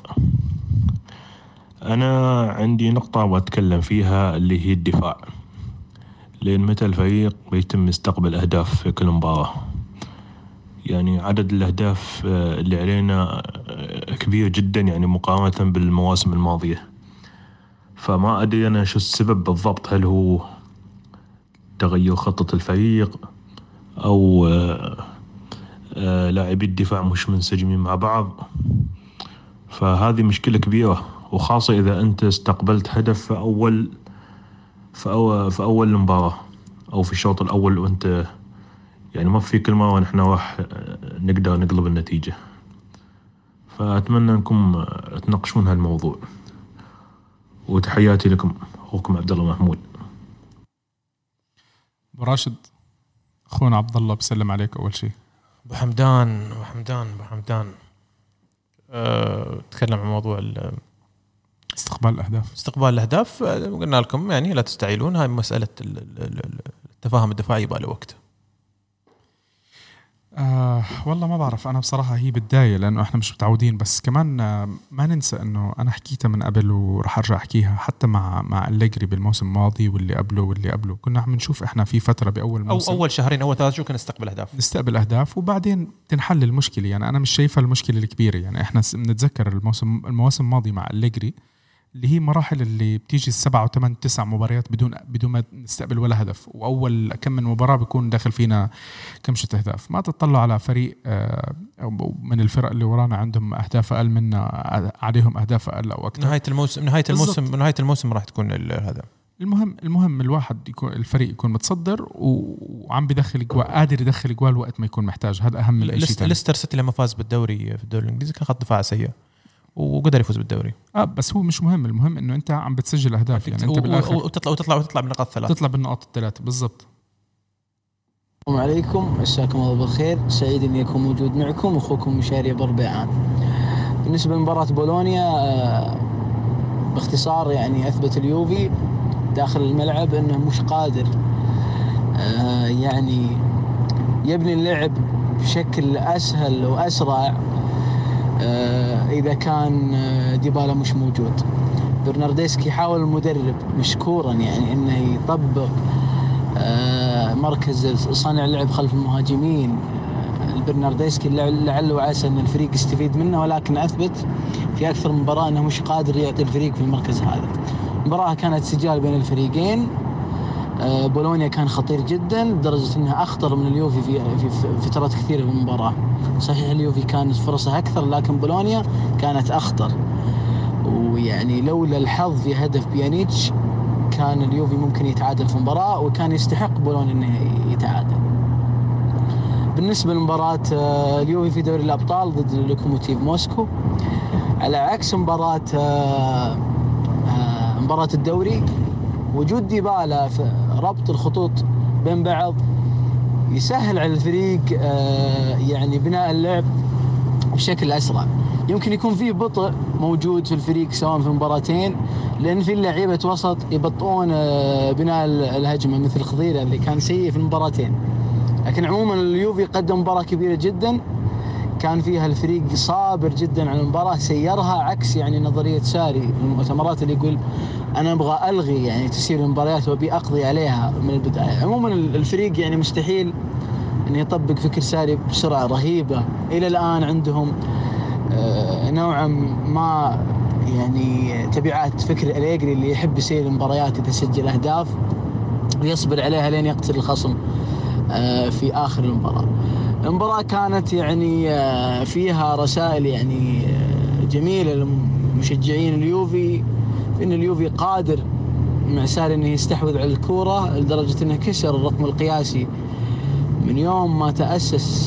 انا عندي نقطة بتكلم فيها اللي هي الدفاع، لان متى الفريق بيتم يستقبل اهداف في كل مباراة. يعني عدد الاهداف اللي علينا كبير جدا يعني مقارنة بالمواسم الماضية. فما ادري انا شو السبب بالضبط، هل هو تغير خطة الفريق او لاعبي الدفاع مش منسجمين مع بعض. فهذه مشكلة كبيرة، وخاصة اذا انت استقبلت هدف في اول في اول في اول المباراة او في الشوط الاول، وانت يعني ما في كل مرة نحن راح نقدر نقلب النتيجة. فأتمنى أنكم تناقشون هالموضوع، وتحياتي لكم أخوكم عبد الله محمود. براشد أخونا عبد الله بسلم عليك أول شيء. أبو حمدان أبو حمدان أبو حمدان أه، تكلم عن موضوع استقبال الأهداف استقبال الأهداف. قلنا لكم يعني لا تستعيلون، هاي مسألة التفاهم الدفاعي يبقى له وقت. آه والله ما بعرف أنا بصراحة، هي بداية لأنه إحنا مش متعودين. بس كمان آه ما ننسى إنه أنا حكيتها من قبل ورح أرجع أحكيها حتى مع مع أليجري بالموسم الماضي واللي قبله واللي قبله. كنا عم نشوف إحنا في فترة بأول موسم أو أول شهرين أول ثلاث شهور كنا نستقبل أهداف نستقبل أهداف وبعدين تنحل المشكلة. يعني أنا مش شايفها المشكلة الكبيرة. يعني إحنا بنتذكر الموسم المواسم الماضي مع أليجري اللي هي مراحل اللي بتيجي السبعة وثمان تسع مباريات بدون بدون ما نستقبل ولا هدف، وأول كم من مباراة بيكون داخل فينا كم شت أهداف. ما تطلع على فريق من الفرق اللي ورانا عندهم أهداف أقل منا، عليهم أهداف أقل أو أكثر. نهاية الموسم نهاية الموسم نهاية الموسم راح تكون هذا. المهم المهم الواحد يكون الفريق يكون متصدر وعم بدخل جوال، قادر يدخل جوال وقت ما يكون محتاج. هذا أهم من أي شيء. ليستر سيتي لما فاز بالدوري في الدوري الإنجليزي كان خط دفاع سيء وقدر يفوز بالدوري. اه بس هو مش مهم، المهم انه انت عم بتسجل اهداف. يعني انت بالاخر وتطلع وتطلع وتطلع بالنقاط الثلاث تطلع بالنقاط الثلاثه بالضبط. السلام عليكم، مساكم الله بالخير. سعيد اني اكون موجود معكم، اخوكم مشاري بربيعان. بالنسبه لمباراه بولونيا باختصار يعني اثبت اليوفي داخل الملعب انه مش قادر يعني يبني اللعب بشكل اسهل واسرع إذا كان ديبالا مش موجود. برناردسكي حاول المدرب مشكورا يعني إنه يطبق مركز صانع اللعب خلف المهاجمين. البرناردسكي لعل وعسى أن الفريق يستفيد منه، ولكن أثبت في أكثر من مباراة أنه مش قادر يعطي الفريق في المركز هذا. المباراة كانت سجال بين الفريقين. بولونيا كان خطير جدا لدرجة أنها أخطر من اليوفي في, في, في فترات كثيرة في المباراة. صحيح اليوفي كانت فرصها أكثر، لكن بولونيا كانت أخطر. ويعني لولا الحظ في هدف بيانيتش كان اليوفي ممكن يتعادل في المباراة، وكان يستحق بولونيا أنه يتعادل. بالنسبة لمباراة اليوفي في دوري الأبطال ضد لوكوموتيف موسكو، على عكس مباراة مباراة الدوري، وجود ديبالا في ربط الخطوط بين بعض يسهل على الفريق يعني بناء اللعب بشكل أسرع. يمكن يكون فيه بطء موجود في الفريق سواء في مباراتين، لأن في لعيبة وسط يبطئون بناء الهجمة مثل خضيرة اللي كان سيء في المباراتين. لكن عموما اليوفي قدم مباراة كبيرة جدا كان فيها الفريق صابر جدا على المباراة، سيرها عكس يعني نظرية ساري في المؤتمرات اللي يقول أنا أبغى ألغي يعني تسير المباريات وأبي أقضي عليها من البداية. عموما الفريق يعني مستحيل أن يطبق فكر ساري بسرعة رهيبة. إلى الآن عندهم نوعا ما يعني تبعات فكر أليجري اللي يحب يسير المباريات إذا سجل أهداف ويصبر عليها لين يقتل الخصم في آخر المباراة. المباراة كانت يعني فيها رسائل يعني جميلة لمشجعين اليوفي، في أن اليوفي قادر مع ساري أنه يستحوذ على الكرة لدرجة أنه كسر الرقم القياسي من يوم ما تأسس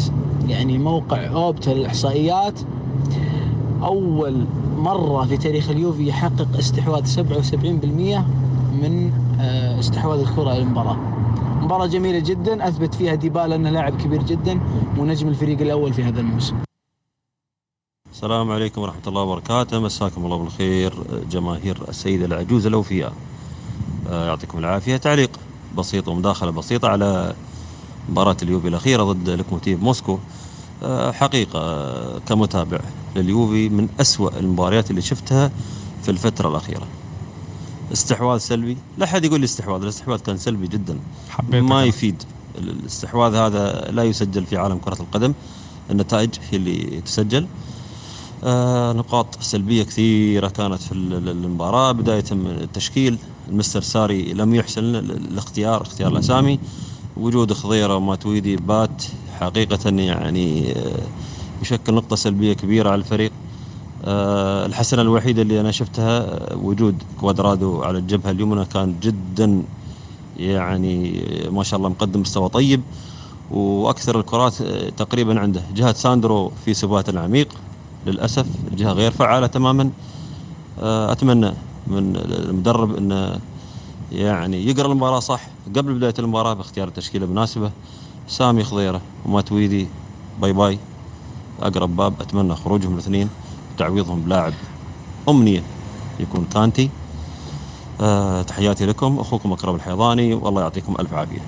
يعني موقع أوبتا للإحصائيات أول مرة في تاريخ اليوفي يحقق استحواذ سبعة وسبعين بالمئة من استحواذ الكرة على المباراة. مباراة جميلة جدا أثبت فيها ديبالا أنه لاعب كبير جدا ونجم الفريق الأول في هذا الموسم. السلام عليكم ورحمة الله وبركاته. مساكم الله بالخير جماهير السيدة العجوز الأوفياء، يعطيكم العافية. تعليق بسيط ومداخلة بسيطة على مباراة اليوفي الأخيرة ضد لوكوموتيف موسكو. حقيقة كمتابع لليوفي من أسوأ المباريات اللي شفتها في الفترة الأخيرة. استحواذ سلبي، لا حد يقول لي استحواذ، الاستحواذ كان سلبي جدا ما يفيد. الاستحواذ هذا لا يسجل في عالم كرة القدم، النتائج هي اللي تسجل. آه نقاط سلبية كثيرة كانت في المباراة، بداية من التشكيل. المستر ساري لم يحسن الاختيار، اختيار الأسامي. وجود خضيرة وماتويدي بات حقيقة يعني يشكل نقطة سلبية كبيرة على الفريق. أه الحسنة الوحيدة اللي أنا شفتها وجود كوادرادو على الجبهة اليمنى، كان جدا يعني ما شاء الله مقدم مستوى طيب، وأكثر الكرات تقريبا عنده. جهة ساندرو في سبات العميق للأسف الجهة غير فعالة تماما. أه أتمنى من المدرب أنه يعني يقرأ المباراة صح قبل بداية المباراة باختيار التشكيلة المناسبة. سامي خضيرة وماتويدي باي باي، أقرب باب أتمنى خروجهم الاثنين تعويضهم بلاعب أمنية يكون كانتي. أه تحياتي لكم، أخوكم أكرم الحيضاني، والله يعطيكم ألف عافية.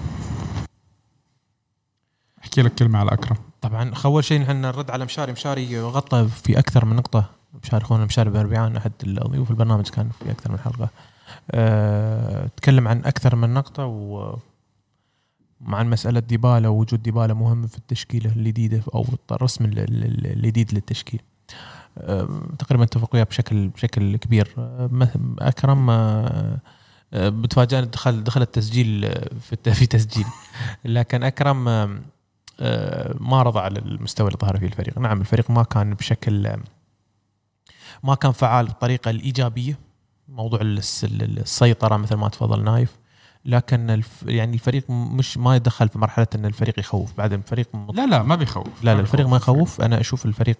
أحكي لك كلمة على أكرم. طبعا أول شيء نحن نرد على مشاري. مشاري غطى في أكثر من نقطة. مشاري أخونا مشاري بأربعان أحد الضيوف البرنامج كان في أكثر من حلقة، أه تكلم عن أكثر من نقطة، و مع مسألة ديبالا ووجود ديبالا مهم في التشكيلة الجديدة أو الرسم الجديد للتشكيل. تقريبا اتفق وياه بشكل بشكل كبير. أكرم بتفاجأنا دخل دخل التسجيل في في تسجيل، لكن أكرم ما رضى على المستوى اللي ظهر فيه الفريق. نعم الفريق ما كان بشكل ما كان فعال بالطريقة الإيجابية، موضوع السيطرة مثل ما تفضل نايف، لكن الف... يعني الفريق مش ما يدخل في مرحلة أن الفريق يخوف. بعد الفريق مط... لا لا ما بيخوف، لا لا الفريق ما يخوف. أنا أشوف الفريق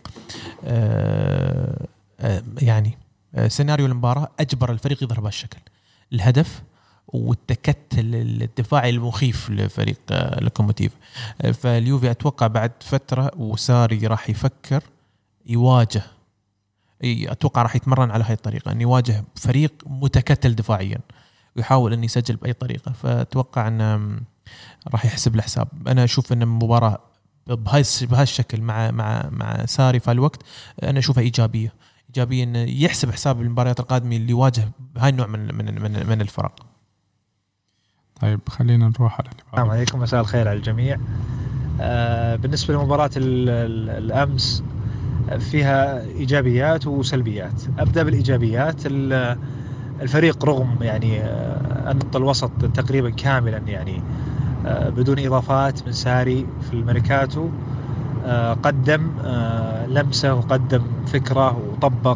آه آه يعني آه سيناريو المباراة أجبر الفريق يظهر بهالشكل. الهدف والتكتل الدفاعي المخيف لفريق آه لوكوموتيف. آه فاليوفي أتوقع بعد فترة وساري راح يفكر يواجه، أتوقع راح يتمرن على هاي الطريقة، أن يواجه فريق متكتل دفاعيا ويحاول أن يسجل بأي طريقة. فأتوقع أن راح يحسب الحساب. أنا أشوف أن المباراة بهاي بهالشكل مع مع مع ساري في الوقت أنا أشوفها إيجابية إيجابية أن يحسب حساب المباريات القادمة اللي يواجه هاي النوع من من من, من الفرق. طيب خلينا نروح على اللي السلام عليكم، مساء الخير على الجميع. آه بالنسبة لمباراة الأمس فيها إيجابيات وسلبيات. أبدأ بالإيجابيات. الفريق رغم يعني النقطة الوسط تقريبا كاملا يعني بدون إضافات من ساري في الميركاتو، قدم لمسة وقدم فكرة وطبق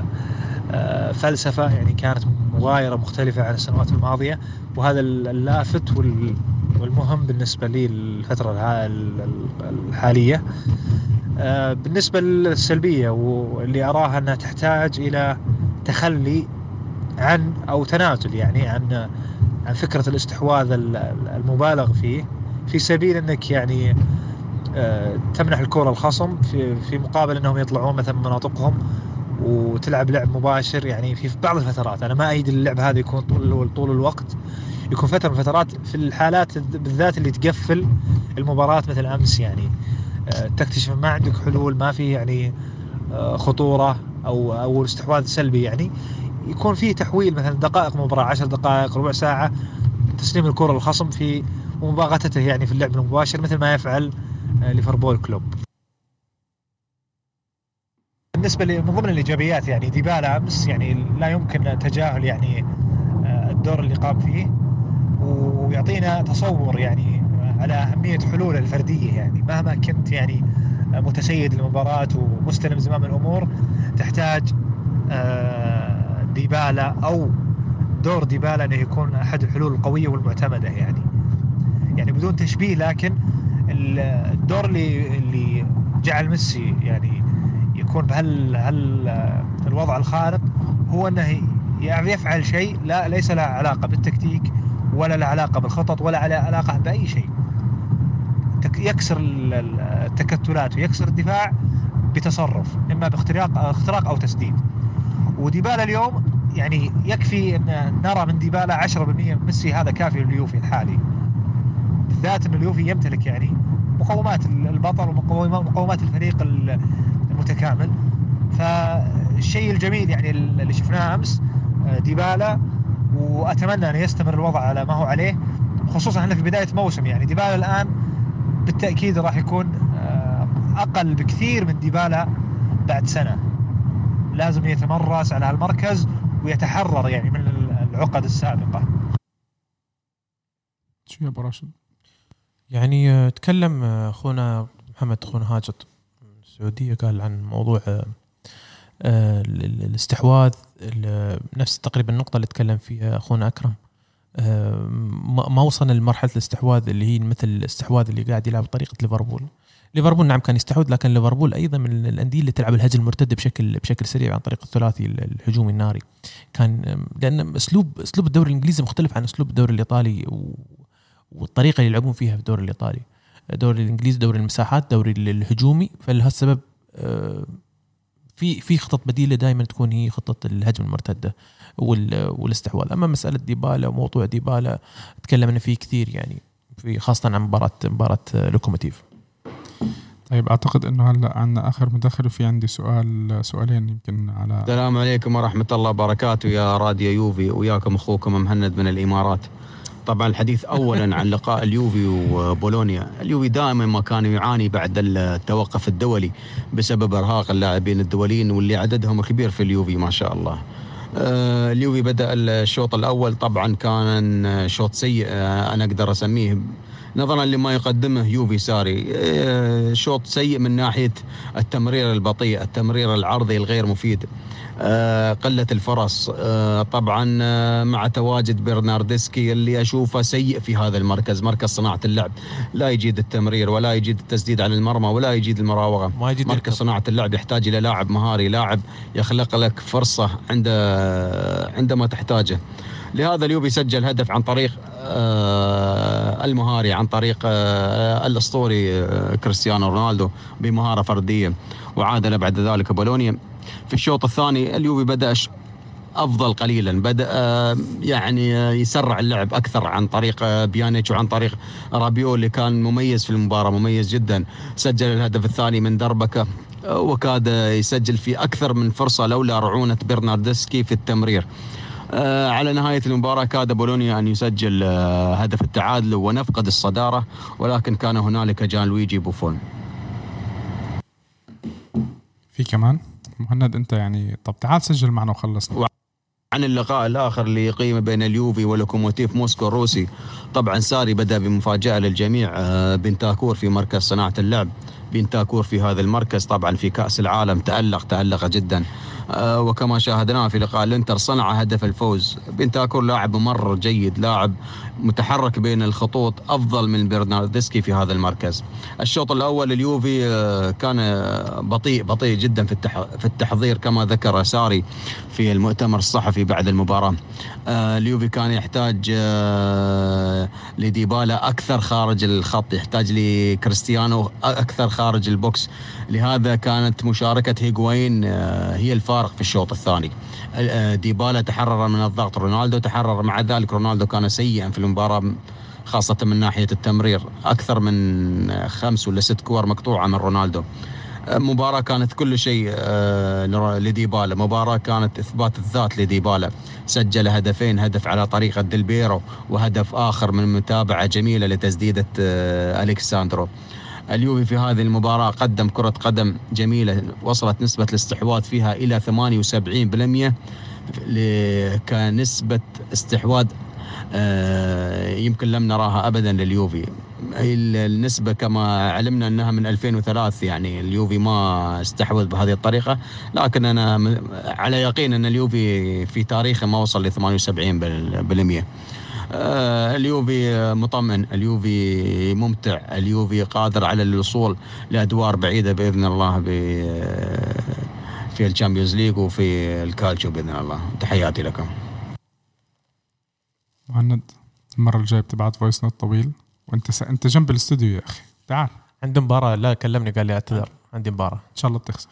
فلسفة يعني كانت مغايرة مختلفة عن السنوات الماضية، وهذا اللافت والمهم بالنسبة لي الفترة الحالية. بالنسبة للسلبية واللي أراها أنها تحتاج إلى تخلي عن أو تنازل يعني عن عن فكرة الاستحواذ المبالغ فيه، في سبيل أنك يعني تمنح الكرة الخصم في في مقابل أنهم يطلعون مثلا مناطقهم وتلعب لعب مباشر. يعني في بعض الفترات أنا ما أيد اللعب هذا يكون طول طول الوقت، يكون فترة من فترات في الحالات بالذات اللي تقفل المباراة مثل أمس يعني تكتشف ما عندك حلول، ما في يعني خطورة أو أو استحواذ سلبي، يعني يكون فيه تحويل مثلا دقائق مباراة عشر دقائق ربع ساعة تسليم الكرة للخصم في مباغتته يعني في اللعب المباشر مثل ما يفعل ليفربول كلوب. بالنسبة من ضمن الإيجابيات يعني ديبالا أمس يعني لا يمكن تجاهل يعني الدور اللي قام فيه، ويعطينا تصور يعني على أهمية حلول الفردية. يعني مهما كنت يعني متسيد المباراة ومستلم زمام الأمور تحتاج ديبالا أو دور ديبالا أنه يكون أحد الحلول القوية والمعتمدة يعني يعني بدون تشبيه، لكن الدور اللي اللي جعل ميسي يعني يكون بهال هال الوضع الخارق هو انه يفعل شيء لا ليس له علاقه بالتكتيك ولا له علاقه بالخطط ولا له علاقه باي شيء. يكسر التكتلات ويكسر الدفاع بتصرف اما باختراق اختراق او تسديد. وديبالا اليوم يعني يكفي ان نرى من ديبالا عشرة بالمئة من ميسي، هذا كافي لليوفي الحالي، بالذات ان اليوفي يمتلك يعني مقومات البطل ومقومات الفريق المتكامل. فالشيء الجميل يعني اللي شفناه امس ديبالا، واتمنى ان يستمر الوضع على ما هو عليه، خصوصا احنا في بدايه موسم. يعني ديبالا الان بالتاكيد راح يكون اقل بكثير من ديبالا بعد سنه. لازم يتمرس على المركز ويتحرر يعني من العقد السابقه. شو يا ابو راشد؟ يعني تكلم اخونا محمد اخونا هاجد من السعوديه، قال عن موضوع الاستحواذ، نفس تقريبا النقطه اللي تكلم فيها اخونا اكرم. ما وصلنا لمرحله الاستحواذ اللي هي مثل الاستحواذ اللي قاعد يلعب بطريقه ليفربول. ليفربول نعم كان يستحوذ، لكن ليفربول ايضا من الانديه اللي تلعب الهجمه المرتده بشكل بشكل سريع عن طريق الثلاثي الهجومي الناري. كان لان اسلوب اسلوب الدوري الانجليزي مختلف عن اسلوب الدوري الايطالي والطريقه اللي يلعبون فيها في الدوري الايطالي. الدوري الانجليزي دوري المساحات، دوري الهجومي، فلهالسبب في في خطط بديله دائما تكون هي خطه الهجمه المرتده والاستحواذ. اما مساله ديبالا وموضوع ديبالا تكلمنا فيه كثير، يعني في خاصه عن مباراه مباراه لوكوموتيف. طيب اعتقد انه هلا عندنا اخر مداخل، وفي عندي سؤال سؤالين يمكن على. السلام عليكم ورحمه الله وبركاته يا راديو يوفي، وياكم اخوكم مهند من الامارات. طبعا الحديث اولا عن لقاء اليوفي وبولونيا. اليوفي دائما ما كان يعاني بعد التوقف الدولي بسبب ارهاق اللاعبين الدوليين واللي عددهم كبير في اليوفي ما شاء الله. آه اليوفي بدأ الشوط الأول طبعا كان شوط سيء، آه أنا أقدر أسميه نظرا لما يقدمه يوفي ساري. آه شوط سيء من ناحية التمرير البطيء، التمرير العرضي الغير مفيد، آه قلة الفرص، آه طبعا آه مع تواجد برناردسكي اللي أشوفه سيء في هذا المركز، مركز صناعة اللعب. لا يجيد التمرير ولا يجيد التسديد على المرمى ولا يجيد المراوغة. مركز صناعة اللعب يحتاج إلى لاعب مهاري، لاعب يخلق لك فرصة عند عندما تحتاجه. لهذا اليوفي سجل هدف عن طريق آه المهاري، عن طريق آه الأسطوري آه كريستيانو رونالدو بمهارة فردية، وعادل بعد ذلك بولونيا. في الشوط الثاني اليوفي بدأ أفضل قليلا، بدأ يعني يسرع اللعب أكثر عن طريق بيانيتش وعن طريق رابيو اللي كان مميز في المباراة، مميز جدا. سجل الهدف الثاني من دربكة، وكاد يسجل في أكثر من فرصة لولا رعونة برناردسكي في التمرير. على نهاية المباراة كاد بولونيا أن يسجل هدف التعادل ونفقد الصدارة، ولكن كان هنالك جان لويجي بوفون. في كمان مهند أنت يعني طب تعال سجل معنا وخلصنا. عن اللقاء الآخر اللي يقيم بين اليوفي ولوكوموتيف موسكو الروسي، طبعا ساري بدأ بمفاجأة للجميع، بنتاكور في مركز صناعة اللعب. بنتاكور في هذا المركز طبعا في كأس العالم تألق تألق جدا، وكما شاهدناه في لقاء الانتر صنع هدف الفوز. بنتاكور لاعب ممرر جيد، لاعب متحرك بين الخطوط، أفضل من برناردسكي في هذا المركز. الشوط الأول اليوفي كان بطيء بطيء جدا في التحضير كما ذكر ساري في المؤتمر الصحفي بعد المباراة. اليوفي كان يحتاج لديبالا أكثر خارج الخط، يحتاج لكريستيانو أكثر خارج البوكس. لهذا كانت مشاركة هيغوين هي الفارق في الشوط الثاني. ديبالا تحرر من الضغط، رونالدو تحرر، مع ذلك رونالدو كان سيئا في المباراة خاصة من ناحية التمرير، أكثر من خمس ولا ست كور مقطوعة من رونالدو. مباراة كانت كل شيء لديبالا، مباراة كانت إثبات الذات لديبالا. سجل هدفين، هدف على طريقة ديلبيرو وهدف آخر من متابعة جميلة لتسديدة ألكساندرو. اليوفي في هذه المباراة قدم كرة قدم جميلة، وصلت نسبة الاستحواذ فيها إلى ثمانية وسبعين بالمئة كنسبة استحواذ يمكن لم نراها أبدا لليوفي. النسبة كما علمنا أنها من ألفين وثلاثة، يعني اليوفي ما استحوذ بهذه الطريقة، لكن أنا على يقين أن اليوفي في تاريخه ما وصل ل ثمانية وسبعين بالمئة. آه اليوفي مطمئن، اليوفي ممتع، اليوفي قادر على الوصول لأدوار بعيدة بإذن الله في الشامبيونز ليج وفي الكالتشو بإذن الله. تحياتي لكم. مهند المرة الجاية بتبعت فويس نوت طويل وانت س... انت جنب الاستوديو يا اخي، تعال. عندي مباراة، لا كلمني قال لي اعتذر، عندي مباراة ان شاء الله بتخسر.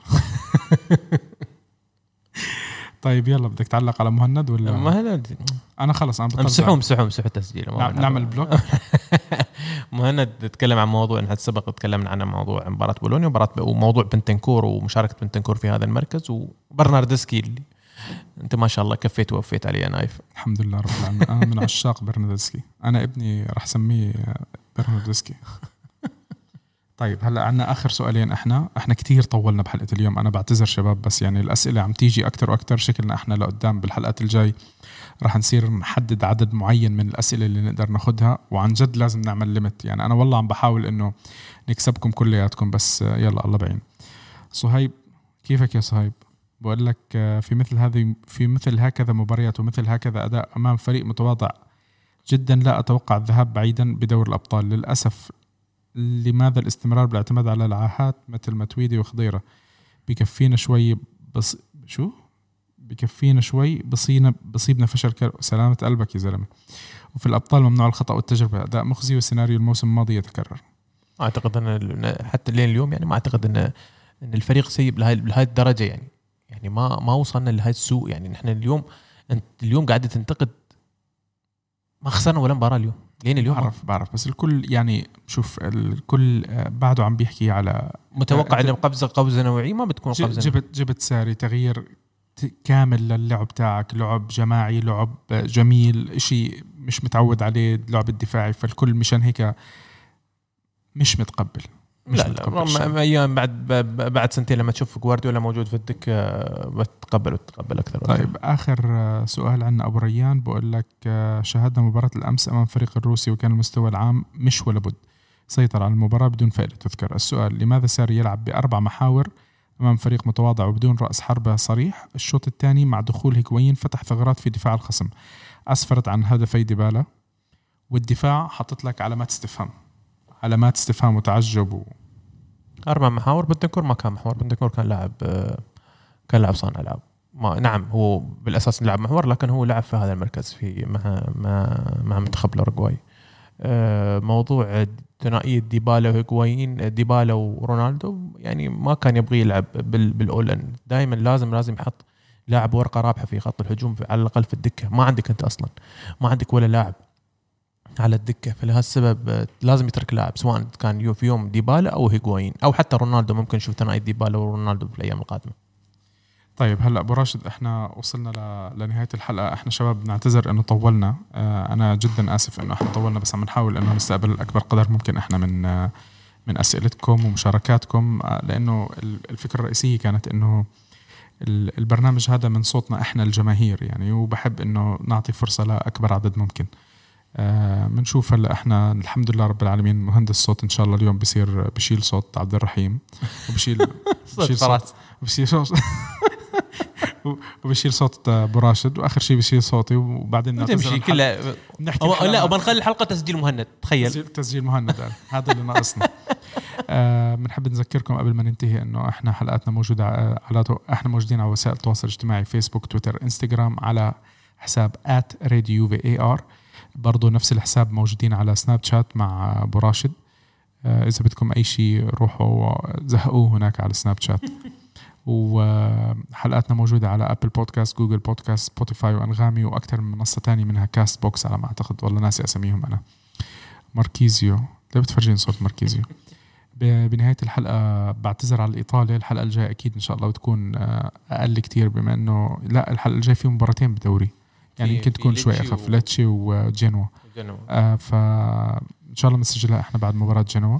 طيب يلا بدك تعلق على مهند ولا مهند؟ انا خلص انا بطلع. امسحوا امسحوا امسحوا التسجيل. نعم نعمل بلوك. مهند تكلم عن موضوع ان سبق تكلمنا عن موضوع مباراة بولونيا ومباراة وموضوع بنتنكور ومشاركة بنتنكور في هذا المركز وبرناردسكي اللي انت ما شاء الله كفيت ووفيت عليه نايف. الحمد لله رب العالمين. انا من عشاق برناردسكي، انا ابني راح سميه برناردسكي. طيب هلا عنا اخر سؤالين. احنا احنا كتير طولنا بحلقه اليوم، انا بعتذر شباب، بس يعني الاسئله عم تيجي اكتر واكتر. شكلنا احنا لقدام بالحلقات الجاي راح نصير نحدد عدد معين من الاسئله اللي نقدر ناخدها، وعن جد لازم نعمل ليميت. يعني انا والله عم بحاول انه نكسبكم كلياتكم، بس يلا الله بعين. صهيب كيفك يا صهيب؟ بقول لك في مثل هذه في مثل هكذا مباريات ومثل هكذا اداء امام فريق متواضع جدا لا اتوقع الذهاب بعيدا بدور الابطال. للاسف لماذا الاستمرار بالاعتماد على العاهات مثل متويدي وخضيرة؟ بكفينا شوي بص شو بكفينا شوي بصينا بصيبنا فشل كر... سلامة قلبك يا زلمة. وفي الأبطال ممنوع الخطأ والتجربة، أداء مخزي والسيناريو الموسم الماضي يتكرر. أعتقد أن حتى لين اليوم يعني ما أعتقد أن أن الفريق سيء لهاي لهاي الدرجة، يعني يعني ما ما وصلنا لهاي السوء. يعني نحن اليوم أنت اليوم قاعدة تنتقد، ما خسرنا ولا مباراة اليوم لين اليوم. بعرف بعرف بس الكل يعني شوف الكل بعده عم بيحكي على متوقع انه قفزه قفزه نوعيه، ما بتكون قفزه. جبت جبت ساري تغيير كامل للعب تاعك، لعب جماعي، لعب جميل، إشي مش متعود عليه، اللعب الدفاعي. فالكل مشان هيك مش متقبل. مش لا لا ايام بعد بعد سنتين لما تشوف جوارديولا موجود في الدكه بتقبل وتقبل اكثر. طيب اخر سؤال عندنا ابو ريان بقول لك شاهدنا مباراه الامس امام فريق الروسي وكان المستوى العام مش ولا بد سيطر على المباراه بدون فائده تذكر. السؤال لماذا ساري يلعب باربع محاور امام فريق متواضع وبدون راس حربه صريح؟ الشوط الثاني مع دخول هيغوين فتح ثغرات في دفاع الخصم اسفرت عن هدفي ديبالا، والدفاع حطت لك علامات استفهام علامات استفهام وتعجب و... أربع محاور. بنتنكور ما كان محور، بنتنكور كان لاعب كان لاعب صانع لعب. ما نعم هو بالأساس لاعب محور، لكن هو لعب في هذا المركز في مع مع مع منتخب الأوروغواي. موضوع ثنائية ديبالا وهيغوين، ديبالا ورونالدو، يعني ما كان يبغي يلعب بالأولن. دائما لازم لازم يحط لاعب ورقة رابحة في خط الهجوم على الأقل في الدكة. ما عندك أنت أصلا ما عندك ولا لاعب على الدكة، فلهالسبب لازم يترك لاعب، سواء كان في يوم ديبالا أو هيغوين أو حتى رونالدو. ممكن نشوف ثنائي ديبالا ورونالدو في الأيام القادمة. طيب هلأ أبو راشد احنا وصلنا ل... لنهاية الحلقة. احنا شباب نعتذر انه طولنا. اه انا جدا اسف انه احنا طولنا، بس عم نحاول انه نستقبل الاكبر قدر ممكن احنا من اه من اسئلتكم ومشاركاتكم، اه لانه الفكرة الرئيسية كانت انه البرنامج هذا من صوتنا احنا الجماهير يعني، وبحب انه نعطي فرصة لاكبر عدد ممكن. بنشوف هلا احنا الحمد لله رب العالمين مهندس صوت ان شاء الله اليوم بيصير بشيل صوت عبد الرحيم وبشيل بشيل صوت بشيل صوت وبشيل صوت ابو راشد، واخر شيء بشيل صوتي، وبعدين نمشي كلها نحكي أو لا وبنخلي الحلقه تسجيل مهند. تخيل تسجيل, تسجيل مهند هذا اللي ناقصنا. بنحب آه نذكركم قبل ما ننتهي انه احنا حلقاتنا موجوده على احنا موجودين على وسائل التواصل الاجتماعي فيسبوك تويتر انستغرام على حساب آت راديو في اي ار. برضو نفس الحساب موجودين على سناب شات مع أبو راشد. آه إذا بدكم أي شيء روحوا زهقوه هناك على سناب شات. وحلقاتنا موجودة على أبل بودكاست، جوجل بودكاست، سبوتيفاي وأنغامي وأكثر من منصة تانية منها كاست بوكس على ما أعتقد، والله ناسي أسميهم أنا. ماركيزيو ليه بتفرجين صوت ماركيزيو؟ بنهاية الحلقة بعتذر على الإطالة. الحلقة الجاية أكيد إن شاء الله بتكون أقل كتير، بما أنه لا الحلقة الجاية فيه مباراتين بدوري يعني يمكن تكون شوي أخف، لاتشي وجنوا. آه فإن شاء الله نسجلها إحنا بعد مباراة جنوا.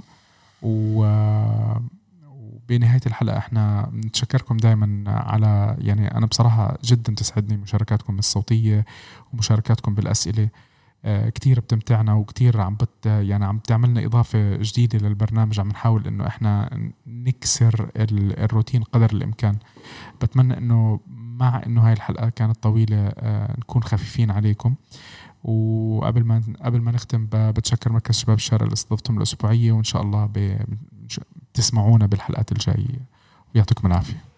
وبنهاية الحلقة إحنا نتشكركم دائما على يعني أنا بصراحة جدا تسعدني مشاركاتكم الصوتية ومشاركاتكم بالأسئلة. آه كتير بتمتعنا وكتير عم بت يعني عم تعملنا إضافة جديدة للبرنامج. عم نحاول إنه إحنا نكسر الروتين قدر الإمكان. بتمنى إنه مع إنه هاي الحلقة كانت طويلة آه نكون خفيفين عليكم، وقبل ما قبل ما نختم بتشكر مركز شباب الشارع اللي استضفتهم الأسبوعية، وإن شاء الله بتسمعونا بالحلقات الجاية، ويعطيكم العافية.